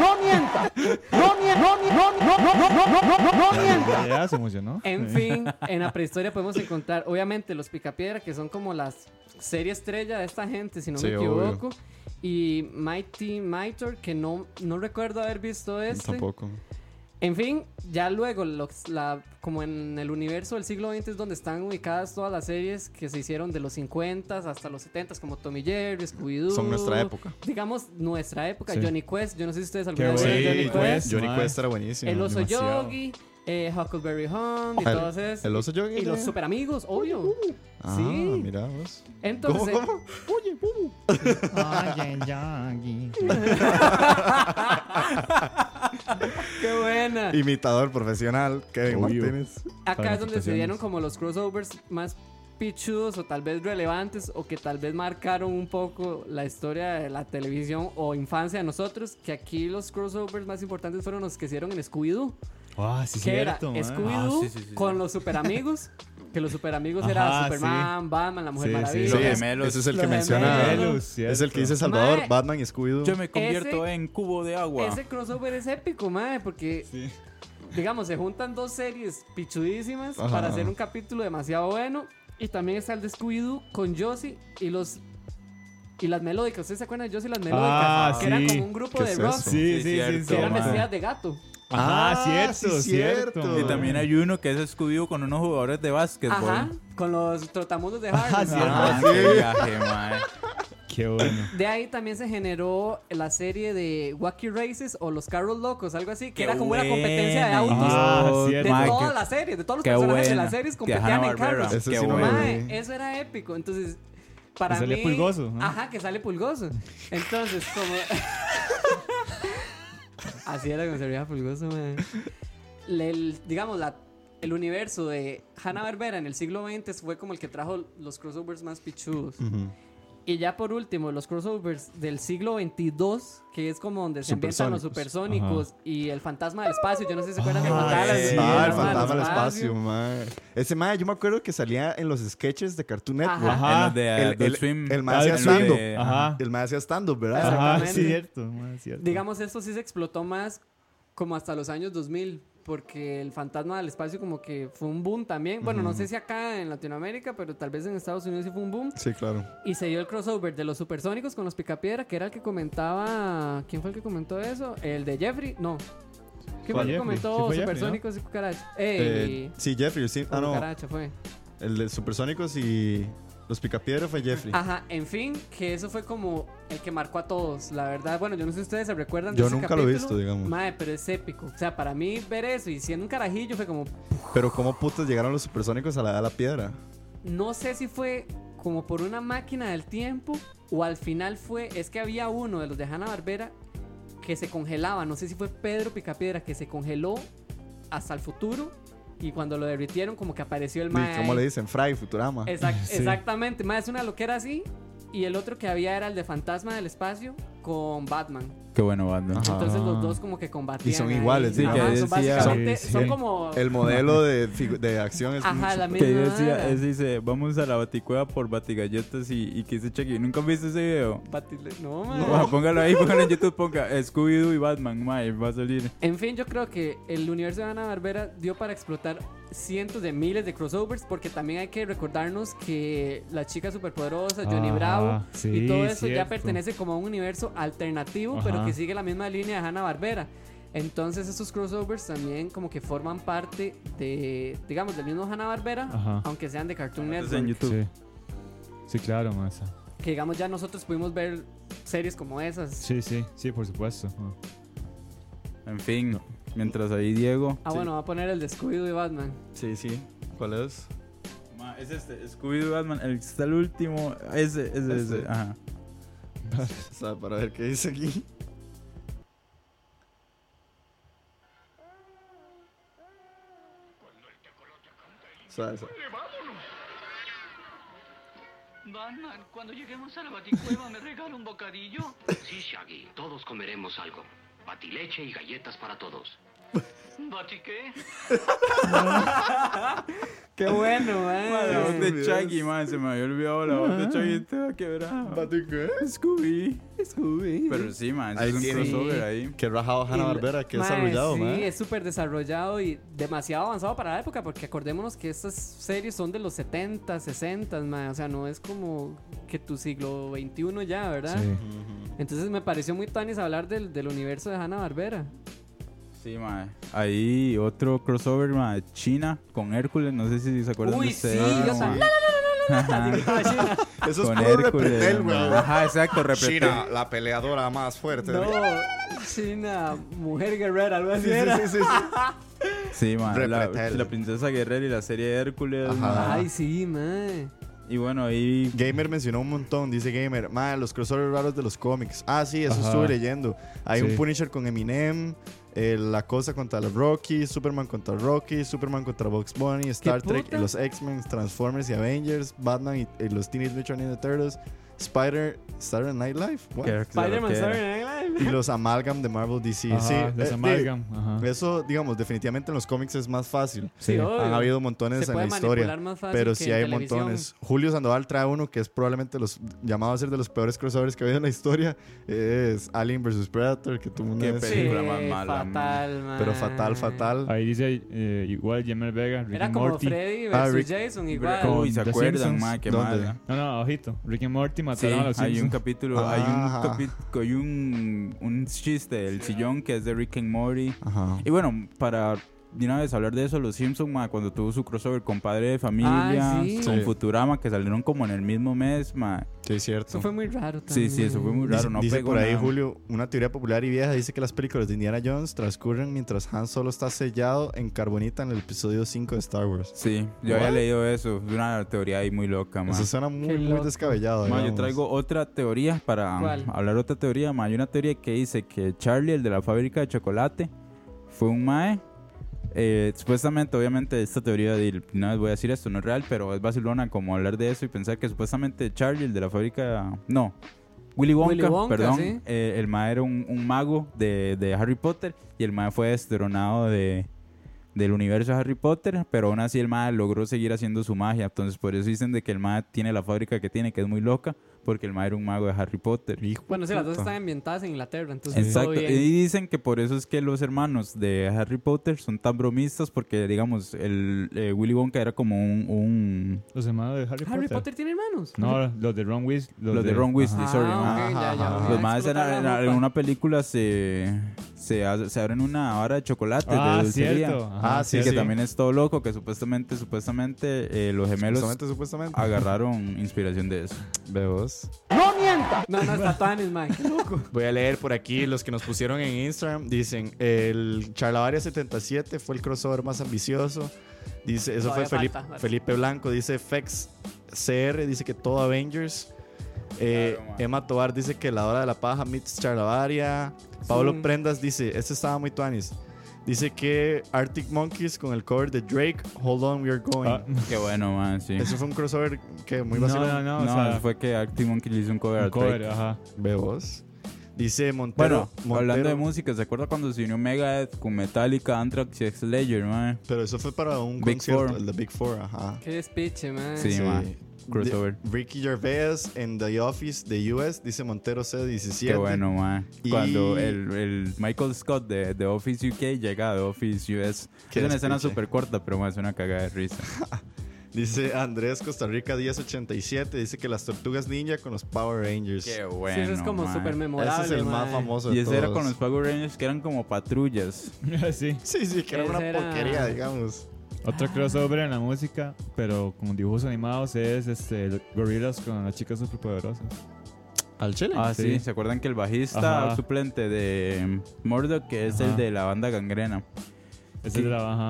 Ya, ya se emocionó. en fin, en la prehistoria podemos encontrar, obviamente, los Picapiedra, que son como las serie estrella de esta gente, si no Sí, me obvio. equivoco. Y Mighty Mightor, que no, no recuerdo haber visto este. Tampoco. En fin, ya luego, los- la, como en el universo del siglo veinte es donde están ubicadas todas las series que se hicieron de los cincuenta hasta los setenta, como Tommy Jerry, Scooby-Doo. Son nuestra época. Digamos, nuestra época. Sí. Johnny Quest, yo no sé si ustedes Qué alguna vez vieron bueno, Johnny Johnny Quest. Quest. Johnny Mae. Quest era buenísimo. El oso demasiado. Yogi, eh, Huckleberry Hound y El- todos esos. El oso Yogi. Y los ¿eh? super amigos, obvio. Ah, sí. mira vos. Entonces, ¿Cómo, cómo? Oye, Yogi. qué buena. Imitador profesional, Kevin Obvio. Martínez. Acá para es donde se felicitaciones. dieron como los crossovers más pichudos o tal vez relevantes o que tal vez marcaron un poco la historia de la televisión o infancia de nosotros, que aquí los crossovers más importantes fueron los que hicieron en Scooby-Doo, Ah, sí, que era cierto, man. Scooby-Doo Ah, sí, sí, sí, con sí. los super amigos, que los super amigos Ajá, eran sí. Superman, Batman, la Mujer Sí, sí. Maravilla. Los Sí, es- gemelos. ese es el Los que menciona. gemelos. Es el que dice Salvador, Mae. Batman y Scooby-Doo. Yo me convierto Ese- en cubo de agua. Ese crossover es épico, mae, porque Sí. digamos, se juntan dos series pichudísimas Ajá. para hacer un capítulo demasiado bueno. Y también está el de Scooby-Doo con Josie y los y las melódicas. ¿Ustedes se acuerdan de Josie y las melódicas? Ah, que eran sí. como un grupo ¿Qué de es rock eso? Sí, sí, Sí, sí, cierto, sí. que eran man. vestidas de gato. Ajá, Ah, cierto, sí, cierto. cierto. Y también hay uno que es Scooby con unos jugadores de básquetbol. Ajá, con los trotamundos de Harlem. Ajá, sí. Ah, Ah, qué sí. viaje, mae. Qué bueno. De ahí también se generó la serie de Wacky Races o Los Carros Locos, algo así, que Qué era como una buena. competencia de autos. Ah, De cierto. Mae, todas qué- las series, de todos los qué personajes de buena. las series Que competían en Hanna-Barbera. carros. Eso Qué sí no me bueno. vi. Mae, eso era épico. Entonces, para Que sale mí... Pulgoso, ¿no? Ajá, que sale Pulgoso. Entonces, como... Así era como se veía Pulgoso, mae. Le- el- digamos, la, el universo de Hanna-Barbera en el siglo veinte fue como el que trajo los crossovers más pichudos. Ujú. Y ya por último, los crossovers del siglo veintidós, que es como donde se ambientan los Supersónicos. supersónicos y el fantasma del espacio. Yo no sé si se acuerdan del Ah, fantasma, sí. del Ah, el fantasma fantasma del espacio, mae. Ese mae, yo me acuerdo que salía en los sketches de Cartoon Network. Ajá. En los de El- Adult el- Swim. el mae Ah, hacía el stand-up. de- Ajá. El mae hacía stand-up, ¿verdad? Ajá, Exactamente. cierto, mae, cierto. Digamos, esto sí se explotó más como hasta los años dos mil, porque el fantasma del espacio como que fue un boom también. Bueno, no sé si acá en Latinoamérica, pero tal vez en Estados Unidos sí fue un boom. Sí, claro. Y se dio el crossover de los supersónicos con los Picapiedra, que era el que comentaba... ¿Quién fue el que comentó eso? El de Jeffrey. No. ¿Quién fue el que Jeffrey. comentó Sí, fue Jeffrey, supersónicos y cucaracha? Eh, Eh, sí, Jeffrey, sí. Ah, no. cucaracha fue. El de Supersónicos y los Picapiedra fue Jeffrey. Ajá, en fin, que eso fue como el que marcó a todos, la verdad. Bueno, yo no sé si ustedes se recuerdan de Yo ese nunca lo he capítulo. visto, digamos. Mae, pero es épico. O sea, para mí ver eso y siendo un carajillo fue como... Pero ¿cómo putos llegaron los Supersónicos a la edad de la piedra? No sé si fue como por una máquina del tiempo o al final fue... Es que había uno de los de Hanna-Barbera que se congelaba. No sé si fue Pedro Picapiedra que se congeló hasta el futuro y cuando lo derritieron como que apareció el mae. ¿Cómo ahí. le dicen? Fry, Futurama. Exact- Sí. Exactamente, más es una loquera así. Y el otro que había era el de Fantasma del Espacio con Batman. Qué bueno, Batman. Ajá. Entonces los dos como que combatían. Y son ahí. iguales, sí, Ajá, que son decía- básicamente, Sí, sí. son como... El modelo de, figu- de acción es Ajá, mucho- la misma Que decía, vara. es dice, vamos a la baticueva por batigalletas y, y que dice Chucky. ¿Nunca han visto ese video? Batile- No, man. Bueno, póngalo ahí, póngalo en YouTube, ponga Scooby-Doo y Batman, mae, va a salir. En fin, yo creo que el universo de Hanna-Barbera dio para explotar cientos de miles de crossovers, porque también hay que recordarnos que la chica superpoderosa, Johnny Ajá, Bravo sí, y todo eso ya cierto. pertenece como a un universo alternativo, pero Ajá. que sigue la misma línea de Hanna-Barbera. Entonces estos crossovers también como que forman parte de, digamos, del mismo Hanna-Barbera, Ajá. aunque sean de Cartoon Entonces en Network. YouTube. Sí. Sí, claro, masa. Que digamos ya nosotros pudimos ver series como esas. Sí, sí, sí, por supuesto. Ah. En fin, mientras ahí Diego. Ah, Sí. bueno, va a poner el de Scooby-Doo y Batman. Sí, sí. ¿Cuál es? Ma, es este, Scooby-Doo Batman, el que está el último. Ese, ese, ese. Este. Ajá. O sea, para ver qué dice aquí. O sea, esa. Batman, cuando lleguemos a la baticueva, ¿me regala un bocadillo? Sí, Shaggy, todos comeremos algo. Batileche y galletas para todos. ¿Bati qué? ¡Qué bueno, La voz man! de Chucky, man, se me había olvidado la voz de Chucky, te va a quebrar. ¿Bati qué? Scooby. Scooby. Pero sí, man, Ahí es un tiene- crossover ahí. Qué rajado Hanna-Barbera, qué Mae, desarrollado, sí, man. es súper desarrollado y demasiado avanzado para la época, porque acordémonos que estas series son de los setenta, sesenta, mae, o sea, no es como que tu siglo veintiuno ya, ¿verdad? Sí. Entonces me pareció muy tanis hablar del, del universo de Hanna-Barbera. Sí, man. Ahí otro crossover, man, China con Hércules, no sé si se acuerdan Uy, de sí, ese. yo man. también. Así gritaba China. Eso es Con puro Hércules. repretel, man. weón. Ajá, exacto, repretel. China, la peleadora más fuerte. No, China, mujer guerrera, algo así Sí, sí, era. sí, sí, sí. Sí, man, la, Repretel. la princesa guerrera y la serie de Hércules. Ajá. man. Ay, sí, man. Y bueno, ahí Gamer mencionó un montón, dice Gamer, man, los crossovers raros de los cómics. Ah, sí, eso Ajá. estuve leyendo. Hay Sí. un Punisher con Eminem, eh, La Cosa contra los Rocky, Superman contra Rocky, Superman contra Bugs Bunny, Star Trek puta? y los X-Men, Transformers y Avengers, Batman y, y los Teenage Mutant Ninja Turtles, Spider, Saturday Night Live, what? que- que Spider-Man, era. Saturday Night Live. y los Amalgam de Marvel D C. Ajá, sí, los eh, Amalgam. Ajá. de- eso, digamos, definitivamente en los cómics es más fácil. Sí, Sí. obvio. Han habido montones Se en la puede historia. manipular más fácil Pero que sí en hay televisión. montones. Julio Sandoval trae uno que es probablemente los llamado a ser de los peores crossovers que ha habido en la historia. Es Alien versus Predator, que todo el mundo Qué es- Sí, película más mala, fatal, man. pero fatal, fatal. Ahí dice eh, igual Jamel Vega, Rick Era and como Morty. Freddy Ah, versus Rick- Jason, igual. Uy, ¿se The acuerdan, Simpsons. man? Qué ¿Dónde? mala. No, no, ojito. Rick and Morty Sí, mataron a los hay un Simpsons. capítulo, hay un Ajá. capítulo, hay un, un chiste del sillón que es de Rick and Morty. Ajá. Y bueno, para de una vez hablar de eso, los Simpsons, ma, cuando tuvo su crossover con Padre de Familia, Ay, sí. con Sí. Futurama, que salieron como en el mismo mes, ma, Sí, es cierto. Eso fue muy raro Sí, también. sí, eso fue muy Dice, raro. No dice pegó por ahí nada. Julio, una teoría popular y vieja dice que las películas de Indiana Jones transcurren mientras Han Solo está sellado en carbonita en el episodio cinco de Star Wars. Sí, yo había leído eso. Es una teoría ahí muy loca, man. Eso suena muy, Qué muy loco. descabellado. Ma, yo digamos. traigo otra teoría para ¿Cuál? hablar otra teoría. Ma, hay una teoría que dice que Charlie, el de la fábrica de chocolate, fue un mae. Eh, supuestamente, obviamente, esta teoría de no les voy a decir esto, no es real, pero es vacilona como hablar de eso y pensar que supuestamente Charlie, el de la fábrica, no, Willy Wonka, Willy Wonka, perdón, sí. eh, el mae era un, un mago de, de Harry Potter y el mae fue destronado de del universo de Harry Potter, pero aún así el mae logró seguir haciendo su magia. Entonces por eso dicen de que el mae tiene la fábrica que tiene, que es muy loca, porque el mae era un mago de Harry Potter. Bueno, sí, las dos puta. están ambientadas en Inglaterra, entonces Exacto, todo y bien. dicen que por eso es que los hermanos de Harry Potter son tan bromistas, porque digamos, el eh, Willy Wonka era como un... un- Los hermanos de Harry, ¿Harry Potter. Potter tiene hermanos? No, los de Ron Weasley. los de Ron Weasley, Ajá. sorry, Ah, man. ok, ya, ya, Ajá. ok. Los más en, Explotar la en- en ropa. una película se, se, hace- se abren una vara de chocolate Ah, de dulcería. cierto. Ajá, Ah, sí, Que sí. también es todo loco, que supuestamente, supuestamente eh, los gemelos Supuestamente, supuestamente. agarraron inspiración de eso. Veos. No, no, es Tatanes, man. Qué loco. Voy a leer por aquí los que nos pusieron en Instagram. Dicen, el Charlavaria setenta y siete fue el crossover más ambicioso. Dice, eso Todavía fue Felipe, falta, falta. Felipe Blanco. Dice Fex C R, dice que todo Avengers. Eh, Claro, man. Emma Tobar dice que la hora de la paja meets Charlavaria. Pablo Sí. Prendas dice, este estaba muy tuanis. Dice que Arctic Monkeys con el cover de Drake, Hold On, We Are Going. Ah, Qué bueno, man, sí. Eso fue un crossover que muy no, vacilón. no, no, No, o sea, fue que Arctic Monkey le hizo un cover a un cover, Drake. ajá. Veos. Dice Montero. Bueno, hablando de Montero- música, ¿se acuerda cuando se unió Megadeth con Metallica, Anthrax y Slayer, man? Pero eso fue para un Big concierto, Four. el de Big Four, ajá. Qué despiche, man. Sí, man. Crossover. De- Ricky Gervais en The Office de U S, dice Montero C diecisiete. Qué bueno, man. Y- Cuando el, el Michael Scott de The Office U K llega a The Office U S. Qué Es una escena despiche. súper corta, pero man, es una cagada de risa. Dice Andrés Costa Rica diez ochenta y siete, dice que las tortugas ninja con los Power Rangers. Qué Sí, bueno, eso es como man. súper memorable. Ese es el más man. famoso de Y ese era todos. con los Power Rangers que eran como patrullas. sí. Sí, sí, que era Ese una era- porquería, digamos. Otro crossover en la música, pero con dibujos animados, es este Gorillaz con las chicas superpoderosas. ¿Al chile? Ah, sí. Sí. ¿Se acuerdan que el bajista Ajá. suplente de Murdoch, que es Ajá. el de la banda Gangrena? Ese es de la baja.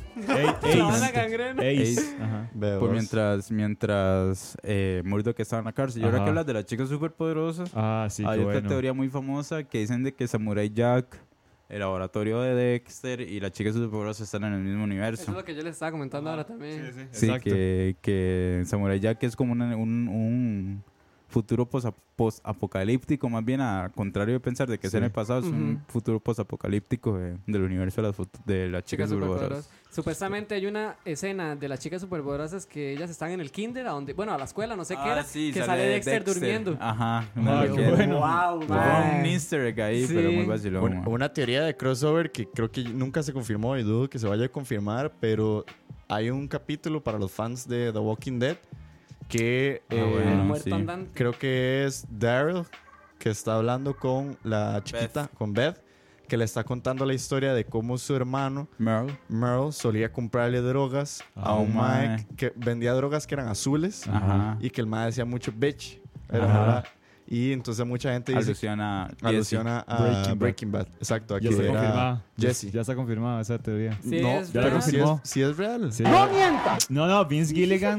La banda Ace. gangrena. Ace. Ace. Ajá. Veos. Pues mientras, mientras eh, Murdoch estaba en la cárcel. Y ahora Ajá. que hablas de las chicas superpoderosas, Ah, sí, hay qué otra bueno. teoría muy famosa que dicen de que Samurai Jack, el laboratorio de Dexter y las chicas superpoderosas están en el mismo Eso universo. es lo que yo les estaba comentando ahora también. Sí, Exacto. que, que Samurai Jack es como una- un, un futuro posa- post-apocalíptico, más bien a contrario de pensar de que es en el pasado, es un Ujú. futuro post-apocalíptico de- del universo de las, fut- de las chicas Chicas superpoderosas. superpoderosas. Supuestamente hay una escena de las chicas superpoderosas que ellas están en el kinder, a donde, bueno, a la escuela, no sé qué Ah, era, sí, que sale Dexter, durmiendo. Ajá. Ah, una qué loquera. bueno. Wow, Fue man. un easter egg ahí, Sí. pero muy vacilón. Una, man. una teoría de crossover que creo que nunca se confirmó y dudo que se vaya a confirmar, pero hay un capítulo para los fans de The Walking Dead que Ah, eh, bueno. el muerto sí. andante. creo que es Daryl que está hablando con la chiquita, con Beth, que le está contando la historia de cómo su hermano Merle. Merle solía comprarle drogas a Ah, un mae. mae que vendía drogas que eran azules Ajá. y que el mae decía mucho bitch. Era, Ajá. ¿verdad? Y entonces mucha gente dice, Alusiona a alusiona a Breaking Breaking, Bad. Bad. Exacto, aquí Ya está era confirmada. Jesse. Ya está confirmada esa teoría. Sí, no, es pero real. sí es, confirmó. sí es real. Sí, ya- No, no, Vince Gilligan,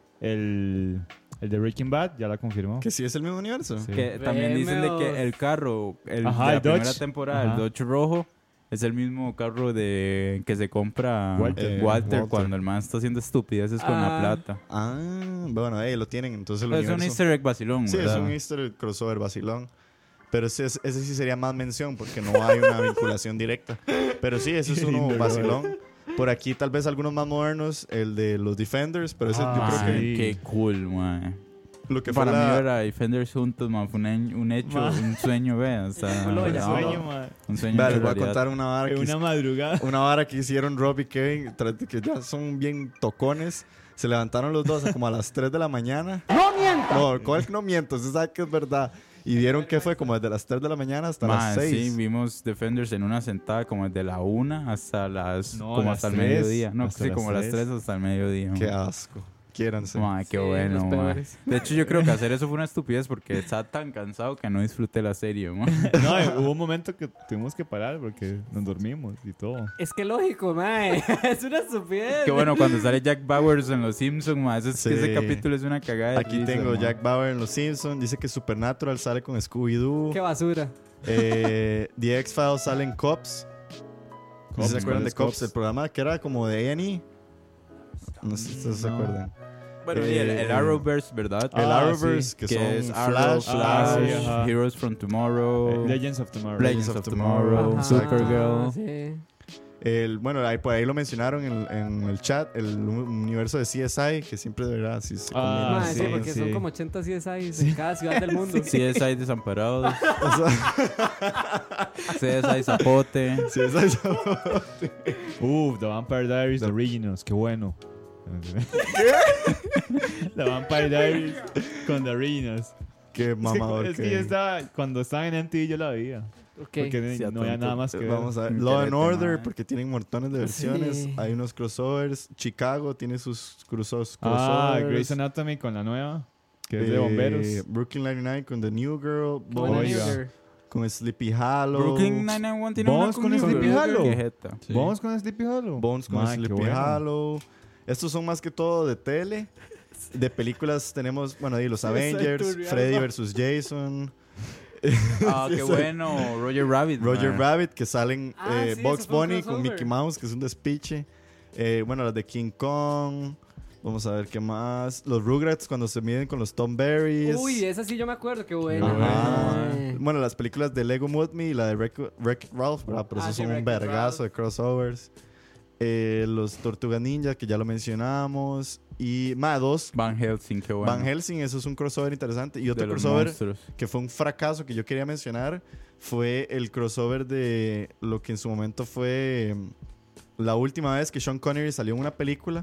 el, el de Breaking Bad, ya la confirmó. Que sí es el mismo universo. Sí. Que también dicen de Vemos. que el carro, el Ajá, de la el primera Dodge. temporada, Ajá. el Dodge rojo, es el mismo carro de que se compra Walter. Walter, Eh, Walter. cuando el man está haciendo estupideces con la Ah. plata. Ah, bueno, ahí lo tienen. Entonces el Es un universo. easter egg vacilón, Sí, es ¿verdad? un easter egg crossover vacilón. Pero ese, es- ese sí sería más mención porque no hay una vinculación directa. Pero sí, ese es Qué uno lindo, vacilón. Por aquí tal vez algunos más modernos, el de los Defenders, pero ese Ah, yo creo que sí. Qué cool, man. lo que fue Para mí la- ver a Defenders juntos, man, fue un, en- un hecho, Ma. un sueño, vea. O sea, Lo El ya. no, sueño, man. un sueño Vale, les hecho voy a realidad. contar una vara En que una madrugada. una vara que hicieron Rob y Kevin, tras de que ya son bien tocones. Se levantaron los dos a como a las tres de la mañana. ¡No mientas! No, ¿cuál que no miento? Usted sabe que es verdad. Y vieron que fue como desde las tres de la mañana hasta Ma, las seis. sí, vimos Defenders en una sentada como desde la una hasta las No, como las hasta el tres. mediodía. No, Hasta sí, las como las tres. tres hasta el mediodía. Qué man. asco. quiéranse. Ma, qué Sí, bueno, los ma. peores. De hecho, yo creo que hacer eso fue una estupidez porque estaba tan cansado que no disfruté la serie, ma. No, eh, hubo un momento que tuvimos que parar porque nos dormimos y todo. Es que lógico, mae. Es una estupidez. Qué bueno cuando sale Jack Bowers en Los Simpsons, ma. Ese, Sí. ese capítulo es una cagada. de Aquí risa, tengo ma. Jack Bauer en Los Simpsons. Dice que Supernatural sale con Scooby-Doo. Qué basura. Eh, The X-Files sale en Cops. No sé si se Cops, acuerdan ¿cuál de es Cops, Cops? el programa que era como de A and E. No sé si ustedes se No. acuerdan. Bueno, y el, el Eh, Arrowverse, ¿verdad? El Ah, Arrowverse, sí. que, que son es Arrow, Flash, Flash, Ah, sí, ajá. Heroes from Tomorrow, Eh, Legends of Tomorrow. Legends Legends of of Tomorrow, Tomorrow, Ajá, Supergirl. sí. el, bueno, ahí, por ahí lo mencionaron en, en el chat, el universo de C S I, que siempre de verdad sí se Ah, combina. Mae, sí, sí, porque sí. son como ochenta C S Is en cada ciudad del mundo. C S I Desamparados, O sea, C S I Zapote. C S I Uh, The Vampire Diaries, The Originals, qué bueno. The Vampire Diaries con The Originals. Qué mamador es que, que- es que yo estaba, cuando estaba en M T V yo la veía. Ok. Porque Sí, no había atonto. nada más que ver. Vamos a ver. Un Law and telete, Order, mae. porque tienen montones de versiones. Sí. Hay unos crossovers. Chicago tiene sus crossos- Ah, crossovers. Grey's Anatomy con la nueva, que es de Eh, bomberos. Brooklyn Nine-Nine con The New Girl. Qué buena Bones Oiga. New Girl. con Sleepy Hollow. Brooklyn Nine-Nine tiene Vamos una con New Sleepy Girl. Hollow. Qué jeta. Vamos con Sleepy Hollow. Bones con Ma, qué Sleepy bueno. Hollow. Estos son más que todo de tele. De películas tenemos, bueno, ahí los Sí, exacto, Avengers, real, Freddy ma. versus Jason, Ah, qué bueno. Roger Rabbit. Roger ma. Rabbit, que salen Ah, eh, sí, Bugs eso fue un Bunny con crossover. Mickey Mouse, que es un despiche. Eh, bueno, las de King Kong. Vamos a ver qué más. Los Rugrats cuando se miden con los Tom Berries. Uy, esa sí yo me acuerdo, qué buena. Ajá. mae. Bueno, las películas de Lego Movie y la de Wreck- Wreck-It Ralph, ¿verdad? Pero Ah, esos sí, son un Wreck-It vergazo Ralph. de crossovers. Eh, los Tortuga Ninja, que ya lo mencionamos. Y más dos. Van Helsing, qué bueno. Van Helsing, eso es un crossover interesante. Y otro De los crossover monstruos. que fue un fracaso que yo quería mencionar fue el crossover de lo que en su momento fue mm, la última vez que Sean Connery salió en una película.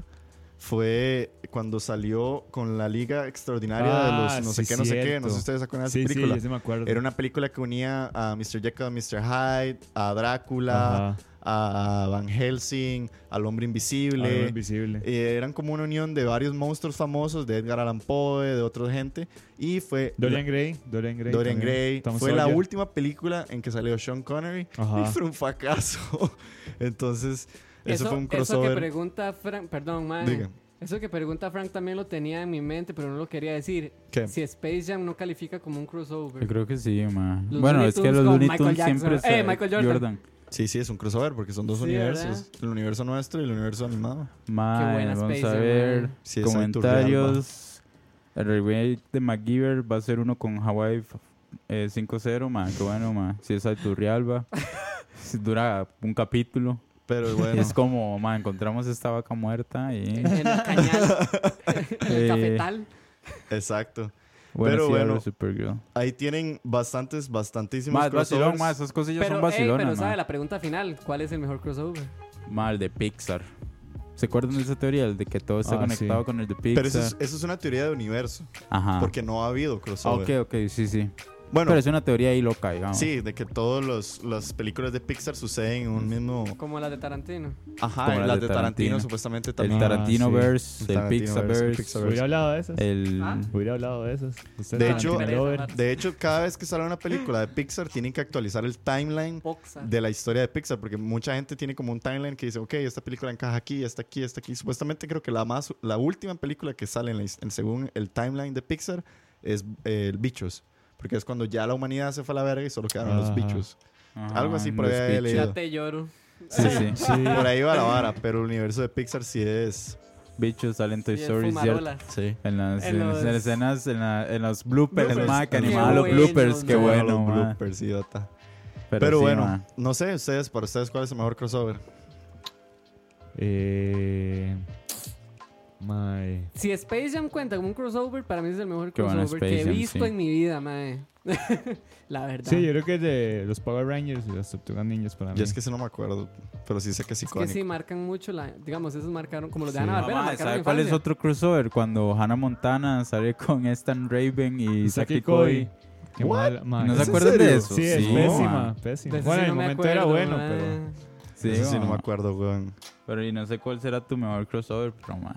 Fue cuando salió con la Liga Extraordinaria de Ah, los no sé sí, qué, no sé qué. cierto. No sé si ustedes se acuerdan de Sí, esa sí, película. yo sí me acuerdo. Era una película que unía a mister Jekyll, a mister Hyde, a Drácula, Ajá. a Van Helsing, al Hombre Invisible. Algo invisible. Eh, eran como una unión de varios monstruos famosos, de Edgar Allan Poe, de otra gente. Y fue Dorian Gray. Dorian Gray. Dorian también. Gray. Tom Fue la Sawyer. última película en que salió Sean Connery. Ajá. Y fue un fracaso. Entonces, eso, Eso, fue un eso que crossover. pregunta Frank, perdón, mae. Diga. Eso que pregunta Frank también lo tenía en mi mente, pero no lo quería decir. ¿Qué? Si Space Jam no califica como un crossover. Yo creo que sí, ma. Los Bueno, Looney es que Tunes los con Looney Michael Tunes siempre Jackson. está Eh, Michael Jordan. Sí, sí, es un crossover porque son dos Sí, universos. ¿verdad? El universo nuestro y el universo animado. Ma, Qué buena vamos Space a Jam, ver. ma. Sí, es Comentarios. El remake de MacGyver va a ser uno con Hawaii eh, cinco cero, ma. Qué bueno, ma. Si es Turrialba. Si dura un capítulo. Pero Y bueno. es como, ma, encontramos esta vaca muerta y... En el cañal. en el Eh, cafetal. Exacto. Bueno, Pero sí, bueno. hablo Supergirl. Ahí tienen bastantes, bastantísimos Más vacilón, crossovers. más esas cosillas Pero, son ey, vacilonas, pero ma. sabe, la pregunta final, ¿cuál es el mejor crossover? Mal de Pixar. ¿Se acuerdan de esa teoría? El de que todo está Ah, conectado sí. con el de Pixar. Pero eso es, eso es una teoría de universo. Ajá. Porque no ha habido Ah, crossover. ok, ok, sí, sí. Bueno, Pero es una teoría ahí loca, digamos. sí, de que todas las películas de Pixar suceden en un mismo... Como las de Tarantino. Ajá, Como las las de de Tarantino, Tarantino. supuestamente El también. Ah, Tarantino-verse, sí. el El Tarantino-verse, el Pixar-verse, Pixar-verse. Hubiera hablado de esas. el... ¿Ah? Hubiera hablado de esas. Usted De es hecho- Tarantino lover. Interesa, De hecho, cada vez que sale una película de Pixar, tienen que actualizar el timeline Poxa. de la historia de Pixar, porque mucha gente tiene como un timeline que dice, ok, esta película encaja aquí, esta aquí, esta aquí. Supuestamente creo que la más, la última película que sale en, la his- en según el timeline de Pixar es eh, el Bichos, porque es cuando ya la humanidad se fue a la verga y solo quedaron los Ajá. bichos. Ajá, Algo así por los ahí había bichos. leído. Ya te lloro. Sí, sí. Sí. Por ahí va la vara, pero el universo de Pixar sí es... Bichos salen Toy Y el Story, ¿cierto? fumarolas. Sí. En las, En en los- las escenas, en, la- en los bloopers, el Bloopers. ma que Qué animaba los bueno, bloopers, qué no. bueno, los ma. bloopers, idiota. Pero, Pero sí, bueno, ma. no sé, ustedes, para ustedes, ¿cuál es el mejor crossover? Eh. Mae. Si Space Jam cuenta como un crossover, para mí es el mejor Qué bueno crossover Space que he Jam, visto sí. en mi vida, mae. La verdad. Sí, yo creo que es de los Power Rangers y los Tortugas Ninjas para mí. Yo es que sí no me acuerdo, pero sí sé que es Es que icónico. sí marcan mucho la, digamos, esos marcaron como los de Sí. Ana Barbera, Mamá, marcaron ¿sabe mi cuál es infancia. otro crossover? Cuando Hannah Montana sale con Stan Raven y Saki Cody. Qué What? mal, mae. ¿No se ¿Es en acuerdan de serio? eso? Sí, es Sí, pésima, ma. pésima. De ese Bueno, sí en no el me momento era acuerdo, bueno, mae. pero... Sí, Eso sí no ma. me acuerdo, weón. Pero y no sé cuál será tu mejor crossover, pero ma.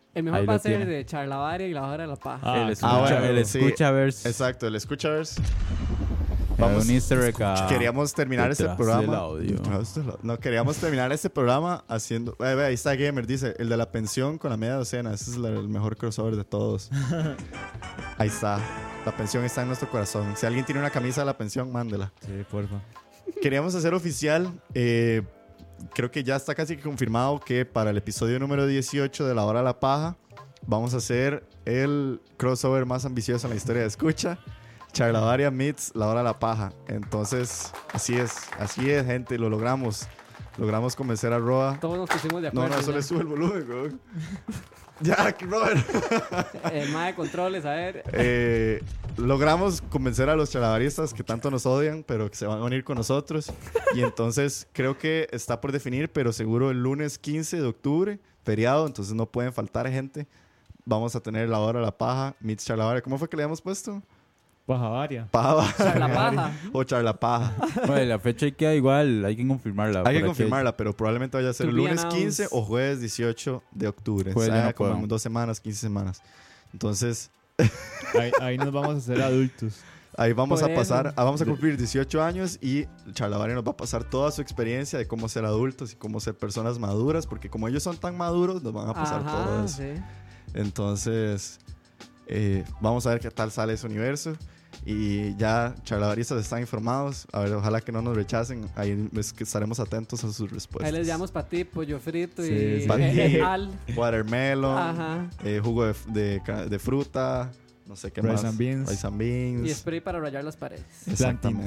El mejor Ahí va lo a ser tiene. de Charlavaria y la hora de la paja. Ah, el sí. escucha, bueno, el sí. escucha verse. Exacto, el Escuchers. Vamos, un easter egg a- Queríamos terminar este detrás programa. del audio. Detrás del au- No, queríamos terminar este programa haciendo. Eh, ve, ahí está Gamer, dice: el de la pensión con la media docena. Ese es la- el mejor crossover de todos. Ahí está. La pensión está en nuestro corazón. Si alguien tiene una camisa de la pensión, mándela. Sí, porfa. Queríamos hacer oficial. eh, creo que ya está casi confirmado que para el episodio número dieciocho de La Hora de la Paja vamos a hacer el crossover más ambicioso en la historia de escucha. Charlavaria meets La Hora de la Paja. Entonces, así es, así es, gente, lo logramos. Logramos convencer a Roa. Todos nos pusimos de No, acuerdo. no, eso ya. le sube el volumen, güey. Ya, Robert. El mae de controles, a ver. Eh, logramos convencer a los charlavaristas que tanto nos odian, pero que se van a unir con nosotros. Y entonces creo que está por definir, pero seguro el lunes quince de octubre, feriado, entonces no pueden faltar gente. Vamos a tener La Hora de la Paja, meets Charlavaria. ¿Cómo fue que le habíamos puesto? Paja varia. Paja La paja. o Charlapaja. Bueno, la fecha queda igual, hay que confirmarla. Hay para que confirmarla, pero probablemente vaya a ser To el be lunes announced. quince o jueves dieciocho de octubre. Jueves O ya sea, no como puedo. en dos semanas, quince semanas. Entonces, Ahí, ahí nos vamos a hacer adultos. ahí vamos Por a eso. pasar, ah, vamos a cumplir dieciocho años y Charlavaria nos va a pasar toda su experiencia de cómo ser adultos y cómo ser personas maduras, porque como ellos son tan maduros, nos van a pasar todo Ajá, eso. sí. Entonces, eh, vamos a ver qué tal sale ese universo. Y ya charlavaristas están informados. A ver, ojalá que no nos rechacen. Ahí es que estaremos atentos a sus respuestas. Ahí les llamamos para ti, pollo frito Sí, y sí. eh, Patí. eh, al. Watermelon, Ajá. eh, jugo de, de ca- de fruta, no sé qué Rice más. and beans. Rice and beans. Y spray para rayar las paredes. Exactamente.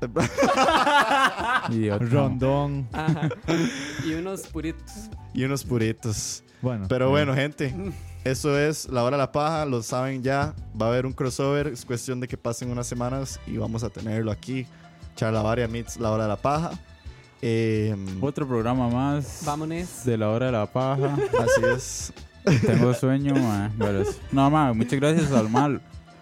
Plantinta, Y otro. rondón. Ajá. Y unos puritos. Y unos puritos. Bueno. Pero eh, bueno, gente, eso es La Hora de la Paja. Lo saben ya. Va a haber un crossover. Es cuestión de que pasen unas semanas y vamos a tenerlo aquí. Charlavaria meets La Hora de la Paja. Eh, Otro programa más Vámonos. de la hora de la paja. así es. Tengo sueño, ma, pero es- No, ma, muchas gracias al mal.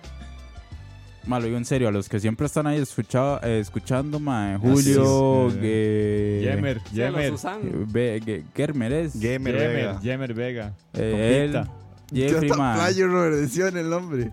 Ma, lo digo en serio, a los que siempre están ahí escuchado, eh, escuchando, ma, Julio, es, que... Yemer, Sí, a los Yemer. Susan. Be- Ge- Germer es. Gamer Yemer, Vega. Yemer Vega. Eh, él, Compita. Jeffrey, ma. Robert. Decían el nombre.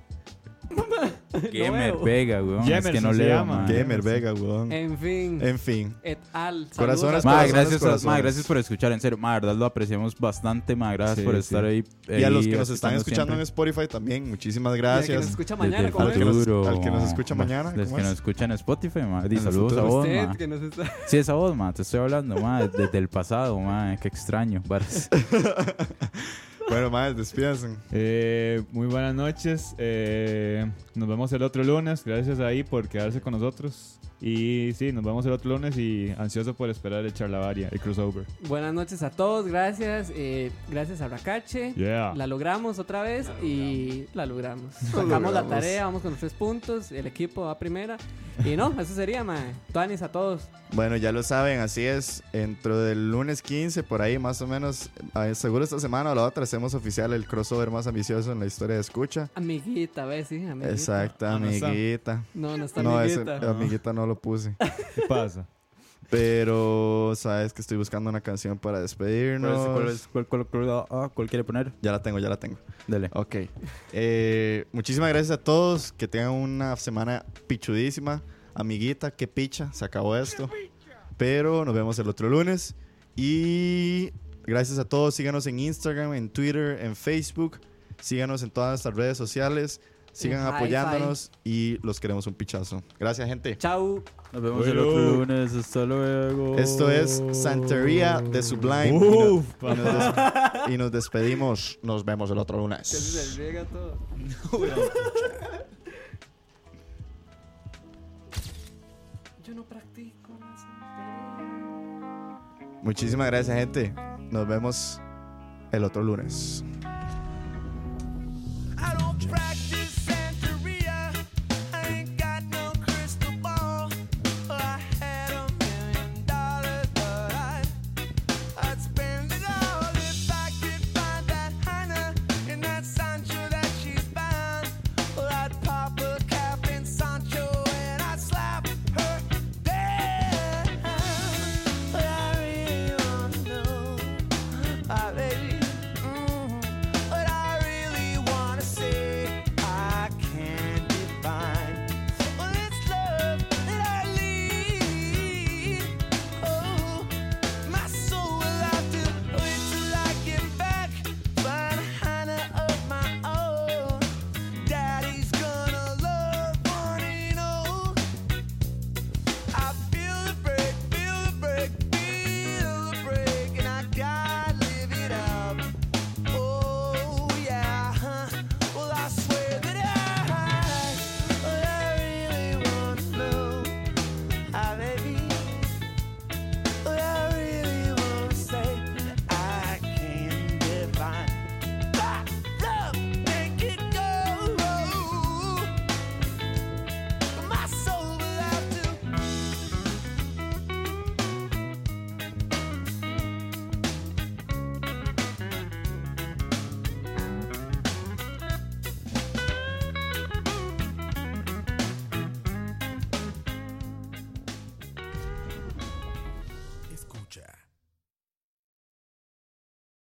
Gamer veo. Vega, weón. Es Jemerson que no se leo, llama. ma. Gamer Vega, weón. En fin. En fin. Et al. Corazones, Saludos a Ma, corazones, gracias, corazones. ma, gracias por escuchar, en serio. Ma, verdad lo apreciamos bastante, ma. Gracias Sí, por sí. estar ahí. Y a ahí los que nos están escuchando escuchando en siempre. Spotify también, muchísimas Y al que nos gracias. escucha Desde mañana, el ¿cómo Al es? que nos- futuro, al que nos ma. escucha mañana, Los ¿cómo que es? nos escuchan en Spotify, ma. Di En el saludos a futuro. vos, Usted ma. que nos está. Sí, esa voz, ma. Te estoy hablando, ma. Desde el pasado, ma. Qué extraño. varas. Bueno, más, despídense. Eh, muy buenas noches. Eh, nos vemos el otro lunes. Gracias ahí por quedarse con nosotros. Y sí, nos vemos el otro lunes y ansioso por esperar el Charlavaria, el crossover. Buenas noches a todos, gracias. eh, gracias a Bracache. Yeah. La logramos otra vez y la logramos. Lo Sacamos la logramos. tarea, vamos con los tres puntos. El equipo va a primera. Y no, eso sería, mae. Tuanis a todos. Bueno, ya lo saben, así es. Dentro del lunes quince, por ahí más o menos, eh, seguro esta semana o la otra, hacemos oficial el crossover más ambicioso en la historia de escucha. Amiguita, ¿ves? Sí, amiguita. Exacto, Ah, no está. amiguita. No, no está No, ese- amiguita. amiguita no lo puse. ¿Qué pasa? Pero sabes que estoy buscando una canción para despedirnos. ¿Cuál, es- cuál, cuál, cuál- ah, ¿cuál quiere poner? Ya la tengo, ya la tengo. Dele. Ok. Eh, muchísimas gracias a todos. Que tengan una semana pichudísima. Amiguita, qué picha. Se acabó esto. Pero nos vemos el otro lunes. Y gracias a todos. Síganos en Instagram, en Twitter, en Facebook. Síganos en todas nuestras redes sociales. Sigan En apoyándonos y los queremos un pichazo. Gracias, gente. Chau. Nos vemos el Bueno. otro lunes. Hasta luego. Esto es Santería de Sublime. Uf, y, nos, y nos des- y nos despedimos. Nos vemos el otro lunes. Se riega todo. Yo no practico la santería. Muchísimas gracias, gente. Nos vemos el otro lunes.